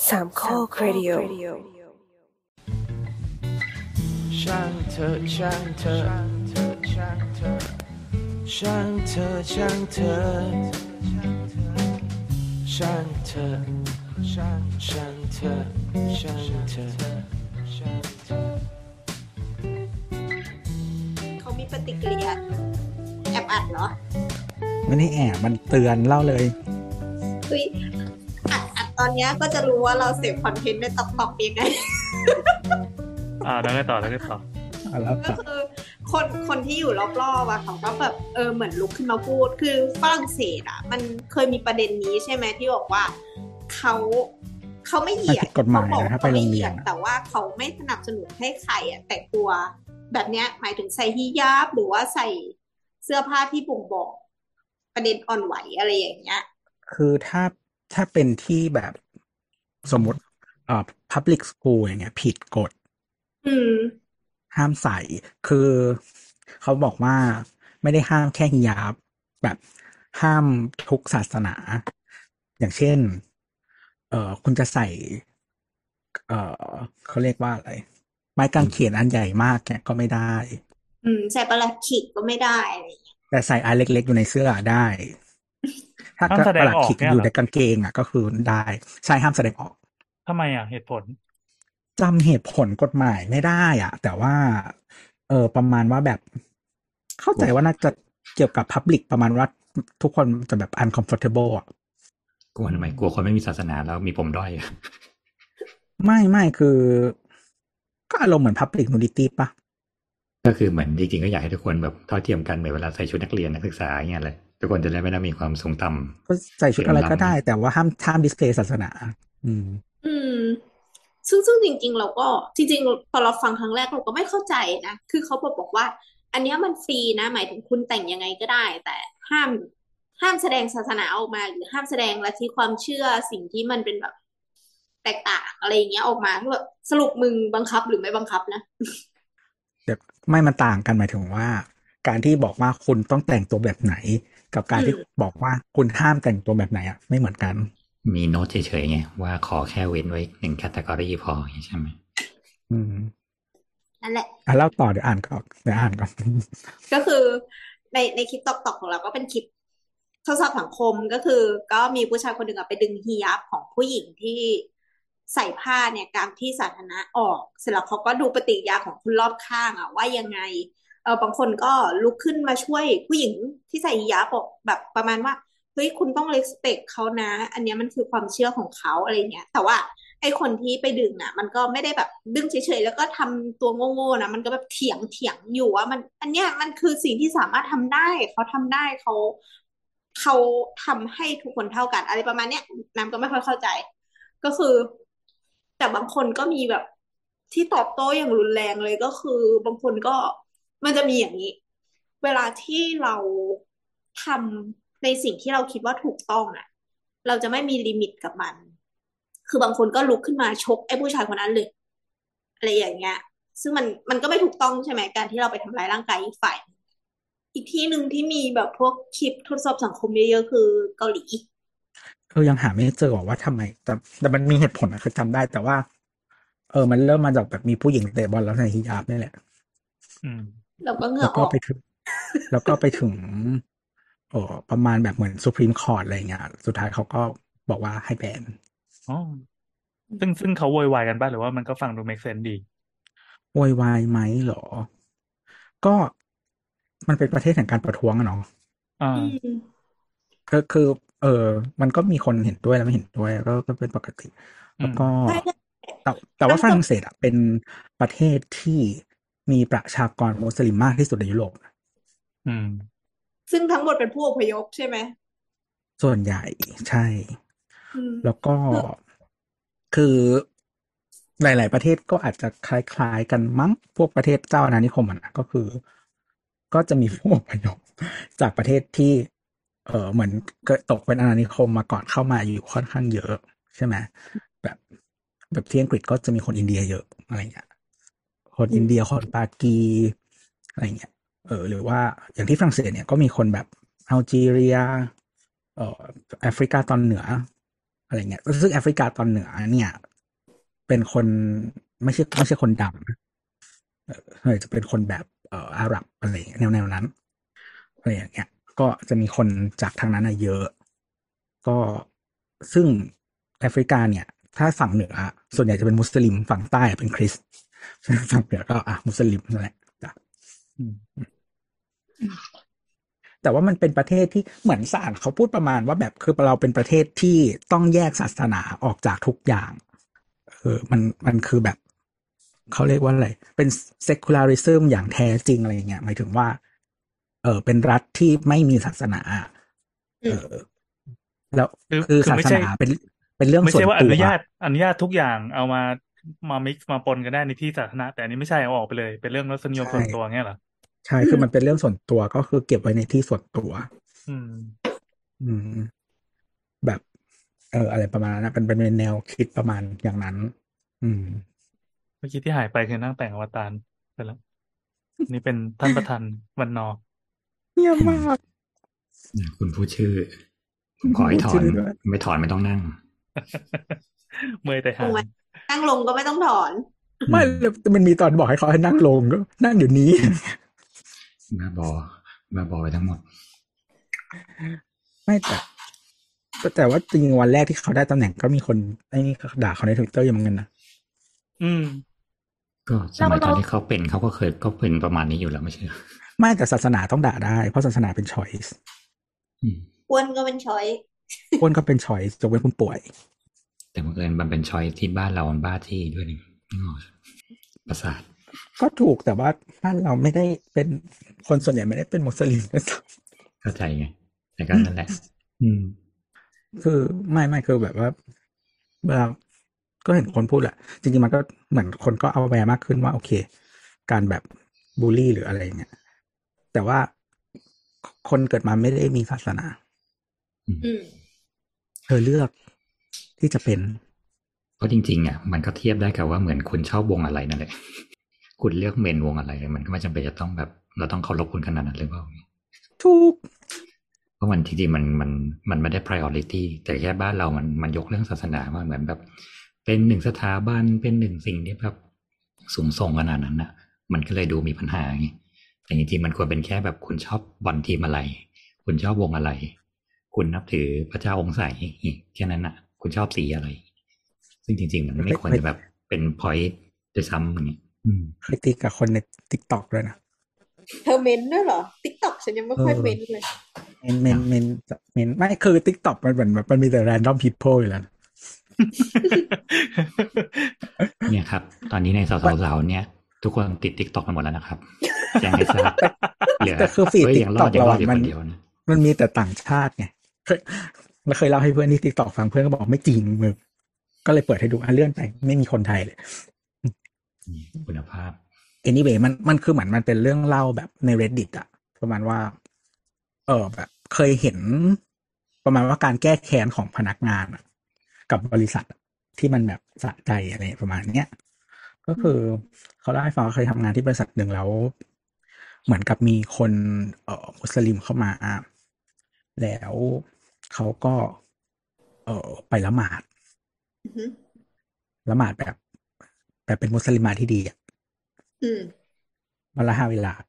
สามข้อครดิโอช่างเธอช่างเธอช่างเธอช่างเธอช่างเธอช่างเธอช่างเธอช่างเธอเขามีปฏิกิริยาแอบอัดเหรอไม่ได้แอบมันเตือนเล่าเลยเฮ้ยอัดตอนนี้ก็จะรู้ว่าเราเสพคอนเทนต์ในต๊อกยังไงแล้วก็ต่อแล้วก็คือคนที่อยู่รอบๆเขาก็แบบเหมือนลุกขึ้นมาพูดคือฝรั่งเศสมันเคยมีประเด็นนี้ใช่ไหมที่บอกว่าเขาไม่เหยียดกฎหมายนะถ้าไปโรงเรียนแต่ว่าเขาไม่สนับสนุนให้ใครแต่งตัวแบบเนี้ยหมายถึงใส่ฮิญาบหรือว่าใส่เสื้อผ้าที่บ่งบอกประเด็นอ่อนไหวอะไรอย่างเงี้ยคือถ้าเป็นที่แบบสมมติpublic school อย่างเงี้ยผิดกฎห้ามใส่คือเขาบอกว่าไม่ได้ห้ามแค่ฮิญาบแบบห้ามทุกศาสนาอย่างเช่นคุณจะใส่เขาเรียกว่าอะไรไม้กางเขนอันใหญ่มากเนี่ยก็ไม่ได้ใส่ประหลัดขิกก็ไม่ได้แต่ใส่อันเล็กๆอยู่ในเสื้อได้ถ้าประหลัดขิกอยู่ในกางเกงก็คือได้ใช่ห้ามแสดงออกทำไมเหตุผลจำเหตุผลกฎหมายไม่ได้แต่ว่าประมาณว่าแบบเข้าใจว่าน่าจะเกี่ยวกับ public ประมาณว่าทุกคนจะแบบ uncomfortable กลัวทำไมกลัวคนไม่มีศาสนาแล้วมีผมด้อยไม่คือก็อารมณ์เหมือน public nudity ปะก็คือเหมือนจริงๆก็อยากให้ทุกคนแบบเท่าเทียมกันเหมือนเวลาใส่ชุดนักเรียนนักศึกษาอย่างเงี้ยเลยทุกคนจะได้ไม่ได้มีความสูงต่ำก็ใส่ชุดอะไรก็ได้แต่ว่าห้ามดิสเพลย์ศาสนาซึ่งจริงๆเราก็จริงๆพอเราฟังครั้งแรกเราก็ไม่เข้าใจนะคือเขาบอกว่าอันนี้มันฟรีนะหมายถึงคุณแต่งยังไงก็ได้แต่ห้ามแสดงศาสนาออกมาหรือห้ามแสดงลัทธิความเชื่อสิ่งที่มันเป็นแบบแตกต่างอะไรอย่างเงี้ยออกมาคือแบบสรุปมึงบังคับหรือไม่บังคับนะเดี๋ยวไม่มันต่างกันหมายถึงว่าการที่บอกว่าคุณต้องแต่งตัวแบบไหนกับการที่บอกว่าคุณห้ามแต่งตัวแบบไหนไม่เหมือนกันมีโน้ตเฉยๆไงว่าขอแค่เว้นไว้1แคตตากรีพอใช่ไหมนั่นแหละเล่าต่อเดี๋ยวอ่านก่อนก็คือในคลิปตอกของเราก็เป็นคลิปทดสอบสังคมก็คือก็มีผู้ชายคนหนึ่งไปดึงฮิญาบของผู้หญิงที่ใส่ผ้าเนี่ยกลางที่สาธารณะออกเสร็จแล้วเขาก็ดูปฏิกิริยาของคนรอบข้างว่ายังไงบางคนก็ลุกขึ้นมาช่วยผู้หญิงที่ใส่ฮิญาบแบบประมาณว่าเฮ้ยคุณต้อง respect เขานะอันนี้มันคือความเชื่อของเขาอะไรเงี้ยแต่ว่าไอ้คนที่ไปดึงมันก็ไม่ได้แบบดึงเฉยๆแล้วก็ทำตัวโง่ๆนะมันก็แบบเถียงอยู่ว่ามันอันเนี้ยมันคือสิ่งที่สามารถทำได้เขาทำได้เขาทำให้ทุกคนเท่ากันอะไรประมาณเนี้ยน้ำก็ไม่ค่อยเข้าใจก็คือแต่บางคนก็มีแบบที่ตอบโต้อย่างรุนแรงเลยก็คือบางคนก็มันจะมีอย่างนี้เวลาที่เราทำในสิ่งที่เราคิดว่าถูกต้องเราจะไม่มีลิมิตกับมันคือบางคนก็ลุกขึ้นมาชกไอ้ผู้ชายคนนั้นเลยอะไรอย่างเงี้ยซึ่งมันก็ไม่ถูกต้องใช่ไหมการที่เราไปทำร้ายร่างกายอีกฝ่ายอีกที่หนึ่งที่มีแบบพวกคลิปทดสอบสังคมเยอะๆคือเกาหลียังหาไม่เจอว่าทำไมแต่มันมีเหตุผลคือจำได้แต่ว่ามันเริ่มมาจากแบบมีผู้หญิงเตะบอลแล้วใส่ฮิญาบนี่แหละแล้วก็เหงื่อออกแล้วก็ไปถึงประมาณแบบเหมือนสุพรีมคอร์ทอะไรเงี้ยสุดท้ายเขาก็บอกว่าให้แบนซึ่งเขาโวยวายกันป่ะหรือว่ามันก็ฟังดู make sense ดีโวยวายไหมเหรอก็มันเป็นประเทศแห่งการประท้วงเนาะก็คือมันก็มีคนเห็นด้วยและไม่เห็นด้วยก็เป็นปกติแล้วก็แต่ว่าฝรั่งเศสเป็นประเทศที่มีประชากรมุสลิมมากที่สุดในยุโรปซึ่งทั้งหมดเป็นผู้อพยพใช่ไหมส่วนใหญ่ใช่แล้วก็คือหลายๆประเทศก็อาจจะคล้ายๆกันมั้งพวกประเทศเจ้าอาณานิคมก็คือก็จะมีผู้อพยพจากประเทศที่เหมือนเกิดตกเป็นอาณานิคมมาก่อนเข้ามาอยู่ค่อนข้างเยอะใช่ไหมแบบที่อังกฤษก็จะมีคนอินเดียเยอะอะไรเงี้ยคนอินเดียคนปากีอะไรเงี้ยหรือว่าอย่างที่ฝรั่งเศสเนี่ยก็มีคนแบบอัลจีเรียแอฟริกาตอนเหนืออะไรเงี้ยซึ่งแอฟริกาตอนเหนือเนี่ย เป็นคนไม่ใช่คนดำจะเป็นคนแบบอาหรับอะไรแนวนั้นอะไรอย่างเงี้ยก็จะมีคนจากทางนั้นเยอะ ก็ซึ่งแอฟริกาเนี่ย ถ้าฝั่งเหนือส่วนใหญ่จะเป็นมุสลิมฝั่งใต้เป็นคริสต์ฝั่งเหนือก็มุสลิมนั่นแหละจ้ะแต่ว่ามันเป็นประเทศที่เหมือนศาลเขาพูดประมาณว่าแบบคือเราเป็นประเทศที่ต้องแยกศาสนาออกจากทุกอย่างมันคือแบบเขาเรียกว่าอะไรเป็น secularism อย่างแท้จริงอะไรเงี้ยหมายถึงว่าเป็นรัฐที่ไม่มีศาสนาแล้วคือศาไม่สใช่นาเป็นเรื่องไม่ส่วนใช่ว่าอตัวนุญาตทุกอย่างเอามามิกซ์มาปนกันได้ในที่สาธารณะแต่อันนี้ไม่ใช่เอาออกไปเลยเป็นเรื่องรสนิยมใช่ส่วนตัวเงี้ยเหรอใช่คือมันเป็นเรื่องส่วนตัวก็คือเก็บไว้ในที่ส่วนตัวอืมอืมแบบอะไรประมาณนั้นนะเป็นแนวคิดประมาณอย่างนั้น อืมเมื่อกี้ที่หายไปคือนั่งแต่งอวตารไปแล้วนี่เป็นท่านประธานวันนอเงียบมากคุณพูดชื่อผมขอให้ถอน ไม่ถอนไม่ต้องนั่งเมื่อยแต่หางนั่งลงก็ไม่ต้องถอนไม่มันมีตอนบอกให้เขาให้นั่งลงก็นั่งอยู่นี้บ้าบอไปทั้งหมดไม่แต่ว่าจริงๆวันแรกที่เขาได้ตำแหน่งก็มีคนไอ้นี่ด่าเขาใน Twitter อยู่เหมือนกันนะก็สมัยตอนที่เขาเป็นเขาก็เคยก็เป็นประมาณนี้อยู่แล้วไม่ใช่เหรอไม่แต่ศาสนาต้องด่าได้เพราะศาสนาเป็น choice อ้วนก็เป็นช้อยอ้วนก็เป็น choice ยกเว้นคุณป่วยแต่บังเอิญมันเป็นชอยที่บ้านเรามันบ้าที่ด้วยนี่ประสาทก็ถูกแต่ว่าบ้านเราไม่ได้เป็นคนส่วนใหญ่ไม่ได้เป็นมุสลิมนะครับเข้าใจไงแต่ก็นั่นแหละคือไม่คือแบบว่าเวลาก็เห็นคนพูดแหละจริงๆมันก็เหมือนคนก็เอาแวร์มากขึ้นว่าโอเค การแบบบูลลี่หรืออะไรเงี้ยแต่ว่าคนเกิดมาไม่ได้มีศาสนาเธอเลือกที่จะเป็นเพราะจริงๆอ่ะมันก็เทียบได้กับว่าเหมือนคุณชอบวงอะไรนั่นแหละ คุณเลือกเมนวงอะไรมันก็ไม่จำเป็นจะต้องแบบเราต้องเคารพคุณขนาดนั้นหรือเปล่าถูกเพราะมันจริงๆมันไม่ได้ priority แต่แค่บ้านเรามันยกเรื่องศาสนาว่าเหมือนแบบเป็นหนึ่งสถาบันเป็นหนึ่งสิ่งที่แบบสูงส่งขนาดนั้นนะมันก็เลยดูมีปัญหาไงแต่จริงๆมันควรเป็นแค่แบบคุณชอบบอลทีมอะไรคุณชอบวงอะไรคุณนับถือพระเจ้าองค์ใสแค่นั้นนะคุณชอบสีอะไรซึ่งจริงๆมันไม่ควรจะแบบเป็น point ด้วยซ้ำอย่างเงี้ยเคยตีกับคนใน TikTok ด้วยนะเธอเมนด้วยเหรอ TikTok ฉันยังไม่ค่อยเมนเลยเมนไม่คือ TikTok มันเหมือนแบบมันมีแต่ random people อยู่แล้วเนี่ยครับตอนนี้ในสาวๆเนี่ยทุกคนติด TikTok กันหมดแล้วนะครับแจ้งให้ทราบแต่คือฟีด TikTok เรามันมีแต่ต่างชาติไงเคยเล่าให้เพื่อนที่ TikTok ฟังเพื่อนก็บอกไม่จริงมึงก็เลยเปิดให้ดูเลื่อนไปไม่มีคนไทยเลยคุณภาพ anyway มันคือเหมือนมันเป็นเรื่องเล่าแบบใน Reddit อะประมาณว่าแบบเคยเห็นประมาณว่าการแก้แค้นของพนักงานกับบริษัทที่มันแบบสะใจอะไรประมาณเนี้ยก็คือเขาเล่าให้ฟังว่าเคยทำงานที่บริษัทหนึ่งแล้วเหมือนกับมีคนมุสลิมเข้ามาแล้วเขาก็ไปละหมาดแบบเป็นมุสลิมาที่ดีอ่ะวันละ5 เวลา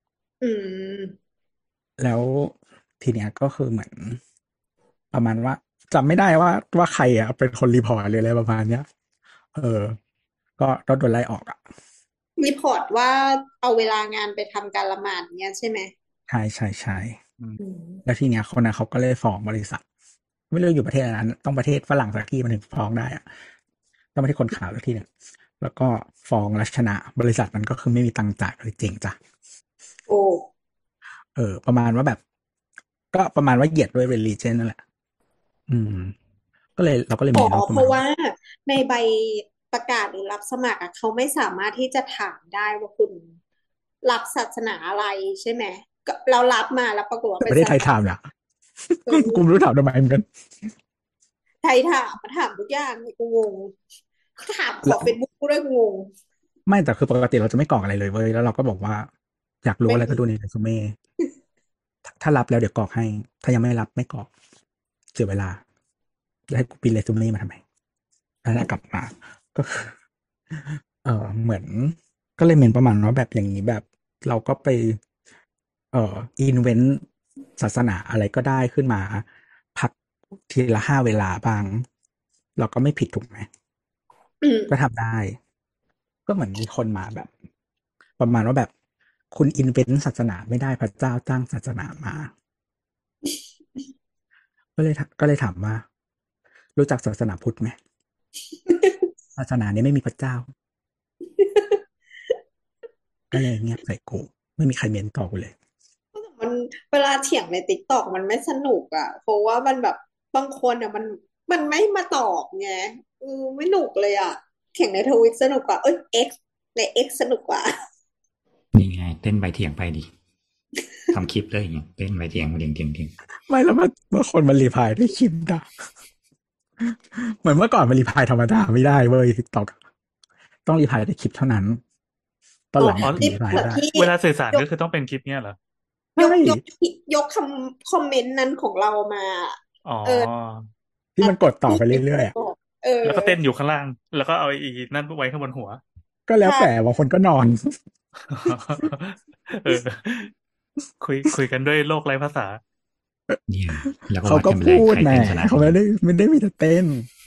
แล้วทีเนี้ยก็คือเหมือนประมาณว่าจำไม่ได้ว่าใครอ่ะเป็นคนรีพอร์ตหรืออะไรประมาณเนี้ยก็โดนไล่ออกอ่ะรีพอร์ตว่าเอาเวลางานไปทำการละหมาดเนี้ยใช่ไหมใช่แล้วทีเนี้ยคนนั้นเขาก็เลยฟ้องบริษัทไม่รู้อยู่ประเทศนั้นต้องประเทศฝรั่งสักที่มันถึงฟ้องได้อ่ะต้องประเทศคนขาวสักที่นึงแล้วก็ฟ้องและชนะบริษัทมันก็คือไม่มีตังค์จ่ายเลยเจ๊งจ้ะโอ้ประมาณว่าแบบก็ประมาณว่าเหยียดด้วย religion นั่นแหละก็เลยเราก็เลยมีเพราะว่าในใบประกาศหรือรับสมัครเขาไม่สามารถที่จะถามได้ว่าคุณรับศาสนาอะไรใช่ไหมเรารับมาแล้วปรากฏว่าประเทศไทยถามนะกูไม่รู้ถามทำไมเหมือนกันไทยถามทุกอย่างกูงงถามขอเฟซบุ๊กกูด้วยกูงงไม่แต่คือปกติเราจะไม่กรอกอะไรเลยเว้ยแล้วเราก็บอกว่าอยากรู้อะไรก็ดูในเรซูเม่ถ้ารับแล้วเดี๋ยวกรอกให้ถ้ายังไม่รับไม่กรอกเสียเวลาแล้วให้กูพิมพ์เรซูเม่มาทำไมแล้วกลับมาก็คือเหมือนก็เลยเมนประมาณว่าแบบอย่างนี้แบบเราก็ไปอินเวนต์ศาสนาอะไรก็ได้ขึ้นมาพักทีละ5 เวลาบางเราก็ไม่ผิดถูกไหมก็ทำได้ก็เหมือนมีคนมาแบบ ประมาณว่าแบบคุณอินเวนต์ศาสนาไม่ได้พระเจ้าตั้งศาสนามาก็เลยถามว่า รู้จักศาสนาพุทธไหมศาสนานี้ไม่มีพระเจ้า ก็เลยเงียบใส่กูไม่มีใครเมนต่อกูเลยมันเวลาเถียงในติ๊กต็อกมันไม่สนุกอ่ะเพราะว่ามันแบบบางคนอ่ะมันไม่มาตอบไงไม่หนุกเลยอ่ะเถียงในทวิตสนุกกว่าX ใน X สนุกกว่านี่ไงเต้นไปเถียงไปดิทำคลิปเลยอย่างเต้นไปเถียงไม่แล้วเมื่อคนมันรีพลายด้วยคลิปนะเหมือนเมื่อก่อนมันรีพลายธรรมดาไม่ได้เว้ยติ๊กต็อกต้องรีพลายด้วยคลิปเท่านั้นตอนหลังรีพลายได้เวลาสื่อสารก็คือต้องเป็นคลิปเนี้ยเหรยกคอมเมนต์นั้นของเรามาที่มันกดต่อไปเรื่อยๆแล้วก็เต้นอยู่ข้างล่างแล้วก็เอาอีนั่นไว้ข้างบนหัวก็แล้วแต่บางคนก็นอนคุยกันด้วยโลกไร้ภาษาเนี่ยแล้วเขาก็พูดแน่เขาไม่ได้มีแต่เต้น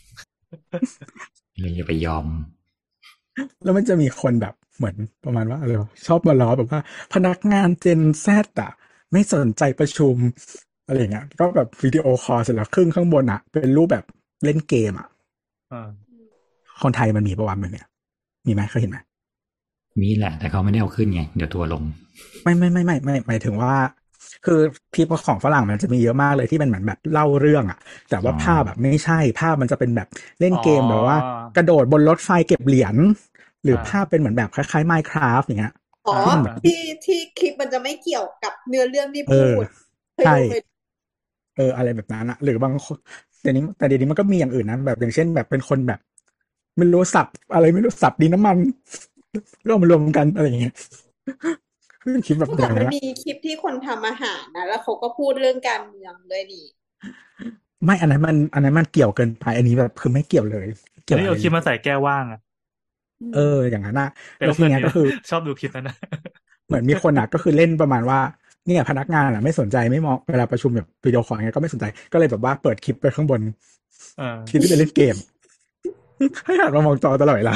เลยอย่าไปยอมแล้วมันจะมีคนแบบเหมือนประมาณว่าอะไรชอบมาล้อแบบว่าพนักงานเจนแซดอ่ะไม่สนใจประชุมอะไรเงี้ยก็แบบวิดีโอคอลเสร็จแล้วครึ่งข้างบนอ่ะเป็นรูปแบบเล่นเกมอ่ะคนไทยมันมีประวัติแบบเนี้ยมีไหมเคยเห็นไหมมีแหละแต่เขาไม่ได้เอาขึ้นไงเดี๋ยวทัวร์ลงไม่หมายถึงว่าคือคลิปของฝรั่งมันจะมีเยอะมากเลยที่เป็นเหมือนแบบเล่าเรื่องอ่ะแต่ว่าภาพแบบไม่ใช่ภาพมันจะเป็นแบบเล่นเกมแบบว่ากระโดดบนรถไฟเก็บเหรียญหรือภาพเป็นเหมือนแบบคล้ายๆ Minecraft อย่างเงี้ยที่คลิปมันจะไม่เกี่ยวกับเนื้อเรื่องที่พูดใช่อะไรแบบนั้นอะหรือบางแต่เดี๋ยวนี้มันก็มีอย่างอื่นนะแบบอย่างเช่นแบบเป็นคนแบบไม่รู้สับอะไรไม่รู้สับดินน้ำมันก็มารวมกันอะไรอย่างเงี้ยคลิปแบบมันมีคลิปที่คนทำอาหารนะแล้วเขาก็พูดเรื่องการเมืองด้วยนี่ไม่อันนั้นมันเกี่ยวเกินไปอันนี้แบบคือไม่เกี่ยวเลยเกี่ยวเอาคลิปมาใส่แก้วว่างอะอย่างนั้นนะแล้วทีเนี้ยก็คือชอบดูคลิปนั้นนะเหมือนมีคนอ่ะก็คือเล่นประมาณว่าเนี่ยพนักงานอ่ะไม่สนใจไม่มองเวลาประชุมแบบวิดีโอคอลเงี้ยก็ไม่สนใจก็เลยแบบว่าเปิดคลิปไปข้างบนคลิปที่ไปเล่นเกมให้หันมามองจอตลอดเวลา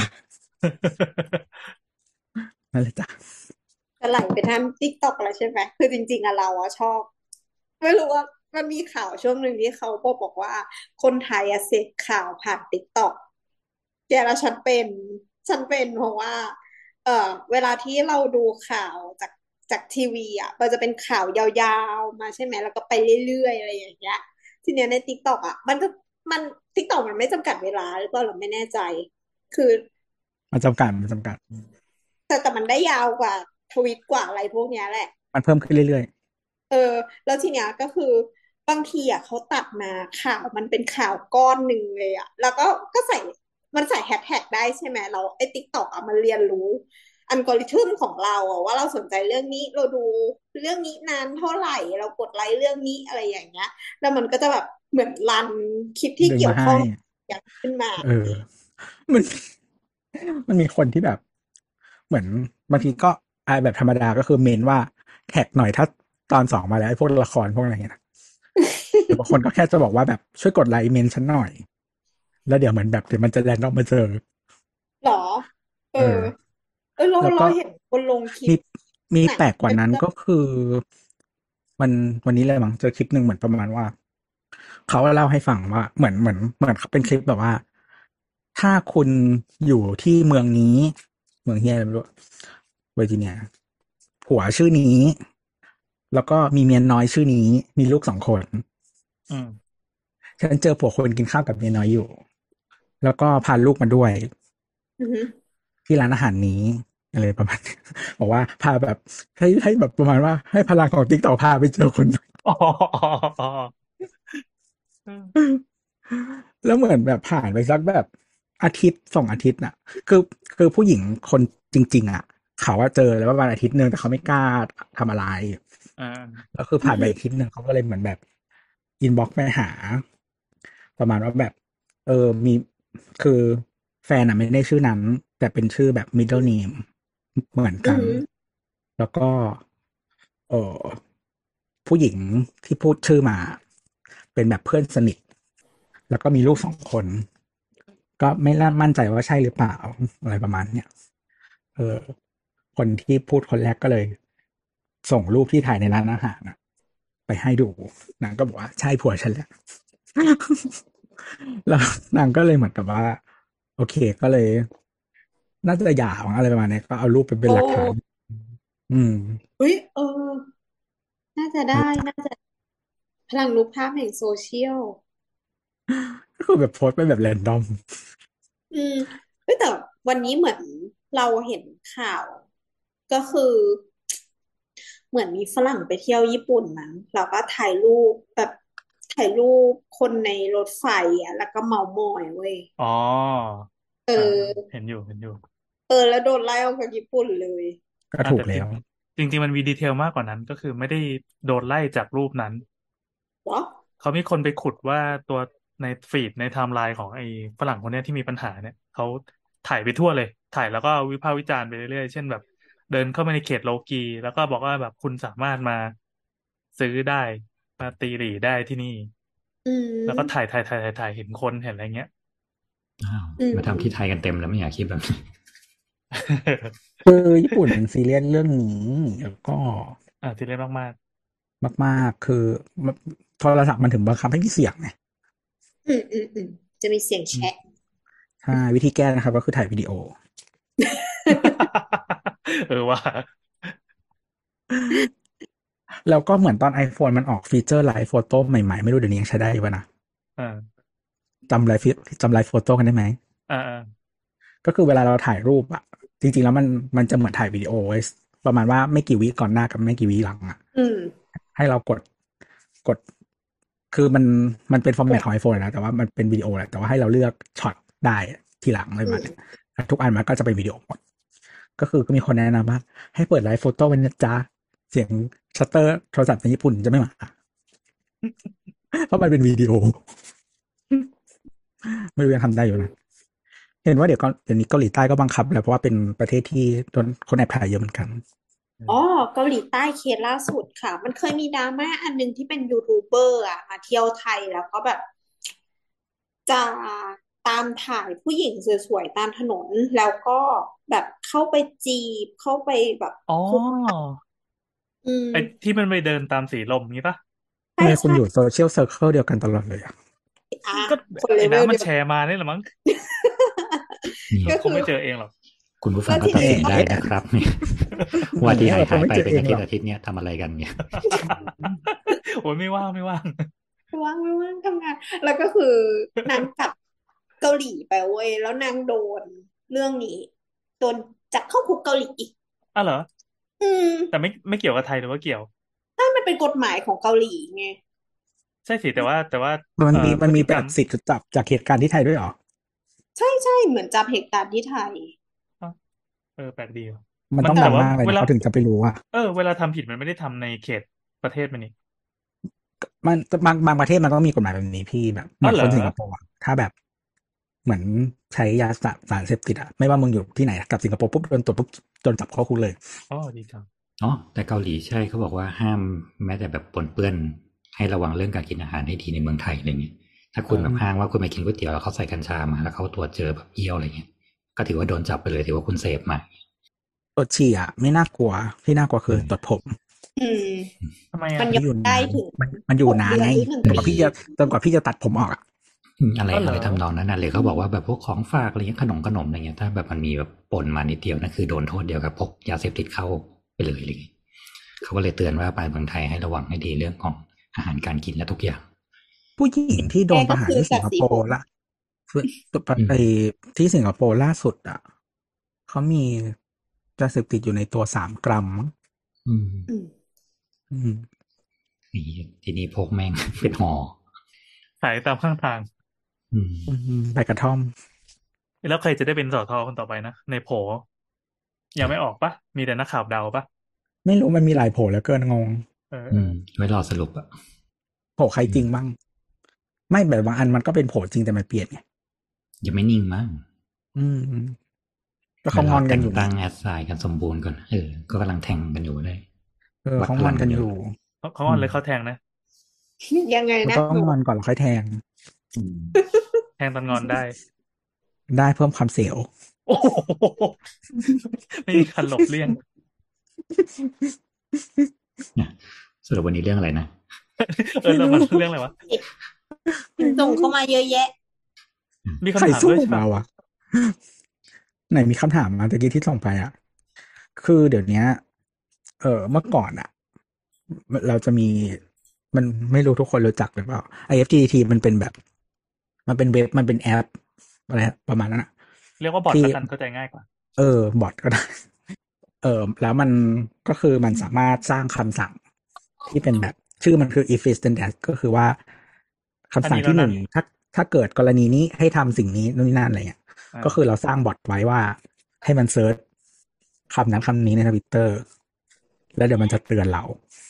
นั่นแหละจ้ะจะไหลไปทำติ๊กต็อกแล้วใช่ไหมคือจริงๆอะเราอะชอบไม่รู้ว่ามันมีข่าวช่วงหนึ่งที่เขาบอกว่าคนไทยอะเสพข่าวผ่านติ๊กต็อกแกแล้วฉันเป็นเพราะว่าเวลาที่เราดูข่าวจากทีวีอ่ะมันจะเป็นข่าวยาวๆมาใช่ไหมแล้วก็ไปเรื่อยๆอะไรอย่างเงี้ยทีเนี้ยในติ๊กต็อกอ่ะมันติ๊กต็อกมันไม่จำกัดเวลาหรือเปล่าเราไม่แน่ใจคือมันจำกัดแต่มันได้ยาวกว่าทวิตกว่าอะไรพวกเนี้ยแหละมันเพิ่มขึ้นเรื่อยแล้วทีเนี้ยก็คือบางทีอ่ะเขาตัดมาข่าวมันเป็นข่าวก้อนหนึ่งเลยอ่ะแล้วก็มันใส่แฮชแท็กได้ใช่ไหมเราไอ้ติ๊กต็อกอ่ะมันเรียนรู้อัลกอริทึมของเราอ่ะว่าเราสนใจเรื่องนี้เราดูเรื่องนี้นานเท่าไหร่เรากดไลค์เรื่องนี้อะไรอย่างเงี้ยแล้วมันก็จะแบบเหมือนรันคลิปที่เกี่ยวข้องอย่างขึ้นมามันมันมีคนที่แบบเหมือนบางทีก็แบบธรรมดาก็คือเมนว่าแท็กหน่อยถ้าตอน2มาแล้วไอ้พวกละครพวกอะไรเงี้ยหรือบางคนก็แค่จะบอกว่าแบบช่วยกดไลค์เมนฉันหน่อยแล้วเดี๋ยวเหมือนแบบเดี๋ยวมันจะแรนดอมมาเจอหรอเราเห็นคนลงคลิปมีแปลกกว่านั้นก็คือวันนี้เลยมั้งเจอคลิปหนึ่งเหมือนประมาณว่าเขาเล่าให้ฟังว่าเหมือนเป็นคลิปแบบว่าถ้าคุณอยู่ที่เมืองนี้เมืองเฮียอะไรไม่รู้เวอร์จิเนียผัวชื่อนี้แล้วก็มีเมียน้อยชื่อนี้มีลูก2 คนฉันเจอผัวคนกินข้าวกับเมียน้อยอยู่แล้วก็พาลูกมาด้วยที่ร้านอาหารนี้อะไรประมาณบอกว่าพาแบบให้แบบประมาณว่าให้พลังของติ๊กต็อกพาไปเจอคนแล้วเหมือนแบบผ่านไปสักแบบอาทิตย์2 อาทิตย์น่ะคือผู้หญิงคนจริงๆอ่ะเขาว่าเจอแล้วว่าวันอาทิตย์นึงแต่เขาไม่กล้าทำอะไรแล้วคือผ่านไปอาทิตย์นึงเขาก็เลยเหมือนแบบอินบ็อกซ์ไปหาประมาณว่าแบบ มีคือแฟนไม่ได้ชื่อนั้น แต่เป็นชื่อแบบ middle name เหมือนกัน แล้วก็เออผู้หญิงที่พูดชื่อมา เป็นแบบเพื่อนสนิท แล้วก็มีลูก2 คน ก็ไม่มั่นใจว่าใช่หรือเปล่าอะไรประมาณเนี้ยคนที่พูดคนแรกก็เลย ส่งรูปที่ถ่ายในร้านอาหารไปให้ดูนางก็บอกว่าใช่ผัวฉันแหละ แล้วนางก็เลยเหมือนกับว่า โอเคก็เลย น่าจะหย่าอะไรประมาณนี้ก็เอารูปไปเป็นหลักฐานเฮ้ยน่าจะได้น่าจะพลังรูปภาพแห่งโซเชียลก็คือแบบโพสต์ไปแบบแรนดอมเฮ้ยแต่วันนี้เหมือนเราเห็นข่าว ก็คือ เหมือนมีฝรั่งไปเที่ยวญี่ปุ่นมั้งแล้วก็ถ่ายรูปแบบถ่ายรูปคนในรถไฟแล้วก็เมามอยเว้ยอ๋อเห็นอยู่แล้วโดนไล่ออกจากญี่ปุ่นเลยก็ถูกแล้วจริงมันมีดีเทลมากกว่านั้นก็คือไม่ได้โดนไล่จากรูปนั้นเขามีคนไปขุดว่าตัวในฟีดในไทม์ไลน์ของไอ้ฝรั่งคนนี้ที่มีปัญหาเนี่ยเขาถ่ายไปทั่วเลยถ่ายแล้วก็วิพากษ์วิจารณ์ไปเรื่อยๆเช่นแบบเดินเข้ามาในเขตโลกีแล้วก็บอกว่าแบบคุณสามารถมาซื้อได้มาตีหรี่ได้ที่นี่แล้วก็ถ่ายเห็นคนเห็นอะไรเงี้ยมาทำที่ไทยกันเต็มแล้วไม่อยากคิดแบบนี้คือญี่ปุ่นซีเรียสเรื่องนี้แล้วก็ซีเรียสมากมากคือโทรศัพท์มันถึงบังคับให้มีเสียงไงจะมีเสียงแชะใช่วิธีแก้นะครับก็คือถ่ายวิดีโอว่าแล้วก็เหมือนตอน iPhone มันออกฟีเจอร์ไลฟ์โฟโต้ใหม่ๆไม่รู้เดี๋ยวนี้ยังใช้ได้อยู่ป่ะนะจำไลฟ์โฟโต้กันได้ไหมก็คือเวลาเราถ่ายรูปอะจริงๆแล้วมันจะเหมือนถ่ายวิดีโอไว้ประมาณว่าไม่กี่วิก่อนหน้ากับไม่กี่วิหลังอะให้เรากดคือมันเป็นฟอร์แมตของ iPhone นะแต่ว่ามันเป็นวิดีโอแหละแต่ว่าให้เราเลือกช็อตได้ทีหลังเลยมันทุกอันมันก็จะเป็นวิดีโอหมดก็คือก็มีคนแนะนำว่าให้เปิดไลฟ์โฟโต้ไว้นะจ๊ะเสียงชัตเตอร์โทรศัพท์ในญี่ปุ่นจะไม่มาเพราะมันเป็นวิดีโอไม่รู้ยังทำได้อยู่นะเห็นว่าเดี๋ยวนี้เกาหลีใต้ก็บังคับแล้วเพราะว่าเป็นประเทศที่โดนคนแอบถ่ายเยอะเหมือนกันเกาหลีใต้เคสล่าสุดค่ะมันเคยมีดราม่าอันนึงที่เป็นยูทูบเบอร์มาเที่ยวไทยแล้วก็แบบจะตามถ่ายผู้หญิงสวยๆตามถนนแล้วก็แบบเข้าไปจีบเข้าไปแบบไอ้ที่มันไปเดินตามสีลมงี้ปะทำไมคุณอยู่โซเชียลเซอร์เคิลเดียวกันตลอดเลยก็ไอ้น้ำมันแชร์มานี่แหละมั้งก็คงไม่เจอเองหรอกคุณผู้ฟังก็ตัดสินได้นะครับว่าที่หายไปเป็นอาทิตย์เนี้ยทำอะไรกันเนี่ยโอ้ยไม่ว่างทำงานแล้วก็คือนางกลับเกาหลีไปเว้ยแล้วนางโดนเรื่องนี้โดนจับเข้าคุกเกาหลีอีกเหรอแต่ไม่เกี่ยวกับไทยหรือว่าเกี่ยวใช่มันเป็นกฎหมายของเกาหลีไงใช่สิแต่ว่ามันมีแบบสิทธิ์จับจากเหตุการณ์ที่ไทยด้วยหรอใช่เหมือนจับเหตุการณ์ที่ไทยแปลกดีมันต้องดังมากเลยเขาถึงจะไปรู้ว่าเวลาทำผิดมันไม่ได้ทำในเขตประเทศมันนี่มันบางประเทศมันต้องมีกฎหมายแบบนี้พี่แบบเหมือนคนสิงคโปร์ถ้าแบบเหมือนใช้ยาสารเสพติดไม่ว่ามึงอยู่ที่ไหนกับสิงคโปร์ปุ๊บโดนตรวจปุ๊บโดนจับเข้าคุกเลยดีจังแต่เกาหลีใช่เขาบอกว่าห้ามแม้แต่แบบปนเปื้อนให้ระวังเรื่องการกินอาหารให้ดีในเมืองไทยอะไรเงี้ยถ้าคุณแบบอ้างว่าคุณไปกินก๋วยเตี๋ยวแล้วเขาใส่กัญชามาแล้วเขาตรวจเจอแบบเยี่ยวอะไรเงี้ยก็ถือว่าโดนจับไปเลยถือว่าคุณเสพมาตรวจฉี่ไม่น่ากลัวที่น่ากลัวคือตรวจผมทำไมมันอยู่ได้ถึงมันอยู่นานไงจนกว่าพี่จะตัดผมออกอะไรทำนองนั้นเลยเขาบอกว่าแบบพวกของฝากอะไรเงี้ยขนมอะไรเงี้ยถ้าแบบมันมีแบบปนมานิดเดียวนั่นคือโดนโทษเดียวกับพกยาเสพติดเข้าไปเลยอะไรเงี้ยเขาก็เลยเตือนว่าไปเมืองไทยให้ระวังให้ดีเรื่องของอาหารการกินและทุกอย่างผู้หญิงที่โดนประหารที่สิงคโปร์ละที่สิงคโปร์ล่าสุดเขามียาเสพติดอยู่ในตัว3 กรัมทีนี้พกแม่งเป็นห่อขายตามข้างทางใบกระท่อมแล้วใครจะได้เป็นสทคนต่อไปนะในโผยังไม่ออกปะมีแต่นักข่าวเดาปะไม่รู้มันมีหลายโผแล้วเกินงงไว้รอสรุปโผใครจริงบ้างไม่แบบบางอันมันก็เป็นโผจริงแต่มันเปลี่ยนไงยังไม่นิ่งมั้งก็เขางอนกันอยู่ตั้งแอดไซน์กันสมบูรณ์ก่อนก็กำลังแทงกันอยู่เลยเขางอนกันอยู่เขางอนเลยเขาแทงนะยังไงนะต้องงอนก่อนแล้วค่อยแทงแทงตอนงอนได้เพิ่มความเสียวโอ้ไม่มีการหลบเลี่ยงสรุปวันนี้เรื่องอะไรนะเรามาเรื่องอะไรวะส่งเข้ามาเยอะแยะมีคำถามด้วยใช่ไหมวะไหนมีคำถามมาตะกี้ที่ส่งไปอ่ะคือเดี๋ยวนี้เมื่อก่อนอ่ะเราจะมีมันไม่รู้ทุกคนรู้จักหรือเปล่า IFTTT มันเป็นแบบมันเป็นเว็บมันเป็นแอปอะไรประมาณนั้นอ่ะเรียกว่าบอทละกันเข้าใจง่ายกว่าบอทก็ได้แล้วมันก็คือมันสามารถสร้างคำสั่งที่เป็นแบบชื่อมันคือ if standard ก็คือว่าคำสั่งที่หนึ่งถ้าเกิดกรณีนี้ให้ทำสิ่งนี้นู่นนี่นั่นอะไรเงี้ยก็คือเราสร้างบอทไว้ว่าให้มันเซิร์ชคำนั้นคำนี้ในทวิตเตอร์แล้วเดี๋ยวมันจะเตือนเรา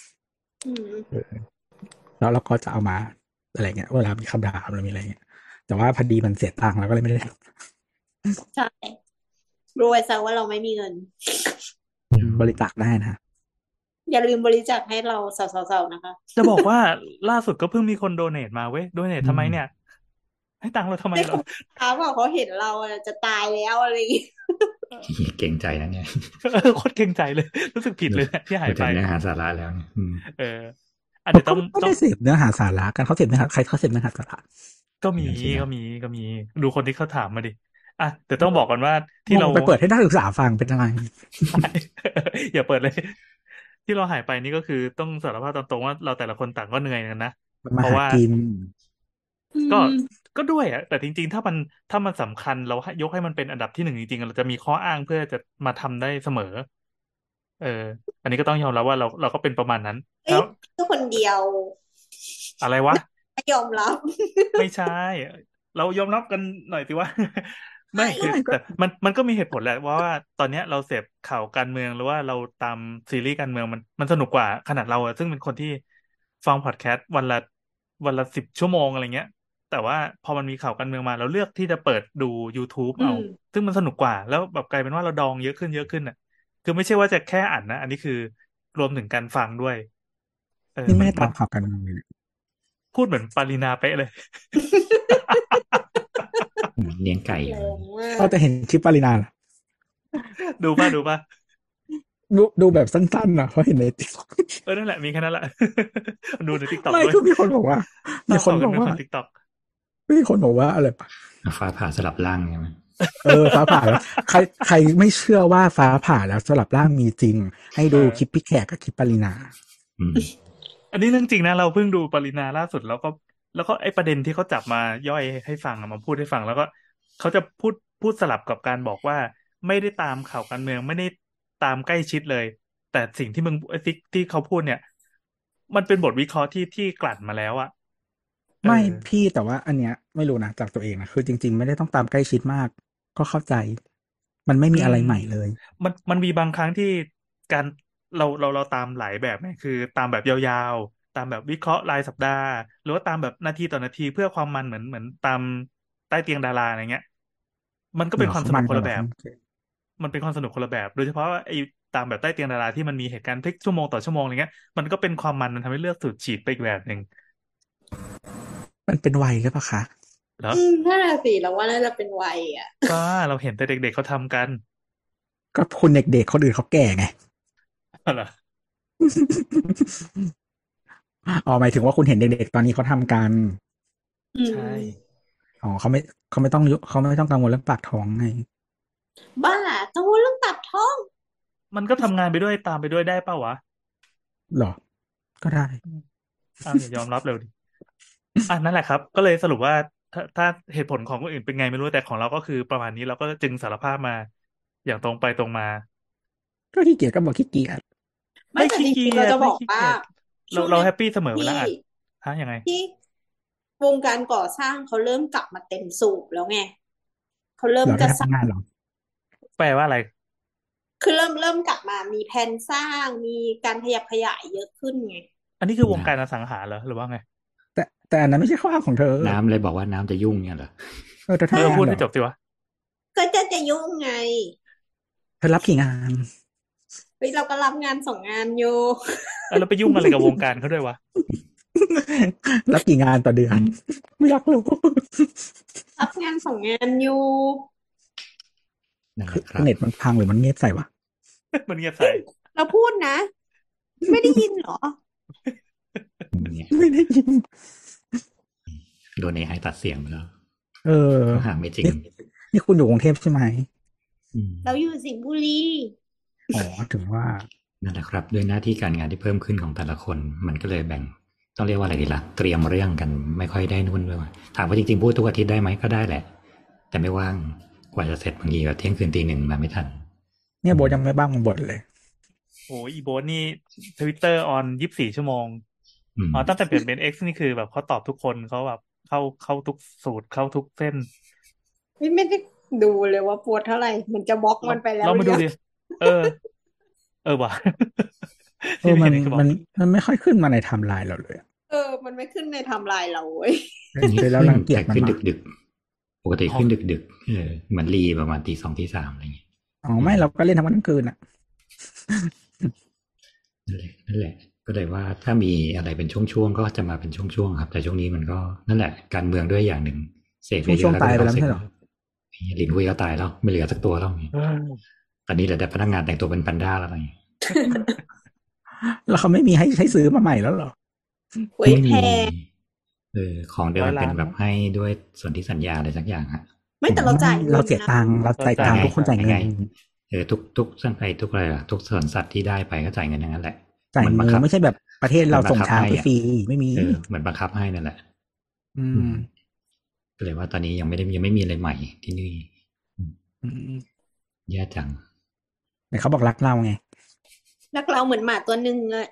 แล้วเราก็จะเอามาอะไรเงี้ยเวลามีคำถามหรือมีอะไรเงี้ยแต่ว่าพอดีมันเสียตังค์แล้วก็เลยไม่ได้ใช่รู้ไว้ซะว่าเราไม่มีเงินบริจาคได้นะอย่าลืมบริจาคให้เราสาวๆนะคะจะบอกว่าล่าสุดก็เพิ่งมีคนโดเนทมาเว้ยโดเนททำไมเนี่ยให้ตังค์เราทำไมเหรอเขาเห็นเราจะตายแล้วอะไรอย่างเงี้ยเก่งใจนะเนี่ยโคตรเก่งใจเลยรู้สึกผิดเลยที่หายไปเนื้อหาสาระแล้วอาจจะต้องไม่ได้เสพเนื้อหาสาระกันเขาเสพเนื้อหาใครเขาเสพเนื้อหาสาระก็มีดูคนที่เขาถามมาดิแต่ต้องบอกก่อนว่าที่เราไปเปิดให้นักศึกษาฟังเป็นอะไรอย่าเปิดเลยที่เราหายไปนี่ก็คือต้องสารภาพตามตรงว่าเราแต่ละคนต่างก็เหนื่อยกันนะเพราะว่าก็ก็ด้วยแต่จริงๆถ้ามันสำคัญเรายกให้มันเป็นอันดับที่หนึ่งจริงๆเราจะมีข้ออ้างเพื่อจะมาทำได้เสมออันนี้ก็ต้องยอมรับว่าเราก็เป็นประมาณนั้นแล้วก็คนเดียวอะไรวะไม่ยอมรับไม่ใช่เรายอมรับกันหน่อยสิว่าไม่คือแต่มันก็มีเหตุผลแหละว่าตอนนี้เราเสพข่าวการเมืองหรือว่าเราตามซีรีส์การเมืองมันสนุกกว่าขนาดเราซึ่งเป็นคนที่ฟังพอดแคสต์วันละ10 ชั่วโมงอะไรเงี้ยแต่ว่าพอมันมีข่าวการเมืองมาเราเลือกที่จะเปิดดู YouTube เอาซึ่งมันสนุกกว่าแล้วแบบกลายเป็นว่าเราดองเยอะขึ้นน่ะคือไม่ใช่ว่าจะแค่อ่านนะอันนี้คือรวมถึงการฟังด้วยนี่ไม่ได้ตามข่าวการเมืองเลยพูดเหมือนปารินาเป๊ะเลยเลี้ยงไก่เราจะเห็นคลิปปารินาดูป่ะดูแบบสั้นๆนะเขาเห็นในติ๊กต็อกนั่นแหละมีแค่นั้นแหละดูในติ๊กต็อกไม่คือมีคนบอกว่ามีคนบอกว่าติ๊กต็อกมีคนบอกว่าอะไรปะฟ้าผ่าสลับร่างใช่ไหมฟ้าผ่าแล้วใครไม่เชื่อว่าฟ้าผ่าแล้วสลับร่างมีจริงให้ดูคลิปพี่แขกกับคลิปปารินาอันนี้เรื่องจริงนะเราเพิ่งดูปรินาล่าสุดแล้วก็ไอ้ประเด็นที่เขาจับมาย่อยให้ฟังมาพูดให้ฟังแล้วก็เขาจะพูดสลับกับการบอกว่าไม่ได้ตามข่าวการเมืองไม่ได้ตามใกล้ชิดเลยแต่สิ่งที่ที่เขาพูดเนี่ยมันเป็นบทวิเคราะห์ที่กลั่นมาแล้วอะไม่พี่แต่ว่าอันเนี้ยไม่รู้นะจากตัวเองนะคือจริงๆไม่ได้ต้องตามใกล้ชิดมากก็เข้าใจมันไม่มีอะไรใหม่เลยมันมีบางครั้งที่การเราตามหลายแบบเนี่ยคือตามแบบยาวๆตามแบบวิเคราะห์รายสัปดาห์หรือว่าตามแบบนาทีต่อนาทีเพื่อความมันเหมือนตามใต้เตียงดาราอะไรเงี้ยมันก็เป็นความสนุกคนละแบบมันเป็นความสนุกคนละแบบโดยเฉพาะไอ้ตามแบบใต้เตียงดาราที่มันมีเหตุการณ์พลิกชั่วโมงต่อชั่วโมงอะไรเงี้ยมันก็เป็นความมันทำให้เลือดสูบฉีดไปอีกแบบหนึ่งมันเป็นวัยหรือเปล่าคะเหรอน่าสิเราว่าน่าจะเป็นวัยก็เราเห็นแต่เด็กๆเขาทำกันก็คุณเด็กๆคนอื่นเขาแก่ไงอะไรหมายถึงว่าคุณเห็นเด็กๆตอนนี้เขาทำกันใช่เขาไม่ต้องกังวลเรื่องปากท้องไงบ้ากังวลเรื่องปากท้องมันก็ทำงานไปด้วยตามไปด้วยได้เปล่าวะหรอก็ได้อย่ายอมรับเร็วดินั่นแหละครับก็เลยสรุปว่าถ้าเหตุผลของคนอื่นเป็นไงไม่รู้แต่ของเราก็คือประมาณนี้เราก็จึงสารภาพมาอย่างตรงไปตรงมาก็ขี้เกียจก็บอกขี้เกียจไม่ขี้เกียจเราจะบอกว่าเราแฮปปี้เสมอเวลายังไงที่วงการก่อสร้างเขาเริ่มกลับมาเต็มสูบแล้วไงเขาเริ่มจะสร้างงานหรอแปลว่าอะไรคือเริ่มกลับมามีแผนสร้างมีการขยับขยายเยอะขึ้นไงอันนี้คือวงการอสังหาเหรอหรือว่าไงแต่แต่อันนั้นไม่ใช่ข้ออ้างของเธอน้ำเลยบอกว่าน้ำจะยุ่งเนี่ยเหรอแต่เธอพูดให้จบสิวะก็จะยุ่งไงเธอรับกี่งานเฮ้ยเราก็รับงาน2 งานอยู่แล้วไปยุ่งอะไรกับวงการเขาด้วยวะรับกี่งานต่อเดือนไม่อยากรู้รับงาน2 งานอยู่เน็ตมันพังหรือมันเงียบใส่วะมันเงียบใส่เราพูดนะไม่ได้ยินเหรอไม่ได้ยินโดนAIตัดเสียงไปแล้วหาไม่จริงนี่คุณอยู่กรุงเทพใช่ไหมเราอยู่สิงห์บุรีอ๋อถึงว่านั่นแหละครับด้วยหน้าที่การงานที่เพิ่มขึ้นของแต่ละคนมันก็เลยแบ่งต้องเรียกว่าอะไรดีล่ะเตรียมเรื่องกันไม่ค่อยได้นุ่นด้วยถามว่าจริงๆพูดทุกอาทิตย์ได้ไหมก็ได้แหละแต่ไม่ว่างกว่าจะเสร็จบางทีก็เที่ยงคืนตี 1มาไม่ทันเนี่ยโบยังไม่บ้างบ่นเลยโอ้อีโบนี่ Twitter on 24 ชั่วโมงตั้งแต่เปลี่ยนเป็น X นี่คือแบบเขาตอบทุกคนเขาแบบเข้าทุกสูตรเข้าทุกเส้นไม่ได้ดูเลยว่าปวดเท่าไหร่มันจะบล็อกมันไปแล้วเรามาดูดิว่ะมันไม่ค่อยขึ้นมาในไทม์ไลน์เราเลยมันไม่ขึ้นในไทม์ไลน์เราเว้ยเลยแล้วรังเกียจมันขึ้นดึกๆปกติขึ้นดึกๆเหมือนรีประมาณตี 2 ตี 3อะไรอย่างเงี้ยอ๋อไม่เราก็เล่นทั้งวันทั้งคืนอ่ะนั่นแหละก็เลยว่าถ้ามีอะไรเป็นช่วงๆก็จะมาเป็นช่วงๆครับแต่ช่วงนี้มันก็นั่นแหละการเมืองด้วยอย่างหนึ่งเสพเยอะแล้วตายไปแล้วใช่หรอลินหุ้ยก็ตายแล้วไม่เหลือสักตัวแล้วตอนนี้เหลือแต่พนักงานแต่งตัวเป็นแพนด้าแล้วไงแล้วเขาไม่มีให้ซื้อมาใหม่แล้วเหรอไม่มีของเดิมมันเป็นแบบให้ด้วยส่วนที่สัญญาอะไรสักอย่างฮะไม่แต่เราจ่ายเราเสียตังค์เราจ่ายตังค์ทุกคนจ่ายเงินทุกสันไปทุกอะไรล่ะทุกส่วนสัตว์ที่ได้ไปก็จ่ายเงินอย่างนั้นแหละจ่ายเงินไม่ใช่แบบประเทศเราส่งช้างฟรีไม่มีเหมือนบังคับให้นั่นแหละก็เลยว่าตอนนี้ยังไม่มีอะไรใหม่ที่นี่แย่จังแต่เขาบอกรักเราไงรักเราเหมือนหมาตัวนึงเลย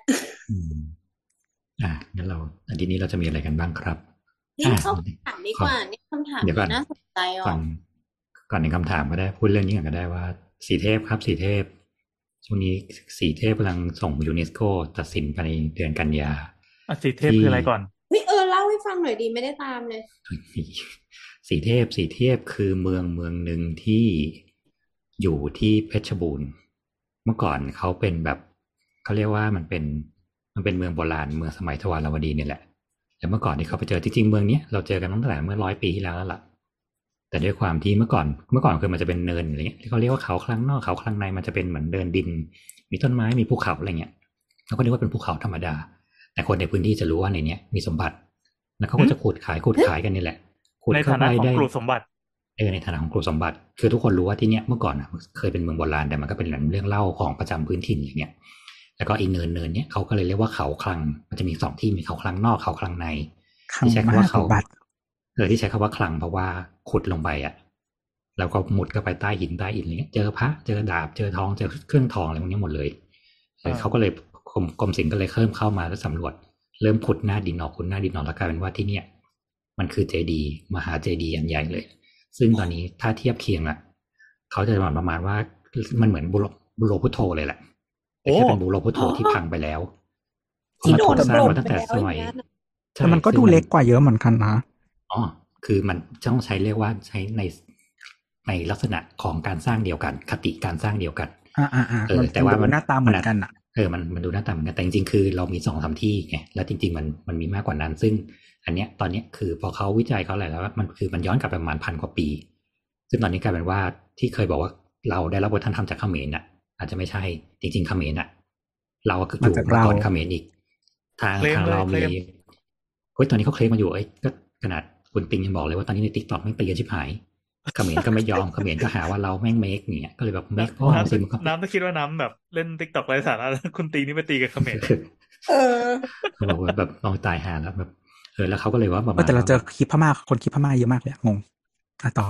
งั้นเราอาทิตย์นี้เราจะมีอะไรกันบ้างครับเข้าถามดีกว่านี่คำถามน่าสนใจก่อนหนึ่งคำถามก็ได้พูดเรื่องนี้กันก็ได้ว่าสีเทพครับสีเทพช่วงนี้สีเทพกำลังส่งยูเนสโกตัดสินไปในเดือนกันยาสีเทพคืออะไรก่อนเล่าให้ฟังหน่อยดีไม่ได้ตามเลยสีเทพคือเมืองหนึ่งที่อยู่ที่เพชรบูรณ์เมื่อก่อนเขาเป็นแบบเขาเรียกว่ามันเป็นเมืองโบราณเมืองสมัยทวารวดีเนี่ยแหละแต่เมื่อก่อนที่เขาไปเจอจริงๆเมืองนี้เราเจอกันตั้งแต่เมื่อ100 ปีที่แล้วล่ะแต่ด้วยความที่เมื่อก่อนคือมันจะเป็นเนินอะไรเงี้ยที่เขาเรียกว่าเขาคลังนอกเขาคลังในมันจะเป็นเหมือนเดินดินมีต้นไม้มีภูเขาอะไรเงี้ยเราก็นึกว่าเป็นภูเขาธรรมดาแต่คนในพื้นที่จะรู้ว่าในเนี้ยมีสมบัติแล้วเขาก็จะขุดขายกันนี่แหละขุดเข้าไปได้ในฐานะของกลุ่มสมบัติในฐานะของกลุ่มสมบัติคือทุกคนรู้ว่าที่เนี้ยเมื่อก่อนเคยเป็นเมืองโบราณแต่มันก็เป็นเรื่องเล่าของประจำพื้นถิ่นอย่างเงี้ยแล้วก็อีเนินเนี้ยเขาก็เลยเรียกว่าเขาคลังมันจะมี2ที่มีเขาคลังนอกเขาคลังในที่ใช้คำว่าเขาที่ใช้คำว่าคลังเพราะว่าขุดลงไปแล้วก็มุดเข้าไปใต้หินอะไรเงี้ยเจอพระเจอดาบเจอทองเจอเครื่องทองอะไรพวกนี้หมดเลยเขาก็เลยกรมศิลป์ก็เลยเริ่มเข้ามาแล้วสำรวจเริ่มขุดหน้าดินออกแล้วกลายเป็นว่าที่เนี่ยมันคือเจดีย์มหาเจดีย์อันใหญ่เลยซึ่งตอนนี้ถ้าเทียบเคียงเขาจะประมาณว่ามันเหมือนบุโรพุทโธเลยแหละแต่แค่เป็นบุโรพุทโธที่พังไปแล้วที่โดนสร้างมาตั้งแต่สมัยแต่มันก็ดูเล็กกว่าเยอะเหมือนกันนะคือมันต้องใช้เรียกว่าใช้ในลักษณะของการสร้างเดียวกันคติการสร้างเดียวกันแต่ว่ามันหน้าตาเหมือนกันมันดูหน้าตาเหมือนกันแต่จริงๆคือเรามี2-3ที่ไงแล้วจริงๆมันมีมากกว่านั้นซึ่งอันเนี้ยตอนนี้คือพอเขาวิจัยเขาอะไรแล้วมันย้อนกลับไปประมาณ1,000 กว่าปีซึ่งตอนนี้กลายเป็นว่าที่เคยบอกว่าเราได้รับวัฒนธรรมจากเขมรอาจจะไม่ใช่จริงๆเขมรเราก็อยู่มาก่อนเขมรอีกทางเรามีตอนนี้เขาเคลมมาอยู่ก็ขนาดคุณปิงยังบอกเลยว่าตอนนี้ใน TikTok ไม่ตีกันชิบหายเขมรก็ไม่ยอมเขมรก็หาว่าเราแม่งเมคเนี่ยก็เลยแบบเมคพ่อสิน้ำถ้าคิดว่าน้ำแบบเล่น TikTok ไร้สาระคุณตีนี่ไปตีกับเขมรเขาบอกว่าแบบลองตายหาแล้วแบบแล้วเขาก็เลยว่าแต่เราเจอคลิปพม่าคนคลิปพม่าเยอะมากเลยงงต่อ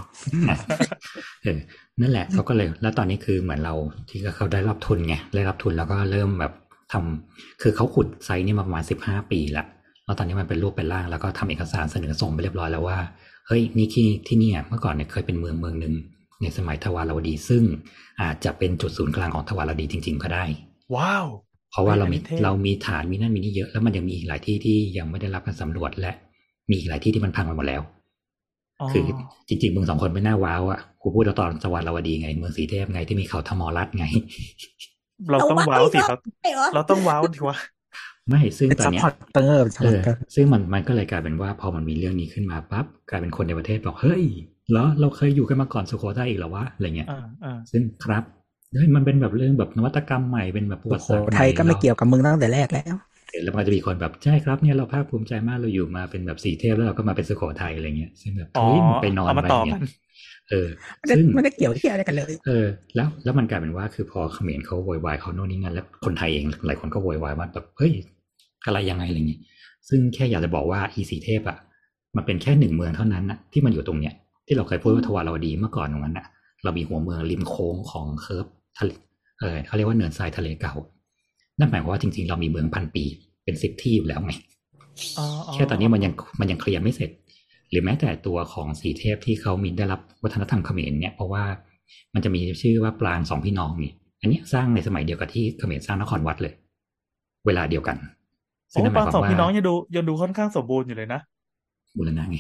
นั่นแหละเขาก็เลยแล้วตอนนี้คือเหมือนเราที่เขาได้รับทุนไงได้รับทุนแล้วก็เริ่มแบบทำคือเขาขุดไซต์นี่มาประมาณ15 ปีแล้วตอนนี้มันเป็นรูปเป็นร่างแล้วก็ทำเอกสารเสนอส่งไปเรียบร้อยแล้วว่าเฮ้ยนี่ที่นี่เมื่อก่อนเนี่ยเคยเป็นเมืองนึงในสมัยทวารวดีซึ่งอาจจะเป็นจุดศูนย์กลางของทวารวดีจริงๆก็ได้ว้าวเพราะว่าเรามีฐานมีนั่นมีนี่เยอะแล้วมันยังมีอีกหลายที่ที่ยังไม่ได้รับการสำรวจและมีอีกหลายที่ที่มันพังไปหมดแล้วคือจริงๆมึงสองคนไม่น่าว้าวอ่ะกูพูดตอนสวรรค์เราดีไงเมืองสีเทพไงที่มีเขาธมรัตน์ไงเราต้องว้าวสิเราต้องว้าวดิวะไม่ซึ่งตอนเนี้ยซึ่งมันก็เลยกลายเป็นว่าพอมันมีเรื่องนี้ขึ้นมาปั๊บกลายเป็นคนในประเทศบอกเฮ้ยแล้วเราเคยอยู่กันมาก่อนสุโขทัยอีกเหรอวะอะไรเงี้ยซึ่งครับเฮ้ยมันเป็นแบบเรื่องแบบนวัตกรรมใหม่เป็นแบบประวัติศาสตร์ไทยก็ไม่เกี่ยวกับมึงตั้งแต่แรกแล้วแล้วมันจะมีคนแบบใช่ครับเนี่ยเราภาคภูมิใจมากเราอยู่มาเป็นแบบสีเทพแล้วเราก็มาเป็นสุโขทัยอะไรเงี้ยซึ่งแบบเฮ้ยมันไปนอนไปเนี่ยซึ่งไม่ได้เกี่ยวที่อะไรกันเลยแล้วมันกลายเป็นว่าคือพอเขมรเขาโวยวายเขาโน่นนี่นั่นแล้วคนไทยเองหลายคนก็โวยวายว่าแบบเฮ้ยอะไรยังไงอะไรเงี้ยซึ่งแค่อยากจะบอกว่าอีสีเทพอ่ะมันเป็นแค่หนึ่งเมืองเท่านั้นนะที่มันอยู่ตรงเนี้ยที่เราเคยพูดว่าทวารวดีเมื่อก่อนตรงนั้นนะเรามีหัวเมืองริมโค้งของเคิร์ฟทะเลเขาเรียกว่าเนินทรายทะเลเก่านั่นหมายความว่าจริงๆเรามีเมืองพันปีเป็น10 ที่อยู่แล้วไงแค่ตอนนี้มันยังเคลียร์ไม่เสร็จหรือแม้แต่ตัวของสีเทพที่เขามีได้รับวัฒนธรรมเขมรเนี่ยเพราะว่ามันจะมีชื่อว่าปรางสองพี่น้องนี่อันนี้สร้างในสมัยเดียวกับที่เขมรสร้างนครวัดเลยเวลาเดียวกันซึ่งปรางสองพี่น้องยังดูค่อนข้างสมบูรณ์อยู่เลยนะบูรณะไง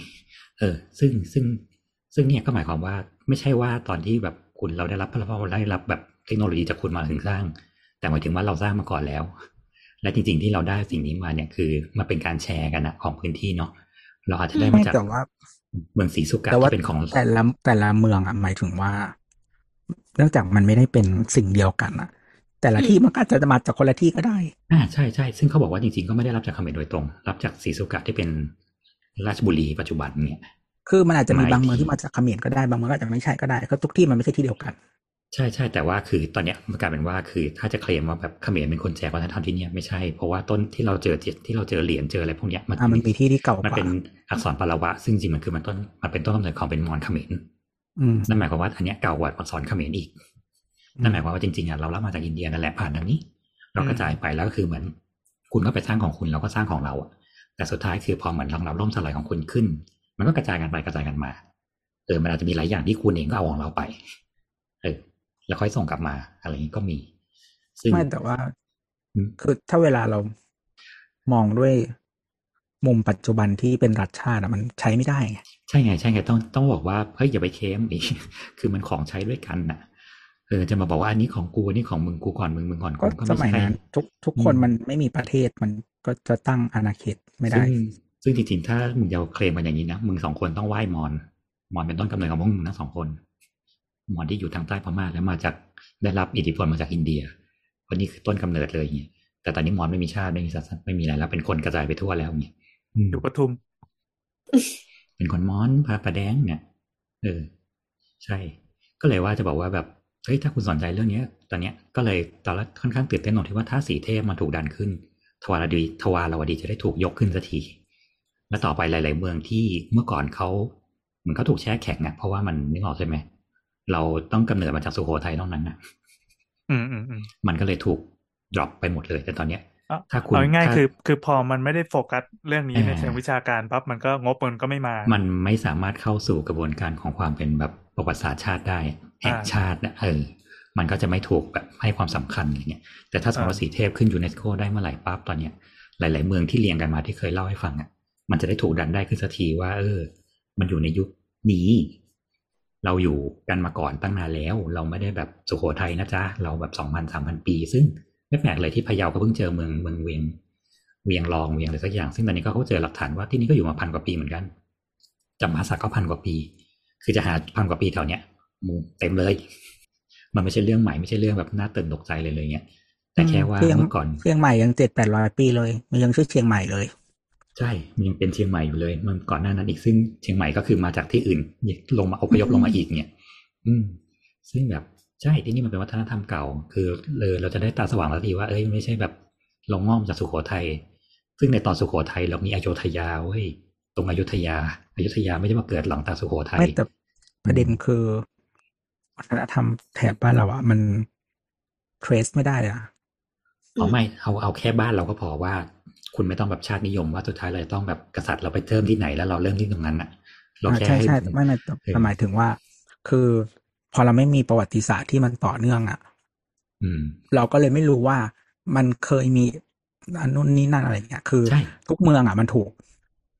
ซึ่งเนี่ยก็หมายความว่าไม่ใช่ว่าตอนที่แบบคุณเราได้รับแบบเทคโนโลยีจากคุณมาถึงสร้างแต่หมายถึงว่าเราสร้างมาก่อนแล้วและจริงๆที่เราได้สิ่งนี้มาเนี่ยคือมาเป็นการแชร์กันนะของพื้นที่เนาะเราอาจจะได้มาจากเมืองศรีสุกะที่เป็นของแต่ละเมืองอ่ะหมายถึงว่าเนื่องจากมันไม่ได้เป็นสิ่งเดียวกันอ่ะแต่ละที่มันอาจจะมาจากคนละที่ก็ได้ใช่ซึ่งเขาบอกว่าจริงๆก็ไม่ได้รับจากเขมรโดยตรงรับจากศรีสุกะที่เป็นราชบุรีปัจจุบันเนี่ยคือมันอาจจะมีบางเมืองที่มาจากเขมรก็ได้บางเมืองก็อาจจะไม่ใช่ก็ได้เพราะทุกที่มันไม่ใช่ที่เดียวกันใช่แต่ว่าคือตอนเนี้ยมันกลายเป็นว่าคือถ้าจะเคลมว่าแบบเขมรเป็นคนแจกวัฒนธรรมที่เนี่ยไม่ใช่เพราะว่าต้นที่เราเจอเหรียญเจออะไรพวกเนี้ยมันมีที่เก่ากว่ามันเป็นอักษรปาละวะซึ่งจริงมันคือมันเป็นต้นกำเนิดของเป็นมอญเขมรนั่นหมายความว่าอันเนี้ยเก่ากว่าอักษรเขมรอีกนั่นหมายความว่าจริงๆอ่ะเรารับมาจากอินเดียนั่นแหละผ่านทางนี้เรากระจายไปแล้วก็คือเหมือนคุณก็ไปสร้างของคุณเราก็สร้างของเราอ่ะแต่สุดท้ายคือพอเหมือนเราล่มสลายของคุณขึ้นมันก็กระจายกันไปกระจายกันมามันอาจจะมีหลายอย่างที่คุณเองก็เอาของเราไปแล้วค่อยส่งกลับมาอะไรอย่างนี้ก็มีซึ่งไม่แต่ว่าคือถ้าเวลาเรามองด้วยมุมปัจจุบันที่เป็นรัฐชาติมันใช้ไม่ได้ไงใช่ไงต้องบอกว่าเฮ้ยอย่าไปเค้มอีกคือมันของใช้ด้วยกันน่ะจะมาบอกว่าอันนี้ของกูอันนี้ของมึงกูก่อนมึงก่อนกูก็ไม่ใช่ทุกคนมันไม่มีประเทศมันก็จะตั้งอาณาเขตไม่ได้ซึ่งจริงๆถ้ามึงจะเคลมกันอย่างนี้นะมึง2 คนต้องไหว้มอญเป็นต้นกำเนิดของพวกมึงนะ2 คนมอญที่อยู่ทางใต้พม่าแล้วมาจากได้รับอิทธิพลมาจากอินเดียคนนี้คือต้นกำเนิดเลยเนี่ยแต่ตอนนี้มอญไม่มีชาติไม่มีศาสนาไม่มีอะไรแล้วเป็นคนกระจายไปทั่วแล้วเนี่ยอยู่ปทุมเป็นคนมอญปะแดงเนี่ยใช่ก็เลยว่าจะบอกว่าแบบเฮ้ยถ้าคุณสนใจเรื่องนี้ตอนเนี้ยก็เลยตอนแรกค่อนข้างตื่นเต้นตรงที่ว่าถ้าสีเทพมาถูกดันขึ้นทวารวดีจะได้ถูกยกขึ้นสักทีและต่อไปหลายๆเมืองที่เมื่อก่อนเขาเหมือนเขาถูกแช่แข็งเพราะว่ามันนึกออกใช่ไหมเราต้องกำเนิดมาจากสุโขทัยนอกนั้นมันก็เลยถูก drop ไปหมดเลยแต่ตอนเนี้ยถ้าคุณง่ายๆคือพอมันไม่ได้โฟกัสเรื่องนี้ในเชิงวิชาการปั๊บมันก็งบมันก็ไม่มามันไม่สามารถเข้าสู่กระบวนการของความเป็นแบบประวัติศาสตร์ชาติได้แห่งชาตินะมันก็จะไม่ถูกแบบให้ความสำคัญอะไรเงี้ยแต่ถ้าสมมติสีเทพขึ้นยูเนสโกได้เมื่อไหร่ปั๊บตอนเนี้ยหลายๆเมืองที่เรียงกันมาที่เคยเล่าให้ฟังมันจะได้ถูกดันได้ขึ้นสักทีว่ามันอยู่ในยุคนี้เราอยู่กันมาก่อนตั้งนานแล้วเราไม่ได้แบบสุโขทัยนะจ๊ะเราแบบ 2,000-3,000 ปีซึ่งไม่แปลกเลยที่พะเยาก็เพิ่งเจอเมืองเวียงรองเวียงอะไรสักอย่างซึ่งตอนนี้ก็เขาเจอหลักฐานว่าที่นี่ก็อยู่มา1,000 กว่าปีเหมือนกันจำปาสักก็1,000 กว่าปีคือจะหา1,000 กว่าปีแถวเนี้ยเต็มเลยมันไม่ใช่เรื่องใหม่ไม่ใช่เรื่องแบบน่าตื่นตกใจเลยเงี้ยแต่แค่ว่าเมื่อก่อนเชียงใหม่ยัง700-800 ปีเลยมันยังชื่อเชียงใหม่เลยใช่มันยังเป็นเชียงใหม่อยู่เลยมันก่อนหน้านั้นอีกซึ่งเชียงใหม่ก็คือมาจากที่อื่นลงมาอพยพลงมาอีกเนี่ยซึ่งแบบใช่ที่นี่มันเป็นวัฒนธรรมเก่าคือเราจะได้ตาสว่างแล้วทีว่าไม่ใช่แบบลงง่อมจากสุโขทัยซึ่งในตอนสุโขทัยเรามีอโยธยาเว้ยตรงอยุธยาไม่ได้มาเกิดหลังจากสุโขทัยแต่ประเด็นคือวัฒนธรรมแถบบ้านเรามันเทรสไม่ได้ไม่เอาแค่บ้านเราก็พอว่าคุณไม่ต้องแบบชาตินิยมว่าสุดท้ายเราต้องแบบกษัตริย์เราไปเริ่มที่ไหนแล้วเราเริ่มที่ตรงนั้นเราแค่ใช่ไม่หมายถึงว่าคือพอเราไม่มีประวัติศาสตร์ที่มันต่อเนื่องเราก็เลยไม่รู้ว่ามันเคยมีอันนู้นนี่นั่นอะไรเงี้ยคือทุกเมืองมันถูก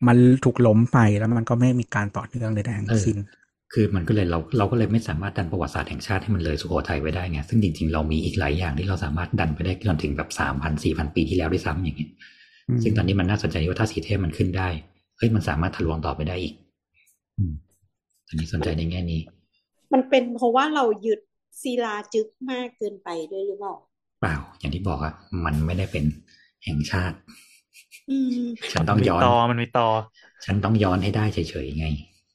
มันถูกล้มไปแล้วมันก็ไม่มีการต่อเนื่องใดๆทั้งสิ้นคือมันก็เลยเราก็เลยไม่สามารถดันประวัติศาสตร์แห่งชาติให้มันเลยสุโขทัยไว้ได้ไงซึ่งจริงๆเรามีอีกหลายอย่างที่เราสามารถดันไปได้จนถึงแบบ3,000-4,000 ปีที่แล้วด้วยซ้ำอย่างเงี้ยซึ่งตอนนี้มันน่าสนใจว่าถ้าสีเทพมันขึ้นได้เฮ้ยมันสามารถทะลวงต่อไปได้อีกอันนี้สนใจในแง่นี้มันเป็นเพราะว่าเรายึดศิลาจึกมากเกินไปด้วยหรือเปล่าเปล่าอย่างที่บอกอะมันไม่ได้เป็นแห่งชาติฉันต้องย้อนมันมีต่อฉันต้องย้อนให้ได้เฉยๆไง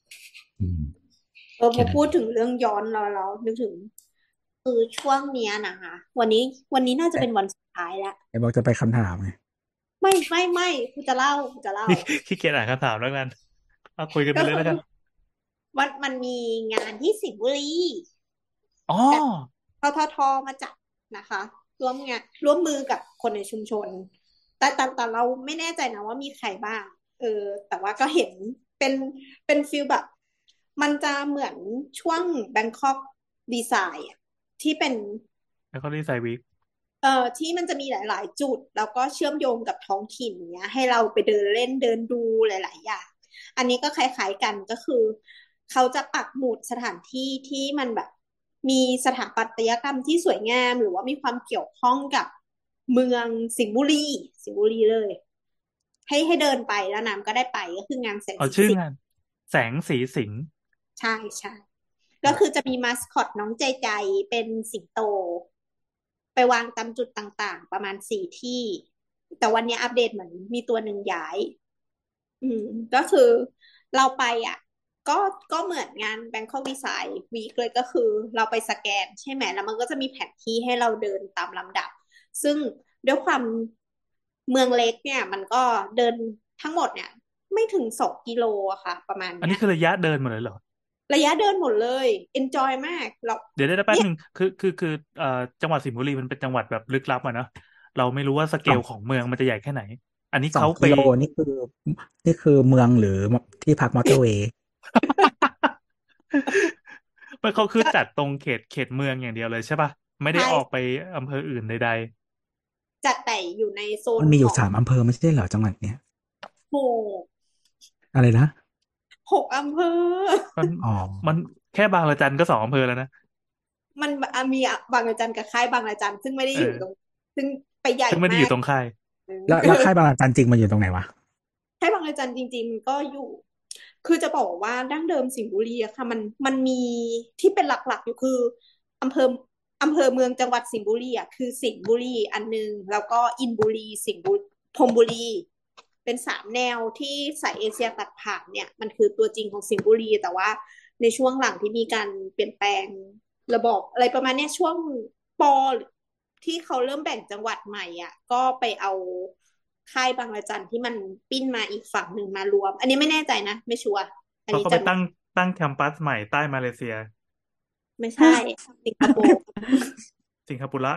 พอพูดถึงเรื่องย้อนเรานึกถึงคือช่วงเนี้ยนะคะวันนี้น่าจะเป็นวันสุดท้ายแล้วไอ้บอกจะไปคำถามไงไม่กูจะเล่าขี้เกียจอ่านคำถามแล้วกันเอาคุยกันไปเลยแล้วกันมันมีงานที่สิงห์บุรีอ๋อทมาจัดนะคะร่วมมือกับคนในชุมชนแต่เราไม่แน่ใจนะว่ามีใครบ้างแต่ว่าก็เห็นเป็นฟีลแบบมันจะเหมือนช่วง Bangkok Design ที่เป็น Bangkok Design Week ที่มันจะมีหลายๆจุดแล้วก็เชื่อมโยงกับท้องถิ่นเนี้ยให้เราไปเดินเล่นเดินดูหลายๆอย่างอันนี้ก็คล้ายๆกันก็คือเขาจะปักหมุดสถานที่ที่มันแบบมีสถาปัตยกรรมที่สวยงามหรือว่ามีความเกี่ยวข้องกับเมืองสิงห์บุรีเลยให้เดินไปแล้วน้ำก็ได้ไปก็คืองานแสงสีชื่องานแสงสีสิงใช่ก็คือจะมีมาสคอตน้องใจเป็นสิงโตไปวางตามจุดต่างๆประมาณ4 ที่แต่วันนี้อัปเดตเหมือนมีตัวหนึ่งย้ายก็คือเราไปก็เหมือนงาน Bangkok Design Week เลยก็คือเราไปสแกนใช่ไหมแล้วมันก็จะมีแผนที่ให้เราเดินตามลำดับซึ่งด้วยความเมืองเล็กเนี่ยมันก็เดินทั้งหมดเนี่ยไม่ถึง2 กิโลอะค่ะประมาณอันนี้คือระยะเดินหมดเลยเหรอระยะเดินหมดเลย enjoy มากเดี๋ยวได้แป๊บนึงคือจังหวัดสิงห์บุรีมันเป็นจังหวัดแบบลึกลับอ่ะเนาะเราไม่รู้ว่าสเกลของเมืองมันจะใหญ่แค่ไหนอันนี้เขาไป 2 กิโลนี่คือเมืองหรือที่พักมอเตอร์เวย์มันเขาคือจัดตรงเขตเมืองอย่างเดียวเลยใช่ป่ะไม่ได้ออกไปอำเภออื่นใดๆจัดแต่อยู่ในโซนมันมีอยู่3 อำเภอไม่ใช่เหรอจังหวัดเนี้ยอะไรนะ 6 อำเภอมันแค่บางละจันก็2 อำเภอแล้วนะมันมีบางระจันกับค่ายบางระจันซึ่งไม่ได้อยู่ตรงซึ่งไปใหญ่มากซึ่งไม่ได้อยู่ตรงค่ายแล้วค่ายบางระจันจริงมันอยู่ตรงไหนวะค่ายบางระจันจริงๆมันก็อยู่คือจะบอกว่าดั้งเดิมสิงห์บุรีอะค่ะมันมีที่เป็นหลักๆอยู่คืออำเภอเมืองจังหวัดสิงห์บุรีอะคือสิงห์บุรีอันนึงแล้วก็อินบุรีสิงห์บุรีพรหมบุรีเป็น3 แนวที่สายเอเชียตัดผ่านเนี่ยมันคือตัวจริงของสิงห์บุรีแต่ว่าในช่วงหลังที่มีการเปลี่ยนแปลงระบบอะไรประมาณนี้ช่วงปอที่เขาเริ่มแบ่งจังหวัดใหม่อ่ะก็ไปเอาค่ายบางระจันที่มันปิ้นมาอีกฝั่งหนึ่งมารวมอันนี้ไม่แน่ใจนะไม่ชัวร์เพราะเขาไปตั้งแคมปัสใหม่ใต้มาเลเซียไม่ใช่สิงคโปร์สิงคโปร์ละ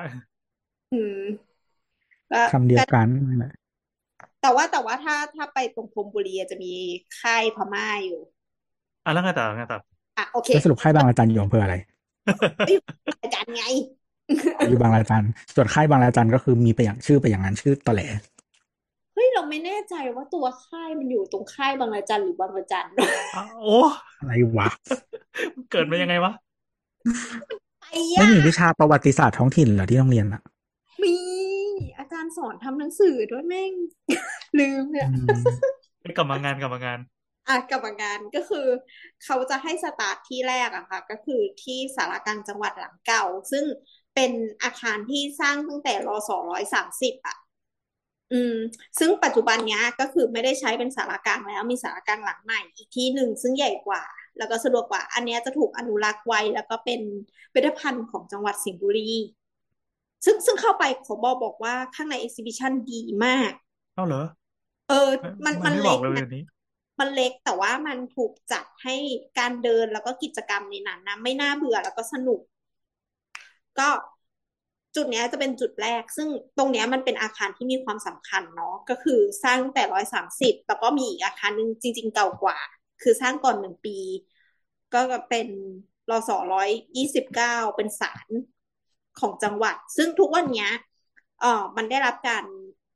คำเดียวกันนั่นแหละแต่ว่าถ้าไปตรงพรหมบุรีจะมีค่ายพม่าอยู่แล้วไงต่อโอเคสรุปค่ายบางระจันอยู่อำเภออะไรอาจารย์ไงอยู่บางระจันส่วนค่ายบางระจันก็คือมีไปอย่างชื่อไปอย่างนั้นชื่อตอแหลเฮ้ยเราไม่แน่ใจว่าตัวค่ายมันอยู่ตรงค่ายบางระจันหรือบางระจันโอ้อะไรวะเกิดมายังไงวะไม่มีวิชาประวัติศาสตร์ท้องถิ่นเหรอที่โรงเรียนอะมีอาจารย์สอนทำหนังสือด้วยแม่งลืมเนี่ยกลับมางานกลับมางานก็คือเขาจะให้สตาร์ทที่แรกอะค่ะก็คือที่สารกลางจังหวัดหลังเก่าซึ่งเป็นอาคารที่สร้างตั้งแต่รศ130อะซึ่งปัจจุบันนี้ก็คือไม่ได้ใช้เป็นสารกลางแล้วมีสารกลางหลังใหม่อีกที่หนึ่งซึ่งใหญ่กว่าแล้วก็สะดวกกว่าอันนี้จะถูกอนุรักษ์ไว้แล้วก็เป็นพิพิธภัณฑ์ของจังหวัดสิงห์บุรีซึ่งเข้าไปขอบอกว่าข้างใน exhibition ดีมากเหรอมันเล็กนะมันเล็กแต่ว่ามันถูกจัดให้การเดินแล้วก็กิจกรรมในนั้นนะไม่น่าเบื่อแล้วก็สนุกก็จุดนี้จะเป็นจุดแรกซึ่งตรงนี้มันเป็นอาคารที่มีความสำคัญเนาะก็คือสร้างแต่130แล้วก็มีอีกอาคารนึงจริงๆเก่ากว่าคือสร้างก่อน1 ปีก็เป็นรศ129เป็นศาลของจังหวัดซึ่งทุกวันนี้มันได้รับการอ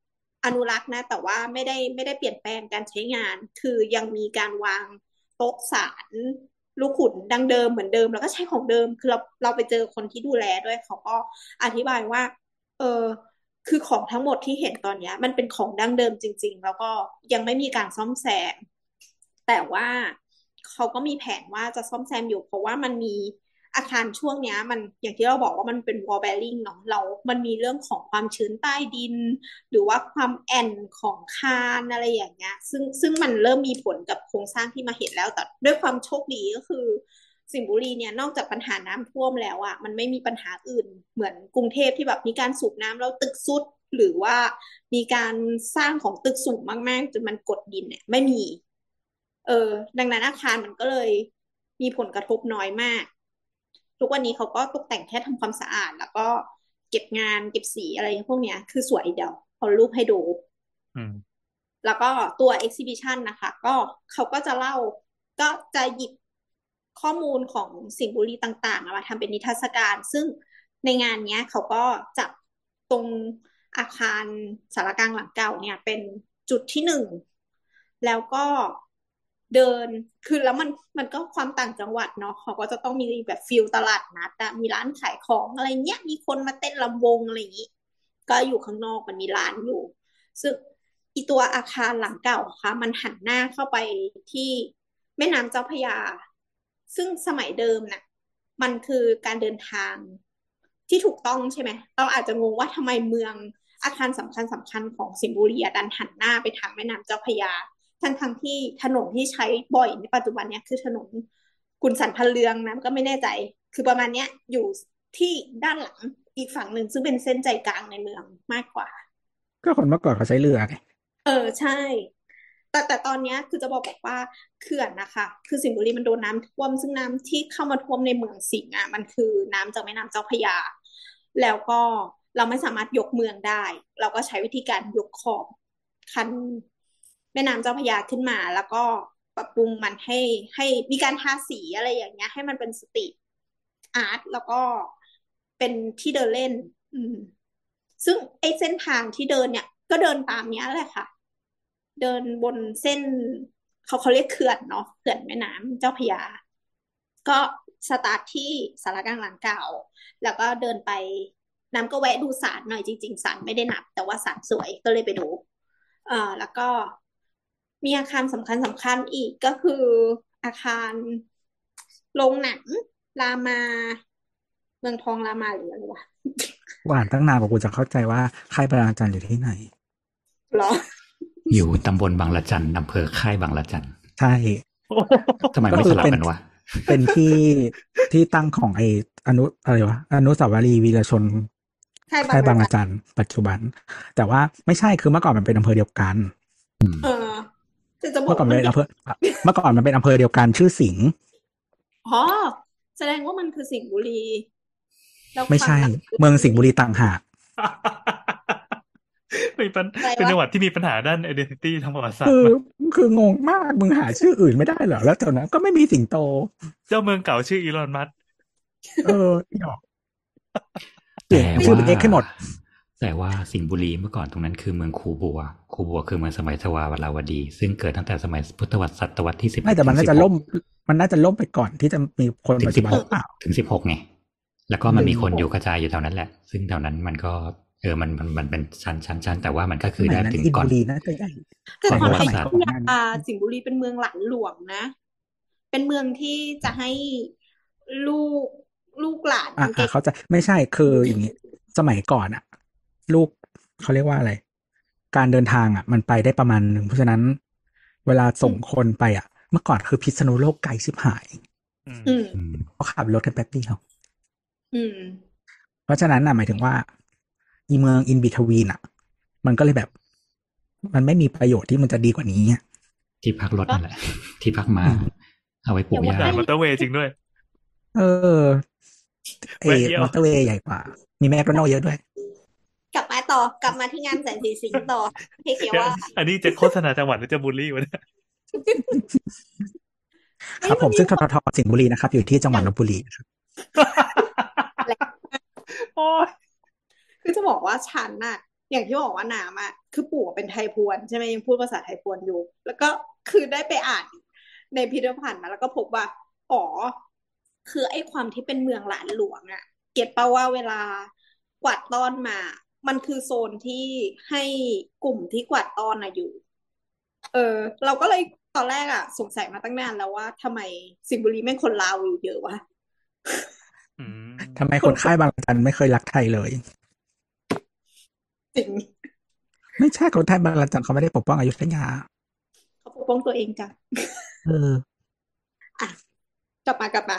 อนุรักษ์นะแต่ว่าไม่ได้เปลี่ยนแปลงการใช้งานคือยังมีการวางโต๊ะสารลูกขุนดังเดิมเหมือนเดิมแล้วก็ใช้ของเดิมคือเราไปเจอคนที่ดูแลด้วยเขาก็อธิบายว่าเออคือของทั้งหมดที่เห็นตอนนี้มันเป็นของดั้งเดิมจริงๆแล้วก็ยังไม่มีการซ่อมแซมแต่ว่าเขาก็มีแผนว่าจะซ่อมแซมอยู่เพราะว่ามันมีอาคารช่วงเนี้ยมันอย่างที่เราบอกว่ามันเป็น wall bearing เนาะมันมีเรื่องของความชื้นใต้ดินหรือว่าความแอนของคานอะไรอย่างเงี้ยซึ่งมันเริ่มมีผลกับโครงสร้างที่มาเห็นแล้วแต่ด้วยความโชคดีก็คือสิงห์บุรีเนี่ยนอกจากปัญหาน้ำท่วมแล้วอ่ะมันไม่มีปัญหาอื่นเหมือนกรุงเทพที่แบบมีการสูบน้ำแล้วตึกซุดหรือว่ามีการสร้างของตึกสูงมากๆจนมันกดดินเนี่ยไม่มีดังนั้นอาคารมันก็เลยมีผลกระทบน้อยมากทุกวันนี้เขาก็ตกแต่งแค่ทำความสะอาดแล้วก็เก็บงานเก็บสีอะไรพวกเนี้ยคือสวยเดี๋ยวเอารูปให้ดูแล้วก็ตัว exhibition นะคะก็เขาก็จะเล่าก็จะหยิบข้อมูลของสิงห์บุรีต่างๆมาทำเป็นนิทรรศการซึ่งในงานเนี้ยเขาก็จับตรงอาคารสารกลางหลังเก่าเนี่ยเป็นจุดที่1แล้วก็เดินคือแล้วมันก็ความต่างจังหวัดเนาะเขาก็จะต้องมีแบบฟิลตลาดนัดมีร้านขายของอะไรเงี้ยมีคนมาเต้นรำวงอะไรอย่างนี้ก็อยู่ข้างนอกมันมีร้านอยู่ซึ่งอีตัวอาคารหลังเก่าค่ะมันหันหน้าเข้าไปที่แม่น้ำเจ้าพระยาซึ่งสมัยเดิมน่ะมันคือการเดินทางที่ถูกต้องใช่ไหมเราอาจจะงงว่าทำไมเมืองอาคารสำคัญของสิงห์บุรีดันหันหน้าไปทางแม่น้ำเจ้าพระยาทั้งที่ถนนที่ใช้บ่อยในปัจจุบันเนี้ยคือถนนกุนสันพันเรืองนะก็ไม่แน่ใจคือประมาณเนี้ยอยู่ที่ด้านหลังอีกฝั่งหนึ่งซึ่งเป็นเส้นใจกลางในเมืองมากกว่าก็คนเมื่อก่อนเขาใช้เรือไงใช่แต่ตอนนี้คือจะบอกว่าเขื่อนนะคะคือสิงห์บุรีมันโดนน้ำท่วมซึ่งน้ำที่เข้ามาท่วมในเมืองสิงห์มันคือน้ำจากแม่น้ำเจ้าพระยาแล้วก็เราไม่สามารถยกเมืองได้เราก็ใช้วิธีการยกขอบคันแม่น้ำเจ้าพระยาขึ้นมาแล้วก็ปรับปรุงมันให้มีการทาสีอะไรอย่างเงี้ยให้มันเป็นสตรีทอาร์ตแล้วก็เป็นที่เดินเล่นซึ่งไอ้เส้นทางที่เดินเนี่ยก็เดินตามเนี้ยแหละค่ะเดินบนเส้นเขาเรียกเขื่อนเนาะเขื่อนแม่น้ำเจ้าพระยาก็สตาร์ทที่สารกลางหลังเก่าแล้วก็เดินไปน้ำก็แวะดูศาลหน่อยจริงๆศาลไม่ได้นับแต่ว่าศาลสวยก็เลยไปดูแล้วก็มีอาคารสำคัญอีกก็คืออาคารโรงหนังรามาเมืองทองรามาหรืออะไรวะอ่านตั้งนานกว่ากูจะเข้าใจว่าค่ายบางระจันอยู่ที่ไหนหรออยู่ตำบลบางละจันอำเภอค่ายบางละจันใช่ทำไมไม่สลับกันวะเป็นที่ตั้งของอะไรวะอนุสาวรีย์วีรชนค่ายบางระจันปัจจุบันแต่ว่าไม่ใช่คือเมื่อก่อนมันเป็นอำเภอเดียวกันเมื่อก่อนเป็นอำเภอมันเป็นอำเภอเดียวกันชื่อสิงห์แสดงว่ามันคือสิงห์บุรีไม่ใช่เมืองสิงห์บุรีต่างหากเป็นจังหวัดที่มีปัญหาด้าน identity ทางประวัติศาสตร์คืองงมากมึงหาชื่ออื่นไม่ได้เหรอแล้วแถวนั้นก็ไม่มีสิงโตเจ้าเมืองเก่าชื่ออีลอนมัสก์หยอกเปลี่ยนชื่อเป็นเอกให้หมดแต่ว่าสิงห์บุรีเมื่อก่อนตรงนั้นคือเมืองคูบัวคือเมืองสมัยทวารวดีซึ่งเกิดตั้งแต่สมัยพุทธศตวรรษที่10 ไม่แต่มันน่าจะล่มไปก่อนที่จะมีคนปัจจุบันถึง16ไงแล้วก็มันมีคนอยู่กระจายอยู่แถวนั้นแหละซึ่งแถวนั้นมันก็มันเป็นชั้นแต่ว่ามันก็คือได้ถึงก่อนแต่สมัยสิงห์บุรีเป็นเมืองหลานหลวงนะเป็นเมืองที่จะให้ลูกหลานเขาจะไม่ใช่คืออย่างนี้สมัยก่อนลูกเขาเรียกว่าอะไรการเดินทางมันไปได้ประมาณนึงเพราะฉะนั้นเวลาส่งคนไปเมื่อก่อนคือพิษณุโลกไกลชิบหายเขาขับรถกันแป๊บเดียวเพราะฉะนั้นหมายถึงว่าอีเมืองอินบิทวีนมันก็เลยแบบมันไม่มีประโยชน์ที่มันจะดีกว่านี้ที่พักรถนั่นแหละที่พักมาเอาไว้ปลูกหญ้ามอเตอร์เวย์จริงด้วยมอเตอร์เวย์ใหญ่กว่ามีแมคโดนัลด์เยอะด้วยกลับมาที่งานแสนสีสิงห์ต่อให้เขียนว่าอันนี้จะโฆษณาจังหวัดหรือจะบูลลี่วะเนี่ยครับผมซึ่งททสิงห์บุรีนะครับอยู่ที่จังหวัดลพบุรีครับคือจะบอกว่าฉันอย่างที่บอกว่าน้ำอ่ะคือปู่เป็นไทยพวนใช่ไหมยังพูดภาษาไทยพวนอยู่แล้วก็คือได้ไปอ่านในพิพิธภัณฑ์มาแล้วก็พบว่าอ๋อคือไอ้ความที่เป็นเมืองหลานหลวงอ่ะเก็ตป่ะว่าเวลากวาดต้อนมามันคือโซนที่ให้กลุ่มที่กวาดต้อนอะอยู่เราก็เลยตอนแรกอ่ะสงสัยมาตั้งนานแล้วว่าทำไมสิงห์บุรีแม่งคนลาวอยู่เยอะวะทำไมคนค่ายบางระจันไม่เคยรักไทยเลยจริงไม่ใช่คนไทยบางระจันเขาไม่ได้ปกป้องอยุธยาเขาปกป้องตัวเองจ้ะอ่ะกลับมากลับ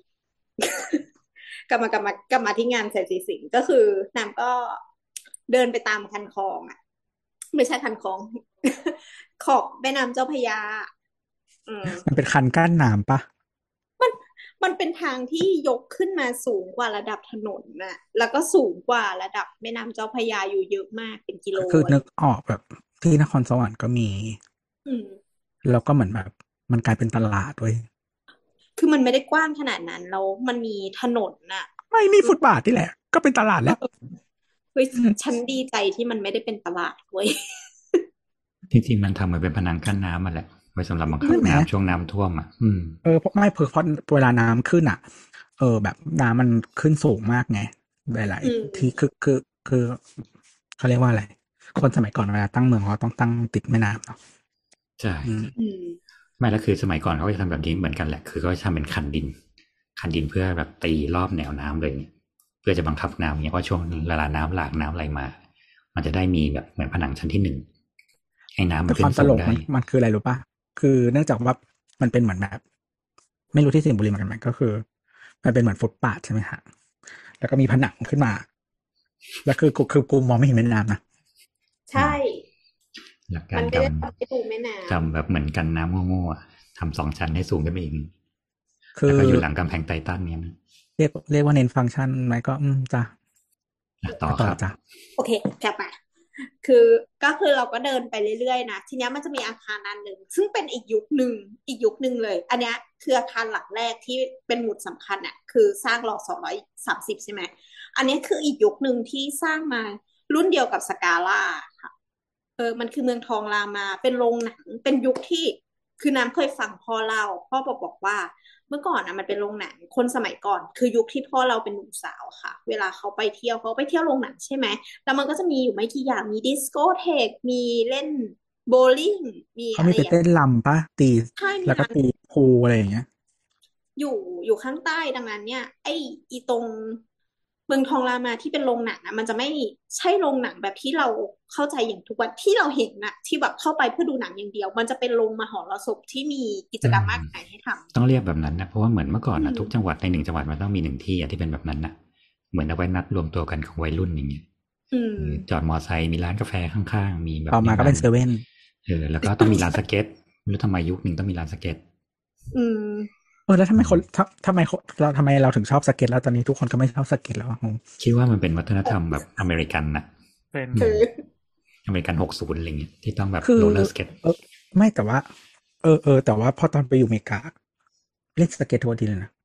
มาที่งานแสนสีสิงห์ก็คือน้ำก็เดินไปตามคันคลองอ่ะไม่ใช่คันคลองขอบแม่น้ำเจ้าพระยามันเป็นคันกั้นน้ำปะมันเป็นทางที่ยกขึ้นมาสูงกว่าระดับถนนน่ะแล้วก็สูงกว่าระดับแม่น้ำเจ้าพระยาอยู่เยอะมากเป็นกิโลคือนึกออกแบบที่นครสวรรค์ก็มีแล้วก็เหมือนแบบมันกลายเป็นตลาดด้วยคือมันไม่ได้กว้างขนาดนั้นแล้วมันมีถนนน่ะไม่นี่ฟุตบาทที่แหละก็เป็นตลาดแล้วเฮ้ยฉันดีใจที่มันไม่ได้เป็นตลาดเว้ยจริงๆมันทำเหมือนเป็นผนังกั้นน้ำมาแหละไว้สำหรับบังคับน้ำช่วงน้ำท่วมอ่ะเพราะเวลาน้ำขึ้นอ่ะแบบน้ำมันขึ้นสูงมากไงหลายๆที่คือเขาเรียกว่าอะไรคนสมัยก่อนเวลาตั้งเมืองเขาต้องตั้งติดแม่น้ำเนาะใช่ไม่แล้วคือสมัยก่อนเขาจะทำแบบนี้เหมือนกันแหละคือเขาจะทำเป็นคันดินเพื่อแบบตีรอบแนวน้ำเลยเพื่อจะบังคับน้ำเนี่ยว่าช่วงเวลาน้ำหลากน้ำไหลมามันจะได้มีแบบเหมือนผนังชั้นที่1ให้น้ำมันขึ้นสูงได้มันคืออะไรรู้ป่ะคือเนื่องจากว่ามันเป็นเหมือนแบบไม่รู้ที่สิงห์บุรีเหมือนกันไหมก็คือมันเป็นเหมือนฟุตบาทใช่ไหมฮะแล้วก็มีผนังขึ้นมาแล้วคือกูมองไม่เห็นแม่น้ำนะใช่หลักการจำแบบเหมือนกันน้ำโง่ๆทำ2 ชั้นให้สูงขึ้นไปอีกแล้วก็อยู่หลังกำแพงไททันเนี่ยเรียกว่าเน้นฟังก์ชันไหมก็จ้ะต่อครับจ้ะโอเคกลับมาคือก็คือเราก็เดินไปเรื่อยๆนะทีนี้มันจะมีอาคารอันหนึ่งซึ่งเป็นอีกยุคหนึ่งเลยอันนี้คืออาคารหลักแรกที่เป็นหมุดสำคัญอ่ะคือสร้างร230ใช่ไหมอันนี้คืออีกยุคหนึ่งที่สร้างมารุ่นเดียวกับสกาล่าค่ะมันคือเมืองทองรามาเป็นโรงหนังเป็นยุคที่คือน้ำเคยฟังพ่อเล่าพ่อบอกว่าเมื่อก่อนนะมันเป็นโรงหนังคนสมัยก่อนคือยุคที่พ่อเราเป็นหนุ่มสาวค่ะเวลาเขาไปเที่ยวโรงหนังใช่ไหมแล้วมันก็จะมีอยู่ไม่กี่อย่างมีดิสโก้เทคมีเล่นโบลิ่งมีอะไรอย่างเงี้ยเขามีไปเต้นรำปะตีแล้วก็ตีพูอะไรอย่างเงี้ยอยู่ข้างใต้ดังนั้นเนี่ยไอ้อีตรงเมืองทองรามาที่เป็นโรงหนังนะมันจะไม่ใช่โรงหนังแบบที่เราเข้าใจอย่างทุกวันที่เราเห็นนะที่แบบเข้าไปเพื่อดูหนังอย่างเดียวมันจะเป็นโรงมหรสพที่มีกิจกรรมมากมายให้ทำต้องเรียกแบบนั้นนะเพราะว่าเหมือนเมื่อก่อนนะทุกจังหวัดใน1จังหวัดมันต้องมี1ที่ที่เป็นแบบนั้นนะเหมือนเอาไว้นัดรวมตัวกันของวัยรุ่นอย่างเงี้ยจอดมอไซค์มีร้านกาแฟข้างๆมีแบบต่อมาก็เป็นเซเว่นแล้วก็ต้องมีร้านสเก็ตไม่รู้ทำไมยุคนึงต้องมีร้านสเก็ตแล้วทำไมเราถึงชอบสเก็ตแล้วตอนนี้ทุกคนก็ไม่ชอบสเก็ตแล้วคิดว่ามันเป็นวัฒนธรรมแบบอเมริกันนะเป็นอเมริกัน60อะไรเงี้ยที่ต้องแบบโรลเลอร์สเก็ตไม่แต่ว่าแต่ว่าพอตอนไปอยู่อเมริกาเล่นสเก็ตทุกทีเลยนะ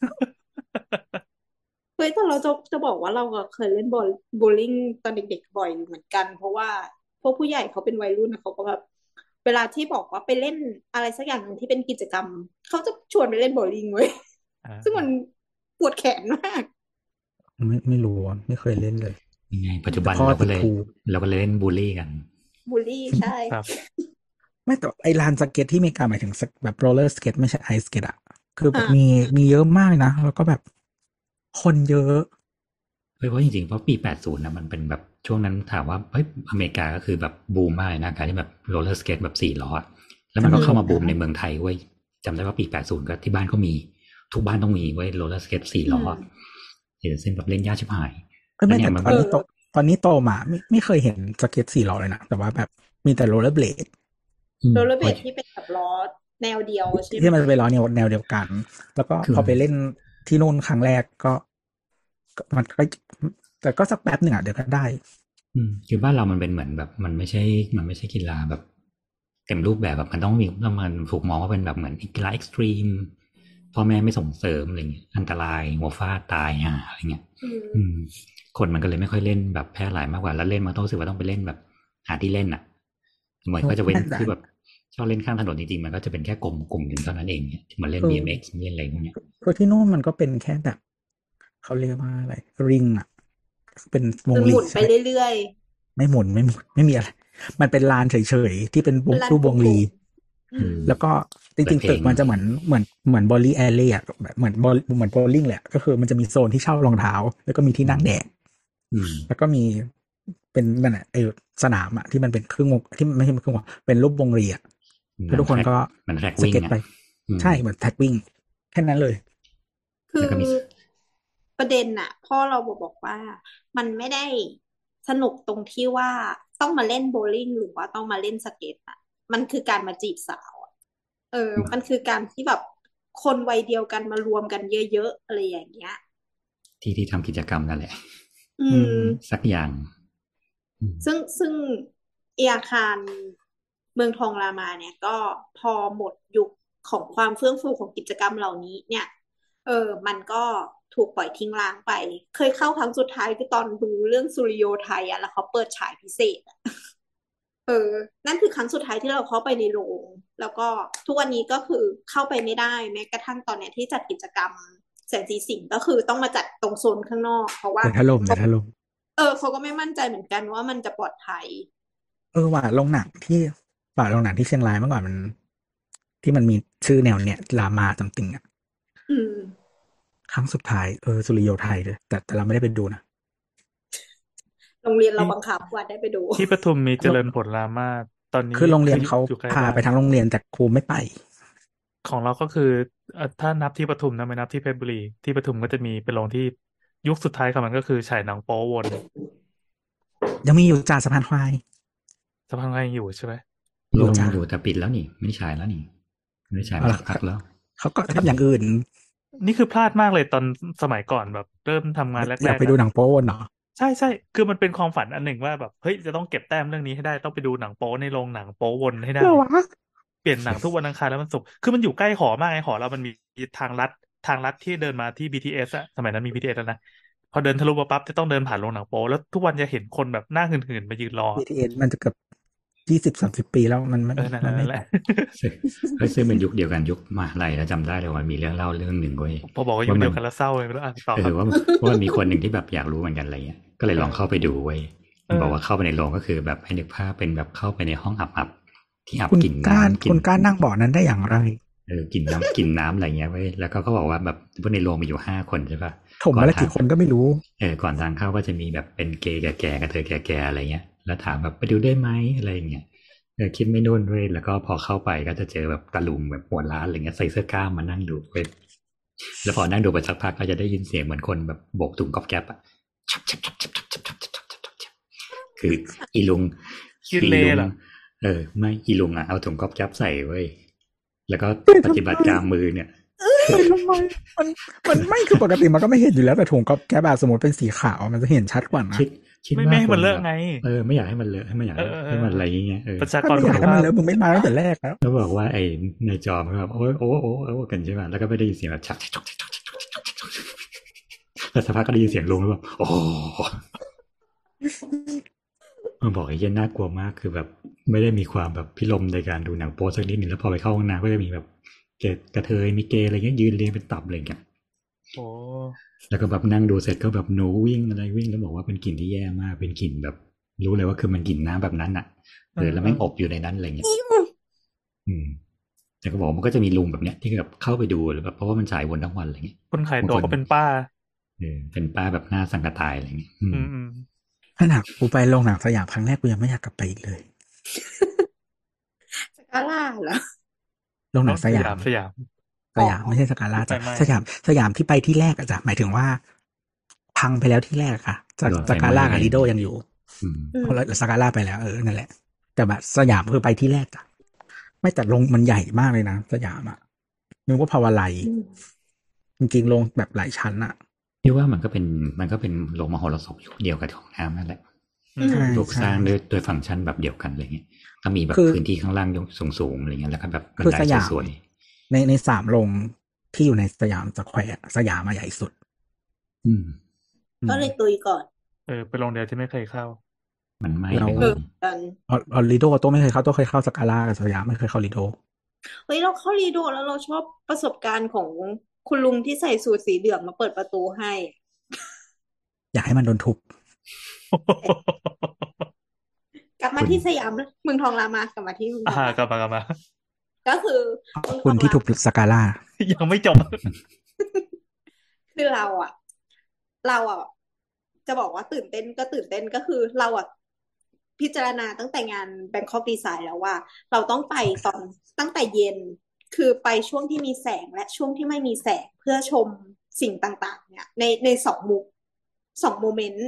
เฮ้ยแต่เราจะบอกว่าเราเคยเล่นโบลิ่งตอนเด็กๆบ่อยเหมือนกันเพราะว่าพวกผู้ใหญ่เขาเป็นวัยรุ่นนะเขาก็แบบเวลาที่บอกว่าไปเล่นอะไรสักอย่างนึงที่เป็นกิจกรรมเขาจะชวนไปเล่นโบลิ่งเว้ยซึ่งมันปวดแขนมากไม่รู้ไม่เคยเล่นเลยยังไงปัจจุบันเราก็เลยเล่นบูลลี่กันบูลลี่ใช่ครับไม่แต่ไอลานสเก็ตที่อเมริกาหมายถึงแบบโรลเลอร์สเก็ตไม่ใช่ไอสเก็ตอะคือแบบมีเยอะมากนะแล้วก็แบบคนเยอะเพราะจริงๆเพราะปี80นะมันเป็นแบบช่วงนั้นถามว่าเฮ้ยอเมริกาก็คือแบบบูมมากนะการที่แบบโรลเลอร์สเก็ตแบบ4 ล้อแล้วมันก็เข้ามาบูมในเมืองไทยเว้ยจำได้ว่าปี80ก็ที่บ้านก็มีทุกบ้านต้องมีเว้ยโรลเลอร์สเก็ต4 ล้อซึ่งแบบเล่นยากชิบหายไม่แต่ตอนนี้โตมาไม่เคยเห็นสเก็ต4 ล้อเลยนะแต่ว่าแบบมีแต่โรลเลอร์เบลดที่เป็นแบบล้อแนวเดียวใช่ไหมที่มันเป็นล้อแนวเดียวกันแล้วก็พอไปเล่นที่นู่นครั้งแรกก็มันก็แต่ก็สักแป๊บหนึ่งเดี๋ยวก็ได้คือบ้านเรามันเป็นเหมือนแบบมันไม่ใช่กีฬาแบบเต็มรูปแบบมันต้องมันถูกมองว่าเป็นแบบเหมือนกีฬาเอ็กซ์ตรีมพ่อแม่ไม่ส่งเสริมอะไรเงี้ยอันตรายหัวฟาดตายอะไรเงี้ยคนมันก็เลยไม่ค่อยเล่นแบบแพร่หลายมากกว่าแล้วเล่นมันต้องรู้สึกว่าต้องไปเล่นแบบหาที่เล่นอ่ะมันก็จะเว้นคือแบบชอบเล่นข้างถนนจริงๆมันก็จะเป็นแค่กลุ่มหนึ่งเท่านั้นเองเนี่ยที่มาเล่น BMX เล่นอะไรพวกเนี้ยคือที่โน่นมันก็เป็นแค่แบบเขาเรียกว่าอะไรริงอ่ะเป็นวงลีหมุนไปเรื่อยๆไม่หมุนไม่มีอะไรมันเป็นลานเฉยๆที่เป็นรูปวงลีแล้วก็จริงๆตึกมันจะเหมือนบอลลี่แอลเล่อะแบบเหมือนโบว์ลิ่งแหละก็คือมันจะมีโซนที่เช่ารองเท้าแล้วก็มีที่นั่งแดดแล้วก็มีเป็นนั่นแหละสนามอะที่มันเป็นครึ่งวงที่ไม่ใช่ครึ่งวงเป็นรูปวงรีอะแล้วทุกคนก็สเก็ตไปใช่เหมือนแท็กวิ่งแค่นั้นเลยคือประเด็นน่ะพ่อเราบอกว่ามันไม่ได้สนุกตรงที่ว่าต้องมาเล่นโบว์ลิ่งหรือว่าต้องมาเล่นสเก็ตอ่ะมันคือการมาจีบสาวมันคือการที่แบบคนวัยเดียวกันมารวมกันเยอะๆอะไรอย่างเงี้ยที่ทำกิจกรรมนั่นแหละสักอย่างซึ่งอาคารเมืองทองรามาเนี่ยก็พอหมดยุคของความเฟื่องฟูของกิจกรรมเหล่านี้เนี่ยมันก็ถูกปล่อยทิ้งร้างไปเคยเข้าครั้งสุดท้ายคือตอนดูเรื่องสุริโยไทยแล้วเขาเปิดฉายพิเศษนั่นคือครั้งสุดท้ายที่เราเข้าไปในโรงแล้วก็ทุกวันนี้ก็คือเข้าไปไม่ได้แม้กระทั่งตอนนี้ที่จัดกิจกรรมแสงสีสิงก็คือต้องมาจัดตรงโซนข้างนอกเพราะว่าถล่มเขาก็ไม่มั่นใจเหมือนกันว่ามันจะปลอดภัยว่าโรงหนังที่เชียงรายเมื่อก่อนมันที่มันมีชื่อแนวเนี้ยรามาซัมติงอ่ะครั้งสุดท้ายสุริโยไทยเลยแต่เราไม่ได้ไปดูนะโรงเรียนเราบังคับว่าได้ไปดูที่ปทุมมีเจริญผลรามาตอนนี้คือโรงเรียนเขาพาไปทั้งโรงเรียนแต่ครูไม่ไปของเราก็คือถ้านับที่ปทุมนะไม่นับที่เพชรบุรีที่ปทุมก็จะมีเป็นโรงที่ยุคสุดท้ายของมันก็คือฉายหนังโป๊วนยังมีอยู่จ่าสะพานควายสะพานควายอยู่ใช่ไหมลงอยู่แต่ปิดแล้วนี่ไม่ฉายแล้วนี่ไม่ฉายมาสักพักแล้วเขาก็ทำอย่างอื่นนี่คือพลาดมากเลยตอนสมัยก่อนแบบเริ่มทำงานแรกๆอยากไปดูหนังโป๊วนเหรอใช่คือมันเป็นความฝันอันหนึ่งว่าแบบเฮ้ยจะต้องเก็บแต้มเรื่องนี้ให้ได้ต้องไปดูหนังโป๊ในโรงหนังโป๊วนให้ได้เปลี่ยนหนังทุกวันอังคารแล้วมันศุกร์คือมันอยู่ใกล้หอมากไงหอเรามันมีทางลัดที่เดินมาที่ BTS อะสมัยนั้นมี BTS แล้วนะพอเดินทะลุมาปั๊บจะต้องเดินผ่านโรงหนังโป๊แล้วทุกวันจะเห็นคนแบบหน้าหื่นๆมายืนรอ BTS มันจะเกือบ20-30 ปีแล้วมันไม่แหละซึ่งเป็นยุคเดียวกันยุคมหาลัยแล้วจำได้เลยว่ามีเรื่องเล่าเรื่องหนึ่งเว้ยพอบอกว่ายุคเดียวกันแล้วเศร้าเลยไม่รู้อ่านต่อว่ามีคนหนึ่งที่แบบอยากรู้เหมือนกันอะไรเงี้ยก็เลยลองเข้าไปดูเว้ยบอกว่าเข้าไปในโรงก็คือแบบให้นึกภาพเป็นแบบเข้าไปในห้องอับที่อับกลิ่นน้ำคุณกล้านั่งเบาะนั้นได้อย่างไรกลิ่นน้ำอะไรเงี้ยเว้ยแล้วก็บอกว่าแบบพวกในโรงมีอยู่5 คนใช่ป่ะผมมาแล้วกี่คนก็ไม่รู้ก่อนทางเข้าก็จะมีแบบเป็นเกย์แก่ๆกับเธอแก่ๆอะไรเงี้ยแล้วถามแบบไปดูได้ไหมอะไรเงี้ยคิดไม่นู่นเว้ยแล้วก็พอเข้าไปก็จะเจอแบบตะลุงแบบหัวล้านอะไรเงี้ยใส่เสื้อกล้ามมานั่งดูเว้ยแล้วพอนั่งดูไปสักพักก็จะได้ยินเสียงเหมือนคนแบบโบกถุงก๊อบแก๊บอ่ะคืออีลุงไม่อีลุงอ่ะเอาถุงก๊อบแก๊บใส่เว้ยแล้วก็ปฏิบัติการมือเนี่ยทำไมมันไม่คือปกติมันก็ไม่เห็นอยู่แล้วแต่ถุงก๊อบแก๊บสมมติเป็นสีขาวมันจะเห็นชัดกว่านะไม่ให้มันเลอะไงไม่อยากให้มันเลอะไม่อยากให้มันอะไรอย่างเงี้ยประชากรไม่อยากให้มันเลอะมึงไม่มาตั้งแต่แรกแล้วบอกว่าไอ้ในจอมันแบบโอ้กันใช่ไหมแล้วก็ไม่ได้ยินเสียงแบบชักแต่สักพักก็ได้ยินเสียงลงแล้วแบบโอ้มันบอกไอ้เหี้ยน่ากลัวมากคือแบบไม่ได้มีความแบบพิรมในการดูหนังโป๊สักนิดนึงแล้วพอไปเข้าห้องน้ำก็จะมีแบบกระเทยมีเกย์อะไรเงี้ยยืนเรียงเป็นตับอะไรเงี้ยแล้วก็แบบนั่งดูเสร็จก็แบบหนูวิ่งแล้วบอกว่าเป็นกลิ่นที่แย่มากเป็นกลิ่นแบบรู้เลยว่าคือมันกลิ่นน้ำแบบนั้นอ่ะแล้วแม่งอบอยู่ในนั้นอะไรเงี้ยแต่ก็บอกมันก็จะมีลุงแบบเนี้ยที่แบบเข้าไปดูหรือแบบเพราะว่ามันฉายวนทั้งวันอะไรเงี้ยคนขายตั๋วก็เป็นป้าเป็นป้าแบบหน้าสังกะตายอะไรเงี้ยขนาดกูไปโรงหนังสยามครั้งแรกกูยังไม่อยากกลับไปอีกเลยสกาล่าเหรอโรงหนังสยามไม่ใช่สกาล่าจ้ะสยามที่ไปที่แรกอะจ้ะหมายถึงว่าพังไปแล้วที่แรกค่ะสกาล่ากับลีโดยังอยู่เพราะสกาล่าไปแล้วนั่นแหละแต่แบบสยามคือไปที่แรกจ้ะไม่แต่โรงมันใหญ่มากเลยนะสยามอะนึกว่าภาวะไลจริงๆโรงแบบหลายชั้นอะที่ว่ามันก็เป็นโรงมหรสพยุคเดียวกับของน้ำนั่นแหละถูกสร้างด้วยฟังก์ชันแบบเดียวกันอะไรเงี้ยก็มีแบบพื้นที่ข้างล่างสูงๆอะไรเงี้ยแล้วก็แบบบันไดสวยใน3 โรงที่อยู่ในสยามสแควร์สยามมาใหญ่สุดอืมก็เลยตุยก่อนเป็นโรงเดียวที่ไม่เคยเข้ามันไม่เราไปก่อนกันลิโดโต้ไม่เคยเข้าโต้เคยเข้าสกาล่ากับสยามไม่เคยเข้าลิโดเฮ้ยเราเข้ารีโดแล้วเราชอบประสบการณ์ของคุณลุงที่ใส่สูทสีเหลืองมาเปิดประตูให้อยากให้มันโดนทุบกลับมาที่สยามเมืองทองรามากลับมาที่เมืองทองรามกลับมาก็คือเมืองทคุอณงที่ราทุบมสกาล่ายังไม่จบคือเราจะบอกว่าตื่นเต้นก็คือเราพิจารณาตั้งแต่งาน Bangkok Design แล้วว่า เราต้องไปตอนตั้งแต่เย็นคือไปช่วงที่มีแสงและช่วงที่ไม่มีแสงเพื่อชมสิ่งต่างๆ เนี่ยในสองโมเมนต์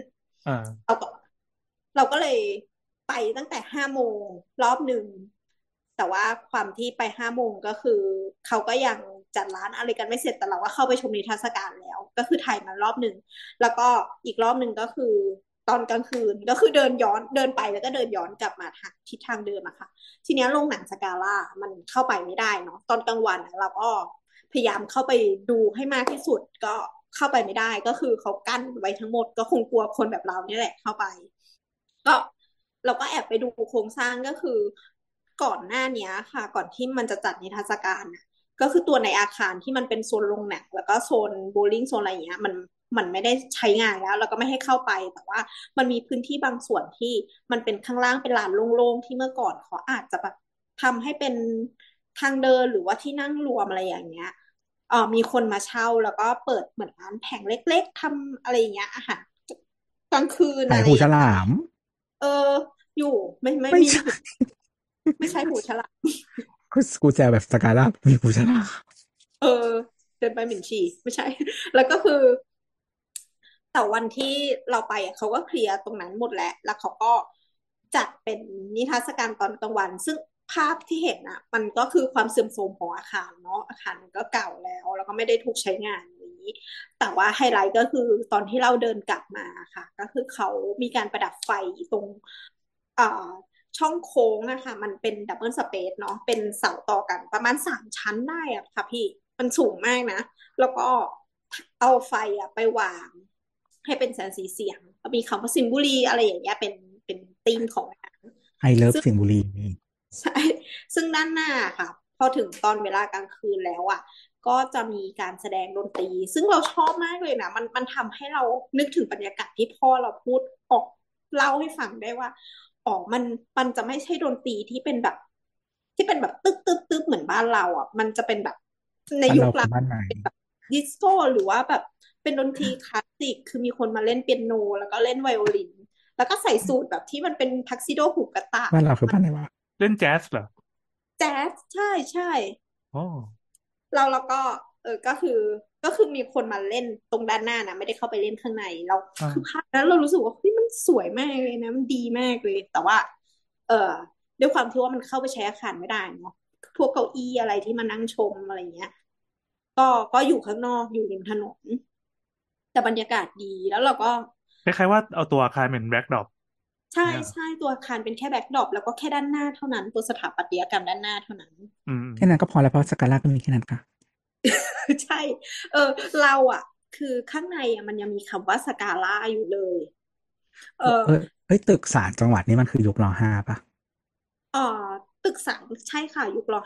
เราก็เลยไปตั้งแต่5 โมงรอบหนึ่งแต่ว่าความที่ไป5 โมงก็คือเขาก็ยังจัดร้านอะไรกันไม่เสร็จแต่เราก็เข้าไปชมนิทรรศการแล้วก็คือถ่ายมารอบหนึ่งแล้วก็อีกรอบหนึ่งก็คือตอนกลางคืนก็คือเดินไปแล้วก็เดินย้อนกลับมาทางทิศทางเดิมอะค่ะทีนี้โรงหนังสกาล่ามันเข้าไปไม่ได้เนาะตอนกลางวันเราก็พยายามเข้าไปดูให้มากที่สุดก็เข้าไปไม่ได้ก็คือเขากั้นไว้ทั้งหมดก็คงกลัวคนแบบเราเนี่ยแหละเข้าไปก็เราก็แอบไปดูโครงสร้างก็คือก่อนหน้านี้ค่ะก่อนที่มันจะจัดนิทรรศการก็คือตัวในอาคารที่มันเป็นโซนโรงหนังแล้วก็โซนโบว์ลิ่งโซนอะไรอย่างเงี้ยมันไม่ได้ใช้งานแล้วก็ไม่ให้เข้าไปแต่ว่ามันมีพื้นที่บางส่วนที่มันเป็นข้างล่างเป็นลานโล่งๆที่เมื่อก่อนเขาอาจจะแบบทำให้เป็นทางเดินหรือว่าที่นั่งรวมอะไรอย่างเงี้ยมีคนมาเช่าแล้วก็เปิดเหมือนร้านแผงเล็กๆทำอะไรอย่างเงี้ยอาหารกลางคืนขาอะยไรหูอฉย่างลาเงี้ยมอยู่ไม่ไม่มีใช่ไม่ใช่หูฉลามกูแซวแบบสกาล่ามีหูฉลามเดินไปหมิ่นฉี่ไม่ใช่ แล้วก็คือ แต่วันที่เราไปเขาก็เคลียร์ตรงนั้นหมดแล้วเขาก็จัดเป็นนิทรรศการตอนกลางวัน ซึ่งภาพที่เห็นมันก็คือความเสื่อมโทรมของอาคารเนาะอาคารมันก็เก่าแล้วก็ไม่ได้ถูกใช้งานนี้ แต่ว่าไฮไลท์ก็คือตอนที่เราเดินกลับมาค่ะ ก็คือเขามีการประดับไฟตรงช่องโค้งค่ะมันเป็นดับเบิลสเปซเนาะเป็นเสาต่อกันประมาณ3 ชั้นได้ค่ะพี่มันสูงมากนะแล้วก็เอาไฟไปวางให้เป็นแสงสีเสียงมีคำว่าสิงห์บุรีอะไรอย่างเงี้ยเป็นธีมของงานไอเลิฟสิงห์บุรีใช่ซึ่งด้านหน้าค่ะพอถึงตอนเวลากลางคืนแล้วก็จะมีการแสดงดนตรีซึ่งเราชอบมากเลยนะมันทำให้เรานึกถึงบรรยากาศที่พ่อเราพูดออกเล่าให้ฟังได้ว่ามันจะไม่ใช่ดนตรีที่เป็นแบบตึ๊บเหมือนบ้านเรามันจะเป็นแบบในยุคเราเป็นแบบดิสโก้หรือว่าแบบเป็นดนตรีคลาสสิกคือมีคนมาเล่นเปียโนแล้วก็เล่นไวโอลินแล้วก็ใส่สูทแบบที่มันเป็นทักซิโดหูกระต่ายบ้านเราคือบ้านไหนวะเล่นแจ๊สเหรอแจ๊สใช่อ๋อเราก็คือมีคนมาเล่นตรงด้านหน้านะไม่ได้เข้าไปเล่นข้างในเราคือภาพนั้นเรารู้สึกว่ามันสวยมากเลยนะมันดีมากเลยแต่ว่าด้วยความที่ว่ามันเข้าไปใช้อาคารไม่ได้เนาะพวกเก้าอี้อะไรที่มานั่งชมอะไรเงี้ยก็อยู่ข้างนอกอยู่ริมถนนแต่บรรยากาศดีแล้วเราก็คล้ายๆว่าเอาตัวอาคารเป็นแบ็คดรอปใช่ตัวอาคารเป็นแค่แบ็คดรอปแล้วก็แค่ด้านหน้าเท่านั้นตัวสถาปัตยกรรมด้านหน้าเท่านั้นแค่นั้นก็พอแล้วเพราะสกาล่าก็มีแค่นั้นค่ะใช่เราคือข้างในมันยังมีคำว่าสกาล่าอยู่เลยตึกศาลจังหวัดนี่มันคือยุคร.5 ป่ะตึกศาลใช่ค่ะยุคร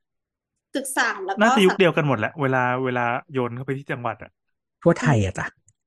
.5 ตึกศาลแล้วก็น่าจะยุคเดียวกันหมดแหละเวลาโยนเข้าไปที่จังหวัดทั่วไทยจ้ะ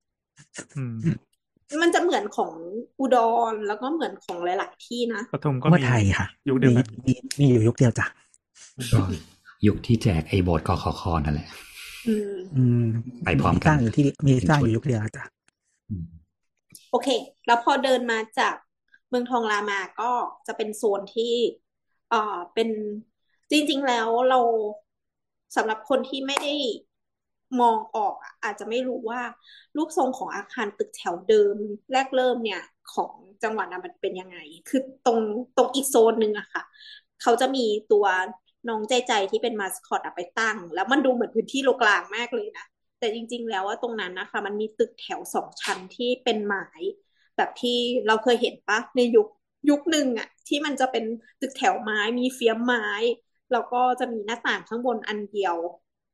มันจะเหมือนของอุดรแล้วก็เหมือนของหลายๆที่นะปทุมก็มีไทยค่ะยุคเดียวกันมีอยู่ยุคเดียวจ้ะยุคที่แจกไอ้โบสถ์กขคนั่นแหละไปพร้อมกันมีสร้างอยู่ยุคเดียวจ้ะโอเคแล้วพอเดินมาจากเมืองทองรามาก็จะเป็นโซนที่เป็นจริงๆแล้วเราสำหรับคนที่ไม่ได้มองออกอาจจะไม่รู้ว่ารูปทรงของอาคารตึกแถวเดิมแรกเริ่มเนี่ยของจังหวัดนั้นมันเป็นยังไงคือตรงอีกโซนนึงค่ะเขาจะมีตัวน้องใจที่เป็นมาสคอตไปตั้งแล้วมันดูเหมือนพื้นที่โลกลางมากเลยนะแต่จริงๆแล้วว่าตรงนั้นนะคะมันมีตึกแถว2 ชั้นที่เป็นไม้แบบที่เราเคยเห็นปะในยุคหนึ่งที่มันจะเป็นตึกแถวไม้มีเฟียมไม้แล้วก็จะมีหน้าต่างข้างบนอันเดียว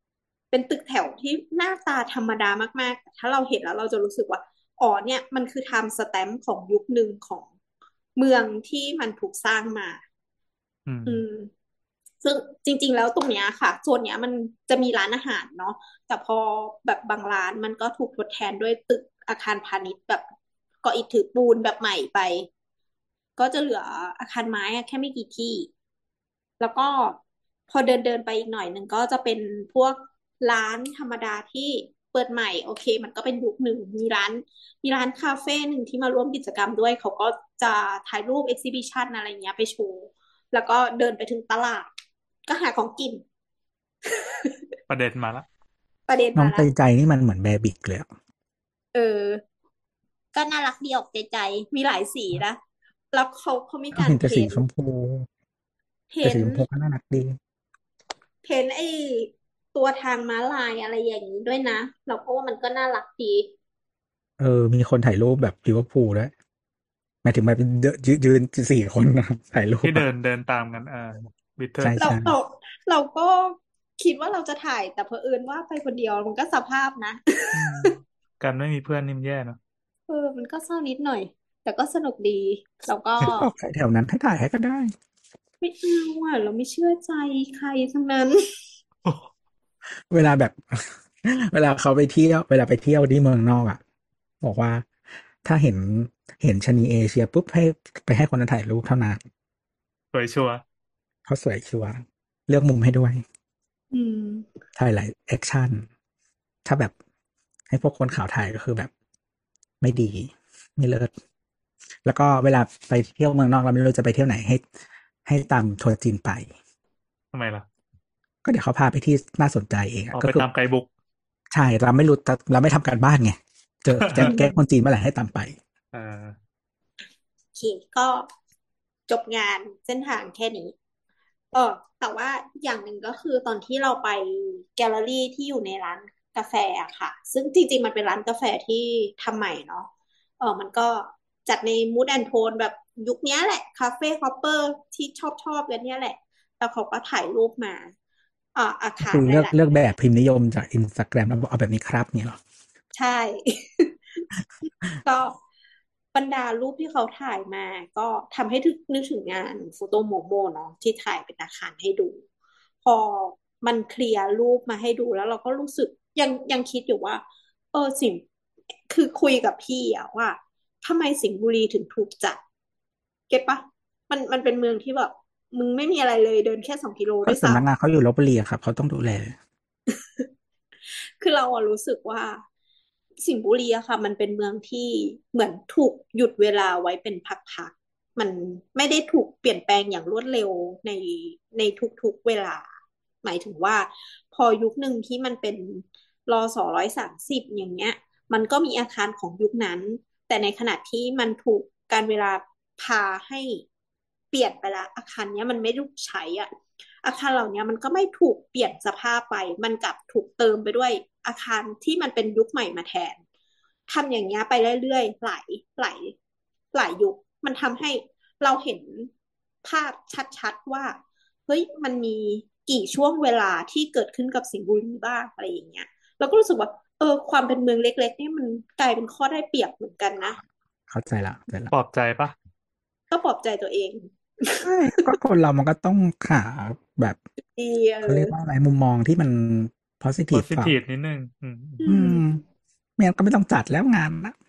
เป็นตึกแถวที่หน้าตาธรรมดามากๆแต่ถ้าเราเห็นแล้วเราจะรู้สึกว่าอ๋อเนี่ยมันคือไทม์สแตมป์ของยุคหนึ่งของเมืองที่มันถูกสร้างมาอืมซึ่งจริงๆแล้วตรงเนี้ยค่ะโซนเนี้ยมันจะมีร้านอาหารเนาะแต่พอแบบบางร้านมันก็ถูกทดแทนด้วยตึกอาคารพาณิชย์แบบก่ออิฐถือปูนแบบใหม่ไปก็จะเหลืออาคารไม้แค่ไม่กี่ที่แล้วก็พอเดินไปอีกหน่อยหนึ่งก็จะเป็นพวกร้านธรรมดาที่เปิดใหม่โอเคมันก็เป็นยุคหนึ่งมีร้านคาเฟ่หนึ่งที่มาร่วมกิจกรรมด้วยเขาก็จะถ่ายรูปเอ็กซิบิชันอะไรเงี้ยไปโชว์แล้วก็เดินไปถึงตลาดก็หาของกินประเด็นมาละประเด็นน้อมาละงใจใจนี่มันเหมือนแบบิกเลยเออก็น่ารักดีออกใจมีหลายสีนะแล้วเขามีการเห็นแต่สีเพ้นชมพูแต่เพ้นสีชมพูก็น่ารักดีเพ้นไอ้ตัวทางม้าลายอะไรอย่างนี้ด้วยนะเราก็ว่ามันก็น่ารักดีมีคนถ่ายรูปแบบลิเวอร์พูลด้วยหมายถึงแบบยืนสี่คนนะถ่ายรูปที่เดินตามกันบิทเทิลใช่ใช่เราก็คิดว่าเราจะถ่ายแต่เผอิญว่าไปคนเดียวมันก็สภาพนะกันไม่มีเพื่อนนิ่มแย่เนาะมันก็เศร้านิดหน่อยแต่ก็สนุกดีแล้วก็บอกใครแถวนั้นให้ถ่ายให้ก็ได้ไม่เอาอ่ะเราไม่เชื่อใจใครทั้งนั้นเวลาแบบ เวลาเขาไปเที่ยวเวลาไปเที่ยวที่เมืองนอกอ่ะบอกว่าถ้าเห็นชะนีเอเชียปุ๊บให้ไปให้คนนั้นถ่ายรูปเท่านั้นสวยชัวร์เขาสวยชัวร์เลือกมุมให้ด้วยอืมถ่ายหลายแอคชั่นถ้าแบบให้พวกคนข่าวถ่ายก็คือแบบไม่ดีไม่เลิศแล้วก็เวลาไปเที่ยวเมืองนอกเราไม่รู้จะไปเที่ยวไหนให้ตามทัวร์จีนไปทำไมล่ะก็เดี๋ยวเขาพาไปที่น่าสนใจเองก็คือตามไกด์บุ๊กใช่เราไม่รู้เราไม่ทำการบ้านไงจะแก้คนจีนเมื่อไหร่ให้ตามไปโอเคก็จบงานเส้นทางแค่นี้แต่ว่าอย่างหนึ่งก็คือตอนที่เราไปแกลเลอรี่ที่อยู่ในร้านกาแฟอะค่ะซึ่งจริงๆมันเป็นร้านกาแฟที่ทำใหม่เนาะมันก็จัดในมูดแอนโทนแบบยุคนี้แหละคาเฟ่ฮอปเปอร์ที่ชอบกันเนี้ยแหละแล้วเขาก็ถ่ายรูปมาอาคารคือหเลือกลายเลือกแบบพิมพ์นิยมจากอินสตาแกรมแล้วเอาแบบนี้ครับเนี่ยหรอๆใช่ ก็บรรดารูปที่เขาถ่ายมาก็ทำให้นึกถึงงานโฟโต้โมโมเนาะที่ถ่ายเป็นอาคารให้ดู พอมันเคลียร์รูปมาให้ดูแล้วเราก็รู้สึกยังคิดอยู่ว่าสิ่งคือคุยกับพี่อะว่าทำไมสิงห์บุรีถึงถูกจัดเก็ตปะมันเป็นเมืองที่แบบมึงไม่มีอะไรเลยเดินแค่2 กิโลก็ด้วยซ้สำนักงานเขาอยู่ลพบุรีครับเขาต้องดูแลำคือเราอะรู้สึกว่าสิงห์บุรีอะค่ะมันเป็นเมืองที่เหมือนถูกหยุดเวลาไว้เป็นพักๆมันไม่ได้ถูกเปลี่ยนแปลงอย่างรวดเร็วในทุกๆเวลาหมายถึงว่าพอยุคหนึ่งที่มันเป็นร.ศ. 130อย่างเงี้ยมันก็มีอาคารของยุคนั้นแต่ในขณะที่มันถูกการเวลาพาให้เปลี่ยนไปละอาคารเนี้ยมันไม่ถูกใช้อ่ะอาคารเหล่านี้มันก็ไม่ถูกเปลี่ยนสภาพไปมันกลับถูกเติมไปด้วยอาคารที่มันเป็นยุคใหม่มาแทนทำอย่างเงี้ยไปเรื่อยๆหลายยุคมันทำให้เราเห็นภาพชัดๆว่าเฮ้ยมันมีกี่ช่วงเวลาที่เกิดขึ้นกับสิงห์บุรีบ้างอะไรอย่างเงี้ยเราก็รู้สึกว่าความเป็นเมืองเล็กๆนี่มันกลายเป็นข้อได้เปรียบเหมือนกันนะเข้าใจละปลอบใจปะก็ปลอบใจตัวเองใช่ก็คนเรามันก็ต้องหาแบบดีเขาเรียกว่าอะไรมุมมองที่มัน positive เปล่านิดนึงไม่งั้นก็ไม่ต้องจัดแล้วงานนะ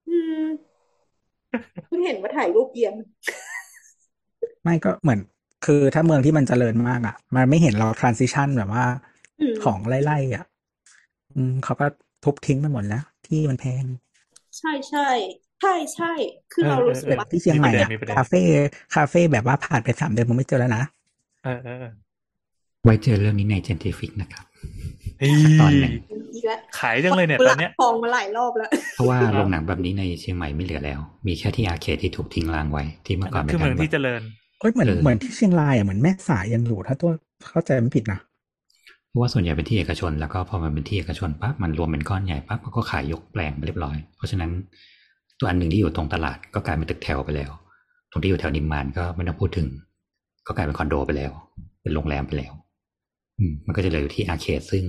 เพิ่งเห็นว่าถ่ายรูปเยี่ยมไม่ก็เหมือนคือถ้าเมืองที่มันเจริญมากอ่ะมันไม่เห็นเรา transition แบบว่าของไล่ๆอ่ะเขาก็ทุบทิ้งไปหมดแล้วที่มันแพงใช่ใช่ใช่ใช่คือเรารู้สึกว่าที่เชียงใหม่อ่ะคาเฟ่แบบว่าผ่านไป3 เดือนผมไม่เจอแล้วนะไว้เจอเรื่องนี้ใน Scientific นะครับตอนหนึ่งขายจังเลยเนี่ยตอนเนี้ยฟองมาหลายรอบแล้วเพราะว่าโรงหนังแบบนี้ในเชียงใหม่ไม่เหลือแล้วมีแค่ที่อาร์เคดที่ถูกทิ้งร้างไว้ที่เมื่อก่อนคือเมืองที่เจริญเหมือนที่เชียงรายอ่ะเหมือนแม่สายยังอยู่ถ้าตัวเข้าใจไม่ผิดนะเพราะว่าส่วนใหญ่เป็นที่เอกชนแล้วก็พอมันเป็นที่เอกชนปั๊บมันรวมเป็นก้อนใหญ่ปั๊บก็ขายยกแปลงไปเรียบร้อยเพราะฉะนั้นตัวอันหนึ่งที่อยู่ตรงตลาดก็กลายเป็นตึกแถวไปแล้วตรงที่อยู่แถวนิมมานก็ไม่ต้องพูดถึงก็กลายเป็นคอนโดไปแล้วเป็นโรงแรมไปแล้วมันก็จะเหลืออยู่ที่อาร์เคดซึ่งท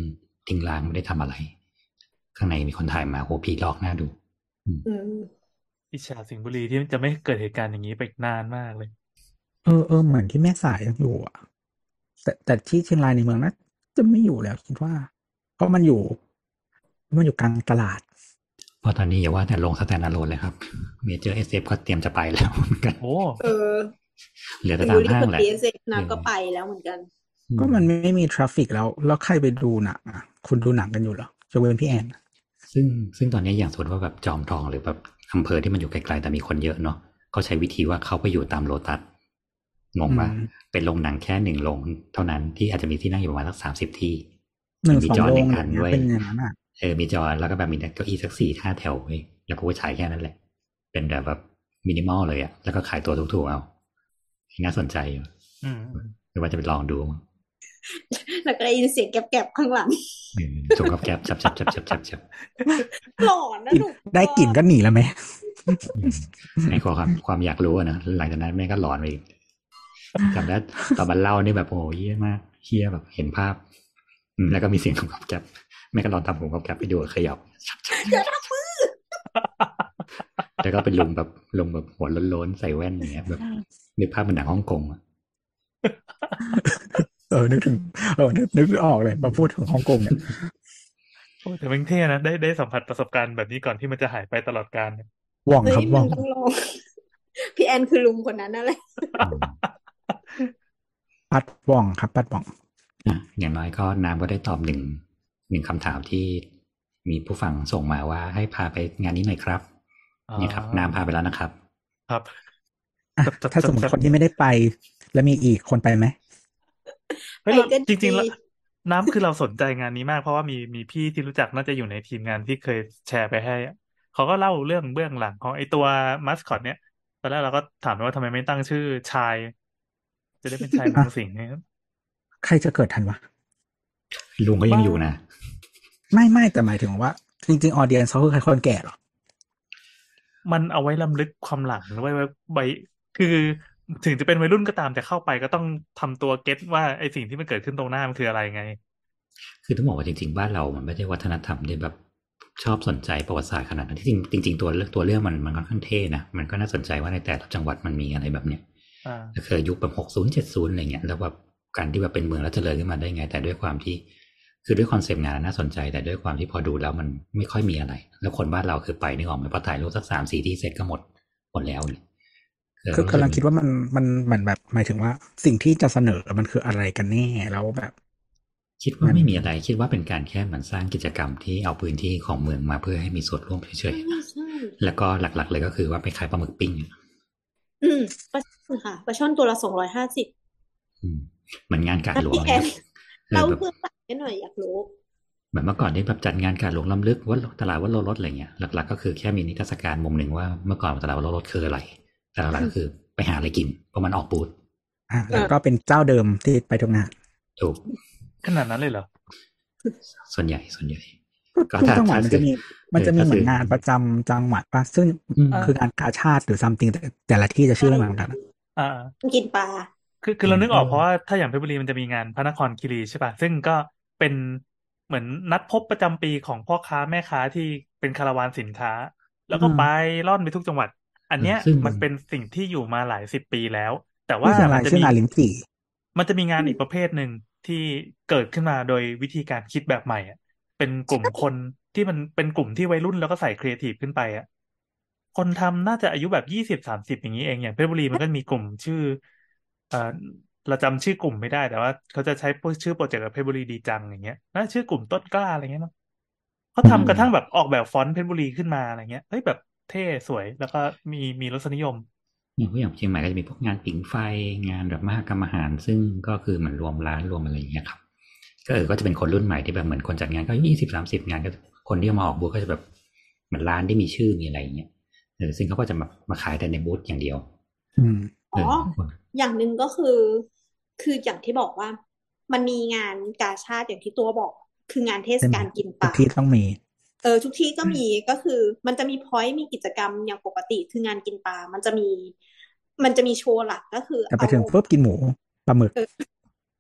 ทิ้งร้างไม่ได้ทำอะไรข้างในมีคนถ่ายมาโหผีหลอกน่าดูอิจฉาสิงห์บุรีที่จะไม่เกิดเหตุการณ์อย่างนี้ไปนานมากเลยเหมือนที่แม่สายยังอยู่อ่ะแต่ที่เชียงรายในเมืองนะจะไม่อยู่แล้วคิดว่าเพราะมันอยู่กลางตลาดเพราะตอนนี้อย่าว่าแต่ลงสแตนด์อะโลนเลยครับเมเจอร์SFก็เตรียมจะไปแล้วเหมือนกันโอ้เหลือแต่ตามห้างแหละนะก็ไปแล้วเหมือนกันก็มันไม่มีทราฟฟิกแล้วใครไปดูหนังคุณดูหนังกันอยู่เหรอจะเว้นพี่แอนซึ่งตอนนี้อย่างสมมติว่าแบบจอมทองหรือแบบอำเภอที่มันอยู่ไกลๆแต่มีคนเยอะเนาะเขาใช้วิธีว่าเขาไปอยู่ตามโลตัสงงปะเป็นโรงหนังแค่1 โรงเท่านั้นที่อาจจะมีที่นั่งอยู่ประมาณสัก30 ที่มีจอ1 อันด้วยเป็นอย่างนั้นมีจอแล้วก็แบบมีเก้าอี้สัก4-5 แถวเว้ยแล้วก็ฉายแค่นั้นแหละเป็นแบบมินิมอลเลยแล้วก็ขายตัวถูกๆเอาน่าสนใจอยู่หรือว่าจะไปลองดูแล้วก็ได้ยินเสียงแกบๆข้างหลังส่งกับแกบจับหลอนนะหนูได้กลิ่นก็หนีแล้วไหมในความอยากรู้นะหลังจากนั้นแม่ก็หลอนไปอีกจำได้ตอนมันเล่านี่แบบโอ้ยเยี่ยมากเฮี้ยแบบเห็นภาพแล้วก็มีเสียงของกับแกบแม่ก็ลองทำผมกับแกบไปดูขยับอย่าทำมือแล้วก็เป็นลุงแบบหัวโล้นๆใส่แว่นอย่างเงี้ยแบบนึกภาพเป็นหนังฮ่องกงนึกถึงนึกออกเลยมาพูดถึงฮ่องกงเนี่ยโอ้แต่เป็นเท่นะได้สัมผัสประสบการณ์แบบนี้ก่อนที่มันจะหายไปตลอดกาลว่องครับว่องพี่แอนคือลุงคนนั้นนั่นแหละปัดว่องครับปัดว่องอย่างน้อยก็น้ำก็ได้ตอบหนึ่งคำถามที่มีผู้ฟังส่งมาว่าให้พาไปงานนี้หน่อยครับเนี่ยครับน้ำพาไปแล้วนะครับครับถ้าสมมติคนที่ไม่ได้ไปแล้วมีอีกคนไปไหมจริงๆแล้วน้ำคือเราสนใจงานนี้มากเพราะว่ามีพี่ที่รู้จักน่าจะอยู่ในทีมงานที่เคยแชร์ไปให้เขาก็เล่าเรื่องเบื้องหลังของไอตัวมัสคอตเนี่ยตอนแรกเราก็ถามว่าทำไมไม่ตั้งชื่อชายจะได้เป็นชายเมืองสิงห์เนี่ยใครจะเกิดทันวะลุงก็ยังอยู่นะไม่แต่หมายถึงว่าจริงๆออเดียนเขาคือใครคนแก่หรอมันเอาไว้ล้ำลึกความหลังไว้ใบคือถึงจะเป็นวัยรุ่นก็ตามแต่เข้าไปก็ต้องทำตัวเก็ตว่าไอสิ่งที่มันเกิดขึ้นตรงหน้ามันคืออะไรไงคือต้องบอกว่าจริงๆบ้านเรามันไม่ได้วัฒนธรรมที่แบบชอบสนใจประวัติศาสตร์ขนาดนั้นที่จริงตัวเรื่องมันค่อนข้างเท่นะมันก็น่าสนใจว่าในแต่ละจังหวัดมันมีอะไรแบบเนี้ยก็คือยุคแบบ60-70อะไรเงี้ยแล้วแบบการที่แบบเป็นเมืองแล้วเจริญขึ้นมาได้ไงแต่ด้วยความที่คือด้วยคอนเซปต์งานน่าสนใจแต่ด้วยความที่พอดูแล้วมันไม่ค่อยมีอะไรแล้วคนบ้านเราคือไปนึกออกไหมพอถ่ายรูปสัก3-4 ที่เสร็จก็หมดแล้วเลยคือกำลังคิดว่ามันแบบหมายถึงว่าสิ่งที่จะเสนอมันคืออะไรกันแน่แล้วแบบคิดว่าไม่มีอะไรคิดว่าเป็นการแค่เหมือนสร้างกิจกรรมที่เอาพื้นที่ของเมืองมาเพื่อให้มีส่วนร่วมเฉยๆแล้วก็หลักๆเลยก็คือว่าไปขายปลาหมึกปิ้งปลาช่อนค่ะปลาช่อนตัวละ250 เหมือนงานการหลวงเราเพื่อตัดให้หน่อยอยากรู้แบบเมื่อก่อนที่แบบจัดงานการหลวงล้ำลึกว่าตลาดวัดโลรสอะไรเงี้ยหลักๆก็คือแค่มีนิทรรศการมุมหนึ่งว่าเมื่อก่อนตลาดวัดโลรสคืออะไรแต่หลักๆก็คือไปหาอะไรกินเพราะมันออกบูธแล้วก็เป็นเจ้าเดิมที่ไปทุกงานถูกขนาดนั้นเลยเหรอส่วนใหญ่ก็ทุกจังหวัดมันจะมีเหมือนงานประจำจังหวัดป่ะซึ่งคืองานกาชาติหรือซัมติงแต่ละที่จะชื่อไม่เหมือนกันกินปลาคือเรานึกออกเพราะว่าถ้าอย่างเพชรบุรีมันจะมีงานพระนครคีรีใช่ป่ะซึ่งก็เป็นเหมือนนัดพบประจำปีของพ่อค้าแม่ค้าที่เป็นคาราวานสินค้าแล้วก็ไปล่อนไปทุกจังหวัดอันเนี้ยมันเป็นสิ่งที่อยู่มาหลาย10 ปีแล้วแต่ว่ามันจะมีงานอีกประเภทหนึ่งที่เกิดขึ้นมาโดยวิธีการคิดแบบใหม่อ่ะเป็นกลุ่มคนที่มันเป็นกลุ่มที่วัยรุ่นแล้วก็ใส่ครีเอทีฟขึ้นไปอ่ะคนทำน่าจะอายุแบบ20-30อย่างนี้เองอย่างเพชรบุรีมันก็มีกลุ่มชื่อเราจำชื่อกลุ่มไม่ได้แต่ว่าเขาจะใช้ชื่อโปรเจกต์เพชรบุรีดีจังอย่างเงี้ยน่าชื่อกลุ่มต้นกล้าอะไรเงี้ยมั้งเขาทำกระทั่งแบบออกแบบฟอนต์เพชรบุรีขึ้นมาอะไรเงี้ยเฮ้ยแบบเท่สวยแล้วก็มีรสนิยมอย่างเชียงใหม่ก็จะมีพวกงานผิงไฟงานแบบมหกรรมอาหารซึ่งก็คือเหมือนรวมร้านรวมอะไรอย่างเงี้ยครับก็จะเป็นคนรุ่นใหม่ที่แบบเหมือนคนจัดงานก็20-30งานก็คนที่มาออกบูธก็จะแบบเหมือนร้านที่มีชื่อมีอะไรอย่างเงี้ยซึ่งเขาก็จะมาขายแต่ในบูธอย่างเดียวอย่างหนึ่งก็คืออย่างที่บอกว่ามันมีงานกาชาดอย่างที่ตัวบอกคืองานเทศกาลกินปลาทุกที่ต้องมีทุกที่ก็มีก็คือมันจะมีพอยต์มีกิจกรรมอย่างปกติคืองานกินปลามันจะมีโชว์หลักก็คือแต่ไปถึงปุ๊บกินหมูปลาหมึก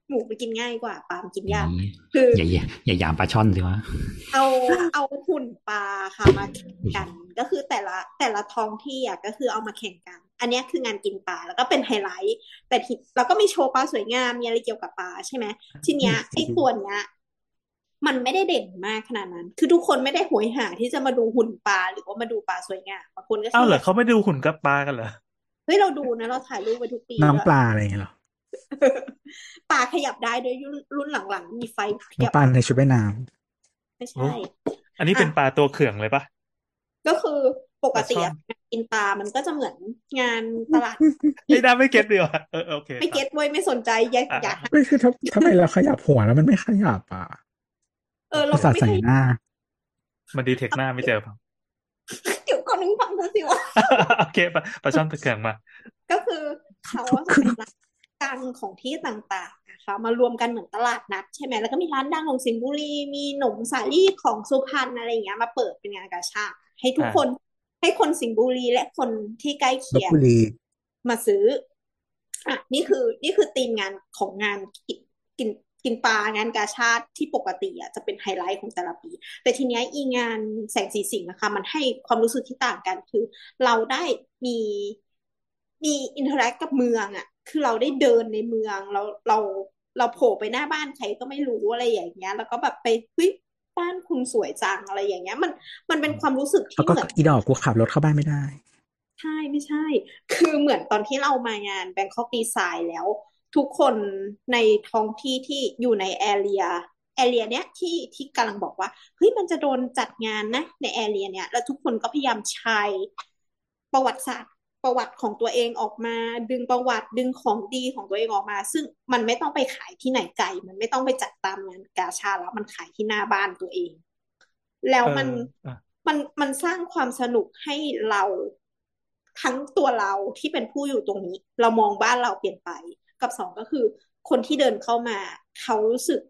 หมูมันกินง่ายกว่าปลามันกินากอยย่างนี้คืออย่าหยามปลาช่อนสิวะเอาหุ่นปลาค่ะมาแข่งกัน ก็คือแต่ละท้องที่อ่ะก็คือเอามาแข่งกัน อันนี้คืองานกินปลาแล้วก็เป็นไฮไลท์แต่เราก็มีโชว์ปลาสวยงามมีอะไรเกี่ยวกับปลาใช่ไหมทีเนี้ยไอ้ตัวเนี้ยมันไม่ได้เด่นมากขนาดนั้น คือทุกคนไม่ได้โหยหาที่จะมาดูหุ่นปลาหรือว่ามาดูปลาสวยงามบางคนก็อ้าวแค่เหรอเขาไม่ดูหุ่นกับปลากันเหรอเฮ้ยเราดูนะเราถ่ายรูปไว้ทุกปีน้องด้วยปลาอะไรอย่างเงี้ยเหรอปลาขยับได้ด้วยรุ่นหลังๆมีไฟขน้อยังบปลาในชุดว่ายน้ไม่โอ้ใช่อันนี้เป็นปลาตัวเขื่องเลยปะก็คือปปกลาติช่อนอะกินปลามันก็จะเหมือนงานตลาดไอ้ด้าไม่เก็ตเดียวอะโอเคไม่ครับเก็ตเว้ยไม่สนใจอยากำไม่คือทำไมเราขยับหัวแล้วมันไม่ขยับอ่ะเราภาษาไม่ใส่เคยหน้ามันดีเทคหน้าไม่เจอเปล่าเดี๋ยวก่อนนึงฟังเธอสิวะโอเคปลาช่อนตัวเขื่องมาก็คือเขาอะจะเป็นร้านดังของที่ต่างๆนะคะมารวมกันเหมือนตลาดนัดใช่ไหมแล้วก็มีร้านดังของสิงห์บุรีมีหนมสาลี่ของสุพรรณอะไรอย่างเงี้ยมาเปิดเป็นงานกาชาดให้ทุกคนให้คนสิงห์บุรีและคนที่ใกล้ลเคีพยงบุรีมาซื้อนี่คือธีมงานของงานกินปลางานกาชาดที่ปกติอ่ะจะเป็นไฮไลท์ของแต่ละปีแต่ทีเนี้ยอีงานแสงสีสิงห์นะคะมันให้ความรู้สึกที่ต่างกันคือเราได้มีอินเทอร์แอคกับเมืองอ่ะคือเราได้เดินในเมืองเราโผล่ไปหน้าบ้านใครก็ไม่รู้อะไรอย่างเงี้ยแล้วก็แบบไปเฮ้ยบ้านคุณสวยจังอะไรอย่างเงี้ยมันเป็นความรู้สึกแล้วที่ก็เหมือนอีดอกกูขับรถเข้าบ้านไม่ได้ใช่ไม่ใช่ คือเหมือนตอนที่เรามางาน Bangkok Design แล้ว ทุกคนในท้องที่ที่อยู่ในแอเรียเนี้ยที่กำลังบอกว่าเฮ้ยมันจะโดนจัดงานนะในแอเรียเนี้ยแล้วทุกคนก็พยายามใช้ประวัติศาสตร์ประวัติของตัวเองออกมาดึงประวัติดึงของดีของตัวเองออกมา ซึ่งมันไม่ต้องไปขายที่ไหนไกลมันไม่ต้องไปจัดตามงานกาชาดแล้วมันขายที่หน้าบ้านตัวเอง แล้วมันสร้างความสนุกให้เราทั้งตัวเราที่เป็นผู้อยู่ตรงนี้ เรามองบ้านเราเปลี่ยนไปกับสองก็คือคนที่เดินเข้ามาเขารู้สึก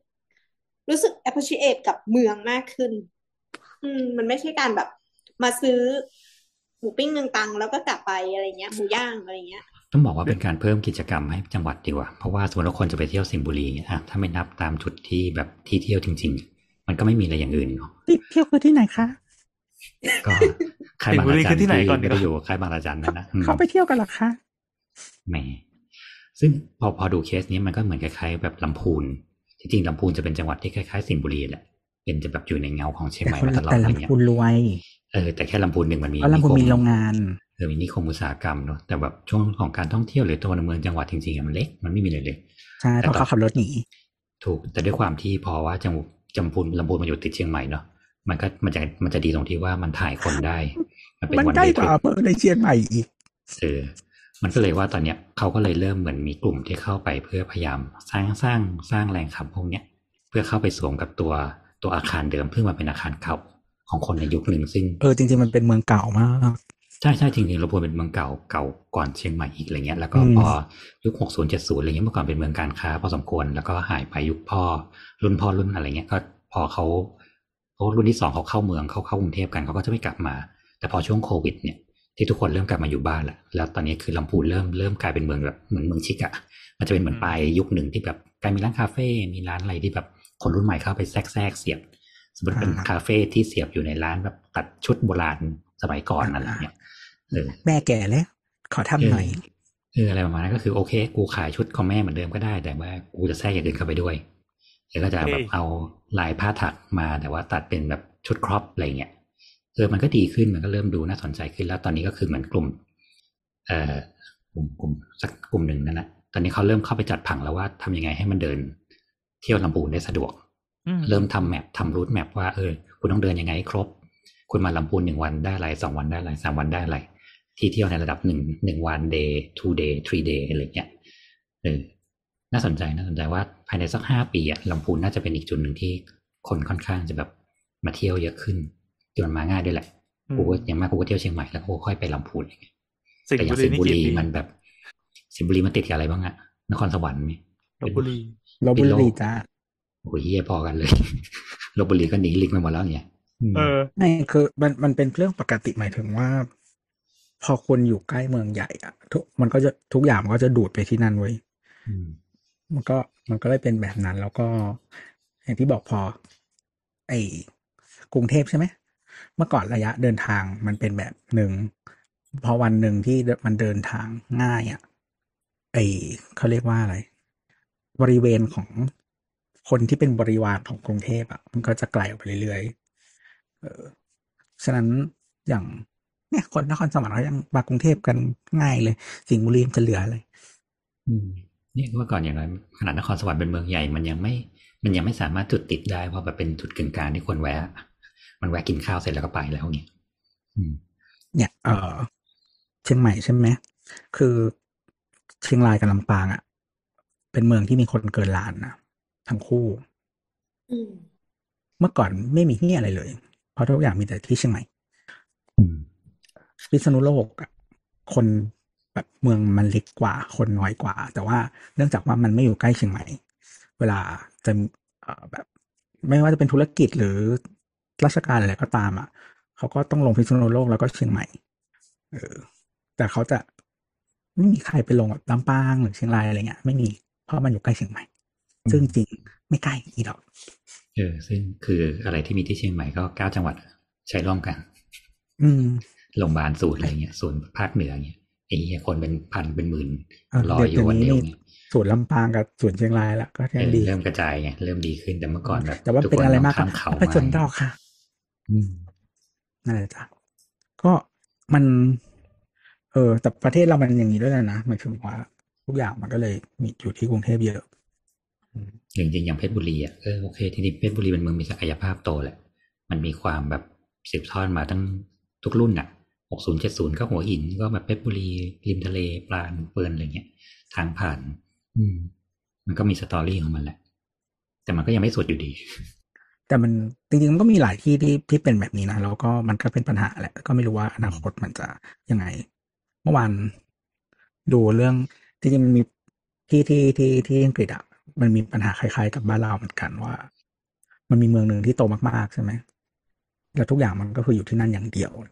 appreciate กับเมืองมากขึ้น มันไม่ใช่การแบบมาซื้อหมูปิ้ง1 ตังค์แล้วก็กลับไปอะไรเงี้ยหมูย่างอะไรเงี้ยต้องบอกว่าเป็นการเพิ่มกิจกรรมให้จังหวัดดีกว่าเพราะว่าสมมติว่าคนจะไปเที่ยวสิงห์บุรีเนี่ยถ้าไม่นับตามจุดที่แบบที่เที่ยวจริงๆมันก็ไม่มีอะไรอย่างอื่นเนาะเที่ยวคือที่ไหนคะก็ค่ายสิงบางห์บุระรีจัคืนอที่ไหนก่อนดีไม่กได้ว่าอยู่ค่ายบางระจันนั่นนะเขาไปเที่ยวกันเหรอคะแหมซึ่งพอดูเคสนี้มันก็เหมือนคล้ายๆแบบลำพูนที่จริงลำพูนจะเป็นจังหวัดที่คล้ายๆสิงห์บุรีแหละเป็นจะแบบอยู่ในเงาของเชียงแต่ใหม่คนมาตลอดแต่อะไรเงี้ลำพูยนรวยแต่แค่ลำพูนหนึ่งมันมีเพราะลำพูนมีโรงงานมีนิคมอุตสาหกรรมเนาะแต่แบบช่วงของการท่องเที่ยวหรือตัวเมืองจังหวัดจริงๆมันเล็กมันไม่มีเลยใช่เพราะเขาขับรถหนีถูกแต่ด้วยความที่พอว่าลำพูนมันอยู่ติดเชียงใหม่เนาะมันจะดีตรงที่ว่ามันถ่ายคนได้เป็นมันวันใกล้เดย์กว่าอำเภอในเชียงใหม่อีกมันก็เลยว่าตอนเนี้ยเขาก็เลยเริ่มเหมือนมีกลุ่มที่เข้าไปเพื่อพยายามสร้างแรงขับพวกเนี้ยเพื่อเข้าไปสวมกับตัวอาคารเดิมเพื่อมาเป็นอาคารเก่าของคนในยุคหนึ่งซึ่งจริงๆมันเป็นเมืองเก่ามากใช่จริงๆลำพูนเป็นเมืองเก่าก่อนเชียงใหม่อีกอะไรเงี้ยแล้วก็พอยุค60 70อะไรเงี้ยเมื่อก่อนเป็นเมืองการค้าพอสมควรแล้วก็หายไปยุครุ่นอะไรเงี้ยก็พอเขารุ่นที่2เขาเข้าเมืองเข้ากรุงเทพกันเขาก็จะไม่กลับมาแต่พอช่วงโควิดเนี่ยที่ทุกคนเริ่มกลับมาอยู่บ้านแล้วตอนนี้คือลำพูนเริ่มกลายเป็นเมืองแบบเหมือนเมืองชิคอะมันจะเป็นเหมือนปลายยุคหนึ่งที่แบบกลายมีร้านคาเฟ่มีร้านอะไรที่แบบคนรุ่นใหม่เข้าไปแทรกเสียบสมมติเป็นคาเฟ่ที่เสียบอยู่ในร้านแบบตัดชุดโบราณสมัยก่อนอะไรเงี้ยแม่แก่แล้วขอทำหน่อยอะไรประมาณนั้นก็คือโอเคกูขายชุดของแม่เหมือนเดิมก็ได้แต่ว่ากูจะแทรกอย่างอื่นเข้าไปด้วยแล้วก็จะแบบเอาลายผ้าถักมาแต่ว่าตัดเป็นแบบชุดครอปอะไรเงี้ยมันก็ดีขึ้นมันก็เริ่มดูน่าสนใจขึ้นแล้วตอนนี้ก็คือเหมือนกลุ่มสักกลุ่มหนึ่งนั่นแหละตอนนี้เขาเริ่มเข้าไปจัดผังแล้วว่าทำยังไงให้มันเดินเที่ยวลำพูนได้สะดวกเริ่มทำแมปทำรูทแมปว่าคุณต้องเดินยังไงให้ครบคุณมาลำพูน1 วันได้อะไร2 วันได้อะไร3 วันได้อะไรที่เที่ยวในระดับ1 วัน day 2 day 3 day อะไรเงี้ยน่าสนใจว่าภายในสัก5 ปีลำพูนน่าจะเป็นอีกจุดหนึ่งที่คนค่อนข้างจะแบบมาเที่ยวเยอะขึ้นที่มันมาง่ายด้วยแหละกูก็อย่างมากกูก็เที่ยวเชียงใหม่แล้วกูค่อยไปลำพูนอะไรเงี้ยแต่อย่างสิงห์บุรีมันแบบสิงห์บุรีมันติดกับอะไรบ้างอะนครสวรรค์มั้ยลพบุรีจ้าโอ้ยเหี้ยพอกันเลยลพบุรีก็หนีลิงไปหมดแล้วเนี่ยไม่คือมันเป็นเรื่องปกติหมายถึงว่าพอคนอยู่ใกล้เมืองใหญ่อะมันก็จะทุกอย่างมันก็จะดูดไปที่นั่นไว้มันก็มันก็เลยเป็นแบบนั้น แล้วก็อย่างที่บอกพอไอ้กรุงเทพใช่ไหมเมื่อก่อนระยะเดินทางมันเป็นแบบหนึ่งพอวันหนึ่งที่มันเดินทางง่ายอ่ะไอ้เขาเรียกว่าอะไร บริเวณของคนที่เป็นบริวารของกรุงเทพอ่ะมันก็จะไกลออกไปเรื่อยๆฉะนั้นอย่างเนี่ยคนนครสวรรค์เขายังมากรุงเทพกันง่ายเลยสิงห์บุรีจะเหลืออะไรนี่เมื่อก่อนอย่างไรขนาดนครสวรรค์เป็นเมืองใหญ่มันยังไม่สามารถจุดติดได้เพราะแบบเป็นจุดกึ่งกลางที่คนแวะมันแวะกินข้าวเสร็จแล้วก็ไปแล้วเนี่ยเนี่ยเชียงใหม่ใช่ไหมคือเชียงรายกับลำปางอ่ะเป็นเมืองที่มีคนเกินล้านนะทั้งคู่เมื่อก่อนไม่มีที่อะไรเลยเพราะทุกอย่างมีแต่ที่เชียงใหม่พิษณุโลกอ่ะคนแบบเมืองมันเล็กกว่าคนน้อยกว่าแต่ว่าเนื่องจากว่ามันไม่อยู่ใกล้เชียงใหม่เวลาจะแบบไม่ว่าจะเป็นธุรกิจหรือราชการอะไรก็ตามอ่ะเขาก็ต้องลงพิษณุโลกแล้วก็เชียงใหม่แต่เขาจะไม่มีใครไปลงแบบลำปางหรือเชียงรายอะไรเงี้ยไม่มีเพราะมันอยู่ใกล้เชียงใหม่ซึ่งจริงไม่ใกล้อีดอกซึ่งคืออะไรที่มีที่เชียงใหม่ก็9 จังหวัดใช้ร่วมกันโรงพยาบาลศูนย์อะไรเงี้ยศูนย์ภาคเหนือเงี้ยไอ้เหี้ยคนเป็นพันเป็นหมื่นรออยู่วันเดียวเนี่ยศูนย์ลำปางกับศูนย์เชียงรายละก็ยังดีเริ่มกระจายไงเริ่มดีขึ้นแต่เมื่อก่อนแบบแต่ว่าเป็นอะไรมากครับพระชนดอกค่ะนั่นแหละจ้ะก็มันแต่ประเทศเรามันอย่างนี้ด้วยนะหมายถึงว่าทุกอย่างมันก็เลยมีอยู่ที่กรุงเทพเยอะจริงๆอย่างเพชรบุรีอ่ะโอเคทีนี้เพชรบุรีเป็นเมืองมีศักยภาพโตแหละมันมีความแบบสืบทอดมาตั้งทุกรุ่นอ่ะ60 70ก็หัวหินก็แบบเพชรบุรีริมทะเลปราณเปิลอะไรเงี้ยทางผ่านมันก็มีสตอรี่ของมันแหละแต่มันก็ยังไม่สุดอยู่ดีแต่มันจริงๆมันก็มีหลายที่ที่เป็นแบบนี้นะแล้วก็มันก็เป็นปัญหาแหละก็ไม่รู้ว่าอนาคตมันจะยังไงเมื่อวานดูเรื่องจริงๆมันมีที่อังกฤษอ่ะมันมีปัญหาคล้ายๆกับบ้านเราเหมือนกันว่ามันมีเมืองหนึ่งที่โตมากๆใช่ไหมแล้วทุกอย่างมันก็คืออยู่ที่นั่นอย่างเดียว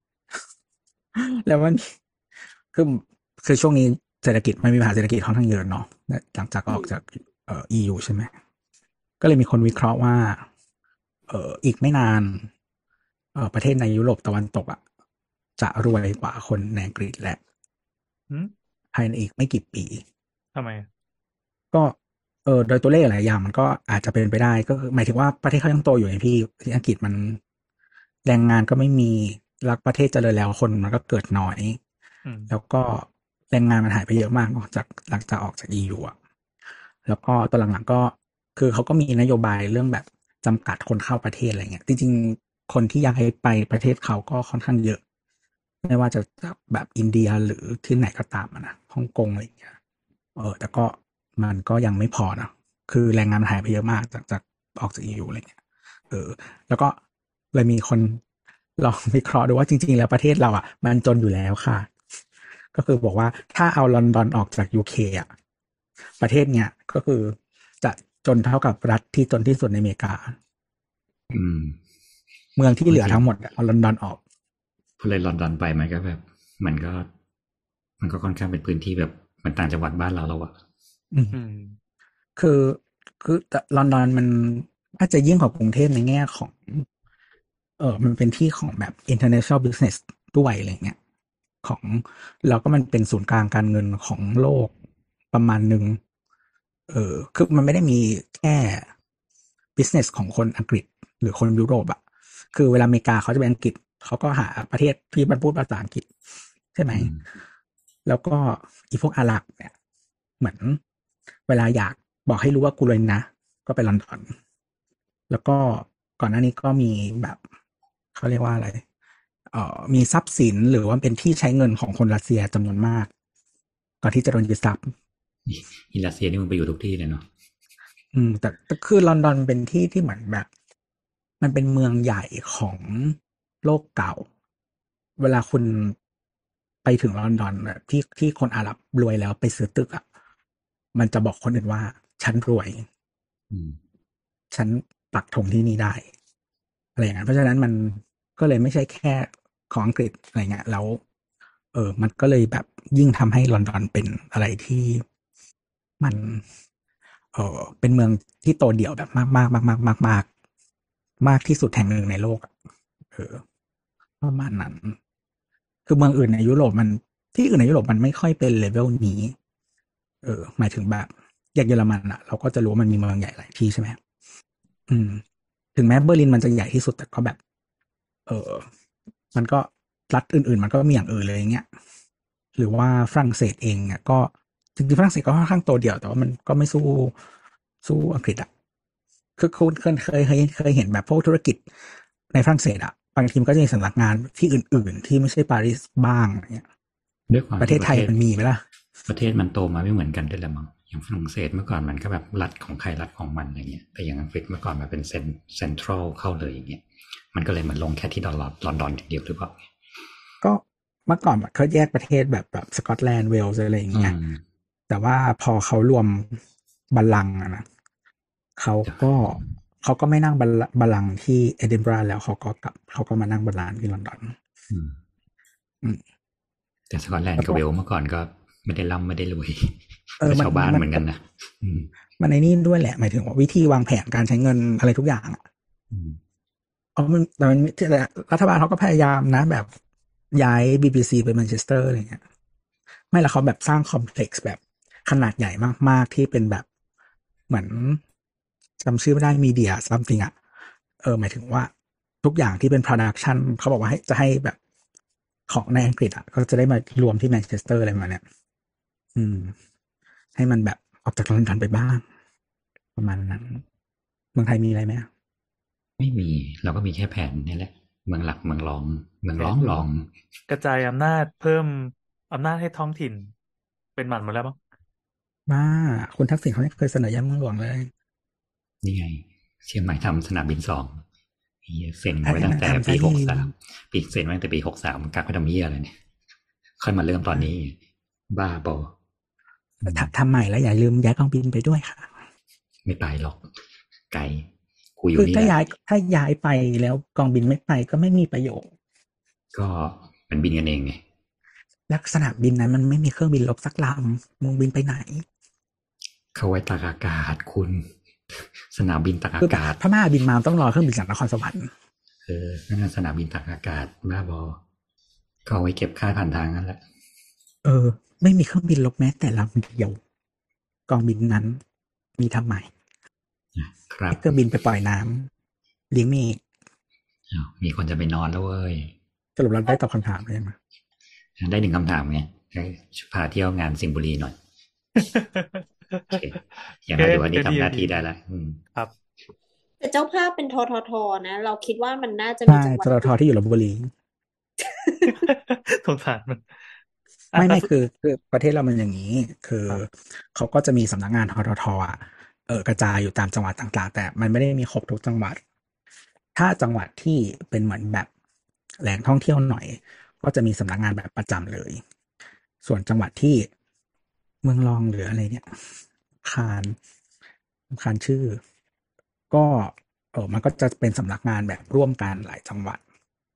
แล้วมันคือช่วงนี้เศรษฐกิจมันมีปัญหาเศรษฐกิจค่อนข้างเยอะเนาะหลังจากออกจากEU ใช่ไหมก็เลยมีคนวิเคราะห์ว่าอีกไม่นานประเทศในยุโรปตะวันตกอ่ะจะรวยกว่าคนในอังกฤษแหละภายในอีกไม่กี่ปีทำไมก็โดยตัวเลขหลายอย่างมันก็อาจจะเป็นไปได้ก็หมายถึงว่าประเทศเขายังโตอยู่ในที่อังกฤษมันแรงงานก็ไม่มีแล้วประเทศเจริญแล้วคนมันก็เกิดน้อยแล้วก็แรงงานมันหายไปเยอะมากจากหลังจากออกจาก EU อ่ะแล้วก็ตอนหลังๆก็คือเขาก็มีนโยบายเรื่องแบบจำกัดคนเข้าประเทศอะไรเงี้ยจริงๆคนที่อยากให้ไปประเทศเขาก็ค่อนข้างเยอะไม่ว่าจะแบบอินเดียหรือที่ไหนก็ตามนะฮ่องกงอะไรเงี้ยแต่ก็มันก็ยังไม่พอนะคือแรงงานหายไปเยอะมากจากออกจาก EU อะไรเงี้ยแล้วก็เลยมีคนลองวิเคราะห์ดูว่าจริงๆแล้วประเทศเราอ่ะมันจนอยู่แล้วค่ะก็คือบอกว่าถ้าเอาลอนดอนออกจาก UK อ่ะประเทศเนี้ยก็คือจะจนเท่ากับรัฐที่จนที่สุดในอเมริกาเมืองที่เหลือทั้งหมดเอาลอนดอนออกพอเลยลอนดอนไปมันก็แบบมันก็ค่อนข้างเป็นพื้นที่แบบมันต่างจังหวัดบ้านเราแล้วอะคือลอนดอนมันอาจจะยิ่งกว่ากรุงเทพในแง่ของมันเป็นที่ของแบบ international business ด้วยอะไรเงี้ยของแล้วก็มันเป็นศูนย์กลางการเงินของโลกประมาณหนึ่งคือมันไม่ได้มีแค่ business ของคนอังกฤษหรือคนยุโรปอะคือเวลาอเมริกาเขาจะเป็นอังกฤษเขาก็หาประเทศที่มันพูดภาษาอังกฤษใช่ไหมแล้วก็อีพวกอาหรับเนี่ยเหมือนเวลาอยากบอกให้รู้ว่ากูรวยนะก็ไปลอนดอนแล้วก็ก่อนหน้านี้ก็มีแบบเขาเรียกว่าอะไรมีทรัพย์สินหรือว่าเป็นที่ใช้เงินของคนรัสเซียจำนวนมากก่อนที่จะโดนยึดทรัพย์รัสเซียนี่มันไปอยู่ทุกที่เลยเนาะแต่คือลอนดอนเป็นที่ที่เหมือนแบบมันเป็นเมืองใหญ่ของโลกเก่าเวลาคุณไปถึงลอนดอนแบบที่คนอาหรับรวยแล้วไปซื้อตึกอ่ะมันจะบอกคนอื่นว่าฉันรวยฉันปักธงที่นี่ได้อะไรอย่างนั้นเพราะฉะนั้นมันก็เลยไม่ใช่แค่ของอังกฤษอะไรเงี้ยแล้วมันก็เลยแบบยิ่งทำให้ลอนดอนเป็นอะไรที่มันเป็นเมืองที่โตเดี่ยวแบบมากมากมากมากมากมากมากที่สุดแห่งหนึ่งในโลกเออประมาณนั้นคือเมืองอื่นในยุโรปที่อื่นในยุโรปมันไม่ค่อยเป็นเลเวลนี้หมายถึงแบบอย่างเยอรมันอะเราก็จะรู้ว่ามันมีเมืองใหญ่หลายที่ใช่ไหมถึงแม้เบอร์ลินมันจะใหญ่ที่สุดแต่ก็แบบมันก็รัฐอื่นๆมันก็มีอย่างอื่นเลยอย่างเงี้ยหรือว่าฝรั่งเศสเองเนี่ยก็จริงๆฝรั่งเศสก็ค่อนข้างโตเดี่ยวแต่ว่ามันก็ไม่สู้อังกฤษอะคือคุณเคยเห็นแบบพวกธุรกิจในฝรั่งเศสอะบางทีมันก็จะมีสำนักงานที่อื่นๆที่ไม่ใช่ปารีสบ้างอะไรเงี้ยด้วยความประเทศไทยมันมีไหมล่ะประเทศมันโตมาไม่เหมือนกันด้วยแหละมั้งอย่างฝรั่งเศสเมื่อก่อนมันก็แบบรัฐของใครรัฐของมันอะไรเงี้ยแต่อย่างอังกฤษเมื่อก่อนมันเป็นเซ็นทรัลเข้าเลยอย่างเงี้ยมันก็เลยมันลงแค่ที่ลอนดอนอย่างเดียวหรือเปล่าก็เมื่อก่อนเขาแยกประเทศแบบสกอตแลนด์เวลส์อะไรอย่างเงี้ยแต่ว่าพอเขารวมบัลลังก์นะเขาก็ไม่นั่งบัลลังก์ที่เอดินบะระแล้วเขาก็มานั่งบัลลังก์ที่ลอนดอนแต่สกอตแลนด์กับเวลส์เมื่อก่อนก็ไม่ได้ร่ำไม่ได้รวยชาวบ้านเหมือนกันนะมันในนี่ด้วยแหละหมายถึงว่าวิธีวางแผนการใช้เงินอะไรทุกอย่างแต่รัฐบาลเขาก็พยายามนะแบบย้าย BBC ไปแมนเชสเตอร์อะไรเงี้ยไม่แล้วเขาแบบสร้างคอมเพล็กซ์แบบขนาดใหญ่มากๆที่เป็นแบบเหมือนจำชื่อไม่ได้มีเดียซัมติงอ่ะหมายถึงว่าทุกอย่างที่เป็นโปรดักชันเขาบอกว่าจะให้แบบของในอังกฤษอ่ะก็จะได้มารวมที่แมนเชสเตอร์อะไรมาเนี่ยให้มันแบบออกจากลอนดอนไปบ้างประมาณนั้นเมืองไทยมีอะไรไหมไม่มีเราก็มีแค่แผนนี่แหละเมืองหลักเมืองรองกระจายอำนาจเพิ่มอำนาจให้ท้องถิ่นเป็นหมันหมดแล้วมั้งบ้าคุณทักษิณเขาเคยเสนอย้ายเมืองหลวงเลยนี่ไงเชียงใหม่ทำสนามบิน2เซ็นไว้ตั้งแต่ปี63เซ็นไว้ตั้งแต่ปี63กักไว้ทำเหี้ยอะไรเนี่ยค่อยมาเริ่มตอนนี้บ้าบอทำใหม่แล้วอย่าลืมย้ายกองบินไปด้วยค่ะไม่ไปหรอกไกลกูอยู่นี่ถ้าย้ายไปแล้วกองบินไม่ไปก็ไม่มีประโยชน์ก็มันบินกันเองไงลักษณะบินนั้นมันไม่มีเครื่องบินรบสักลำมึงบินไปไหนเขาไว้ตากอากาศคุณสนามบินตากอากาศพม่าบินมาต้องรอเครื่องบินจากนครสวรรค์นั่นสนามบินตากอากาศบ้าบอก็เอาไว้เก็บค่าผ่านทางนั่นแหละไม่มีเครื่องบินรบแม้แต่ลำเดียวกองบินนั้นมีทำไมครับเครื่องบินไปปล่อยน้ำเลี้ยงเมฆมีคนจะไปนอนแล้วเว้ยสรุปเราได้ตอบคำถามเลยมั้ยได้1คำถามไงพาเที่ยวงานสิงห์บุรีหน่อยอย่างนั้นถือว่านี่ทำหน้าที่ได้แล้วครับแต่เจ้าภาพเป็นททนะเราคิดว่ามันน่าจะมีจังหวัดททที่อยู่ลพบุรีสงสารมันไม่คือประเทศเรามันอย่างนี้คือเขาก็จะมีสำนักงานททอ่ะกระจายอยู่ตามจังหวัดต่างๆแต่มันไม่ได้มีครบทุกจังหวัดถ้าจังหวัดที่เป็นเหมือนแบบแหล่งท่องเที่ยวหน่อยก็จะมีสำนักงานแบบประจำเลยส่วนจังหวัดที่เมืองรองหรืออะไรเนี่ยคานชื่อก็มันก็จะเป็นสำนักงานแบบร่วมกันหลายจังหวัด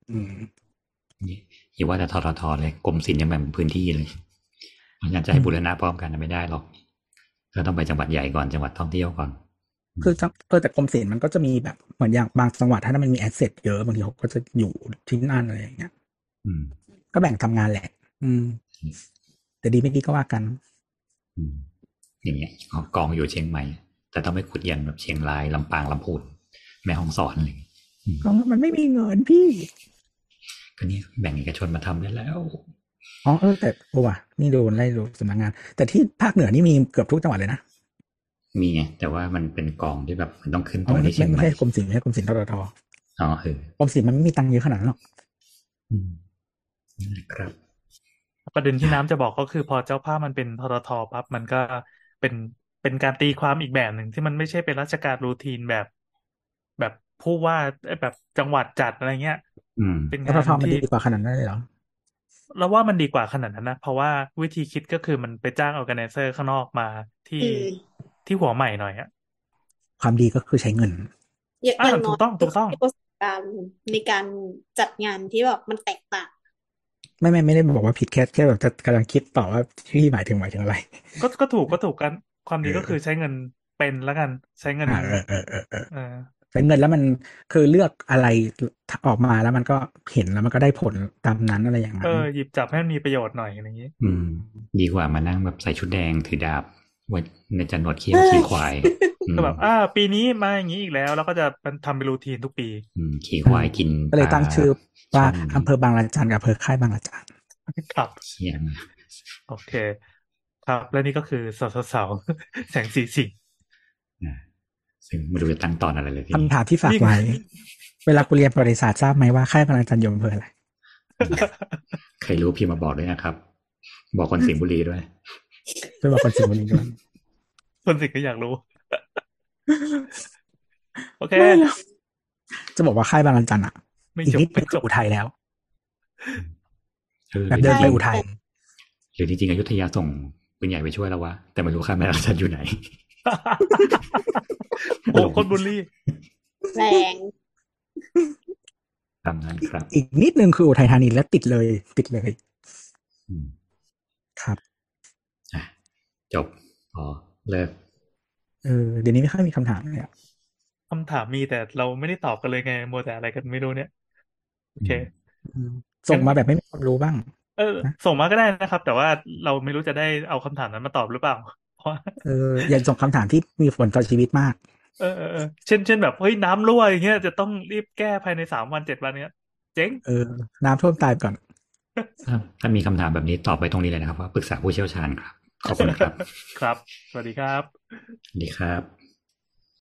อย่าว่าแต่ททเลยกรมศิลป์ยังแบ่งพื้นที่เลยเพราะงั้นจะให้บูรณะพร้อมกันไม่ได้หรอกก็ต้องไปจังหวัดใหญ่ก่อนจังหวัดท่องเที่ยวก่อนคือแต่กรมศิลป์มันก็จะมีแบบเหมือนอย่างบางจังหวัดถ้ามันมีแอสเซทเยอะบางทีเขาก็จะอยู่ที่นั่นอะไรอย่างเงี้ยก็แบ่งทำงานแหละแต่ดีไม่ดีก็ว่ากันอย่างเงี้ยกองอยู่เชียงใหม่แต่ต้องไม่ขุดยันแบบเชียงรายลำปางลำพูนแม่ฮ่องสอนเลยก็มันไม่มีเงินพี่ก็นี่แบ่งเอกชนมาทำได้แล้วแต่ว่ะนี่ดูไล่ดูสำนักงานแต่ที่ภาคเหนือนี่มีเกือบทุกจังหวัดเลยนะมีไงแต่ว่ามันเป็นกองที่แบบมันต้องขึ้นตัวที่เชียงใหม่ไม่ใช่กรมศิลป์ไม่ใช่กรมศิลป์ทททกรมศิลป์มันไม่มีตังค์เยอะขนาดนั้นหรอกครับประเด็นที่น้ำจะบอกก็คือพอเจ้าภาพมันเป็นทททปั๊บมันก็เป็นการตีความอีกแบบหนึ่งที่มันไม่ใช่เป็นราชการรูทีนแบบผู้ว่าแบบจังหวัดจัดอะไรเงี้ยเป็นงานที่มันดีกว่าขนาดนั้นเลยเหรอแล้วว่ามันดีกว่าขนาดนั้นนะเพราะว่าวิธีคิดก็คือมันไปจ้างออร์แกไนเซอร์ข้างนอกมาที่หัวใหม่หน่อยอ่ะความดีก็คือใช้เงินอย่างน้อยถูกต้องประสบการณ์ในการจัดงานที่แบบมันแตกต่างไม่ได้บอกว่าผิดแค่แบบจะกำลังคิดต่อว่าที่หมายถึงอะไรก็ถูกกันความดีก็คือใช้เงินเป็นแล้วกันใช้เงินใช้เงินแล้วมันคือเลือกอะไรออกมาแล้วมันก็เห็นแล้วมันก็ได้ผลตามนั้นอะไรอย่างนั้นหยิบจับให้มันมีประโยชน์หน่อยอะไรอย่างนี้ดีกว่ามานั่งแบบใส่ชุดแดงถือดาบไว้ในจันหนวดเขี้ยวขี่ควายก็แบบปีนี้มาอย่างนี้อีกแล้วแล้วก็จะทำเป็นรูทีนทุกปีขี่ควายกินก็เลยตั้งชื่อว่าอำเภอบางละจันกับอำเภอค่ายบางละจันครับเขียนโอเคครับและนี่ก็คือสาวแสงสีสิงซึ่งไม่รู้จะตั้งตอนอะไรเลยคำถามที่ฝากไว้เวลากูเรียนประวัติศาสตร์ทราบไหมว่าค่ายบางละจันอยู่อำเภออะไรใครรู้พี่มาบอกด้วยนะครับบอกคนสิงห์บุรีด้วยไปบอกคนสิงห์บุรีด้วยคนสิงห์ก็อยากรู้โอเคจะบอกว่าค่ายบางละจันอ่ะอีกนิดเป็นอุทัยแล้วแบบเดินไปอุทัยหรือจริงๆอยุธยาส่งปืนใหญ่ไปช่วยแล้ววะแต่ไม่รู้ค่ายบางละจันอยู่ไหนโอ้คนบุรีแรงตามนั้นครับอีกนิดนึงคืออุทัยธานีแล้วติดเลยครับจบเลิกเดี๋ยวนี้ไม่ค่อยมีคำถามเลยคำถามมีแต่เราไม่ได้ตอบกันเลยไงมัวแต่อะไรกันไม่รู้เนี่ยโอเคส่งมาแบบไม่มีความรู้บ้างส่งมาก็ได้นะครับแต่ว่าเราไม่รู้จะได้เอาคำถามนั้นมาตอบหรือเปล่าเพราะอย่าส่งคำถามที่มีผลต่อชีวิตมากเช่นแบบเฮ้ยน้ำรั่วอย่างเงี้ยจะต้องรีบแก้ภายใน3 วัน 7 วันเนี้ยเจ๊งน้ำท่วมตายก่อนถ้ามีคำถามแบบนี้ตอบไปตรงนี้เลยนะครับว่าปรึกษาผู้เชี่ยวชาญครับขอบคุณครับครับสวัสดีครับสวัสดีครับ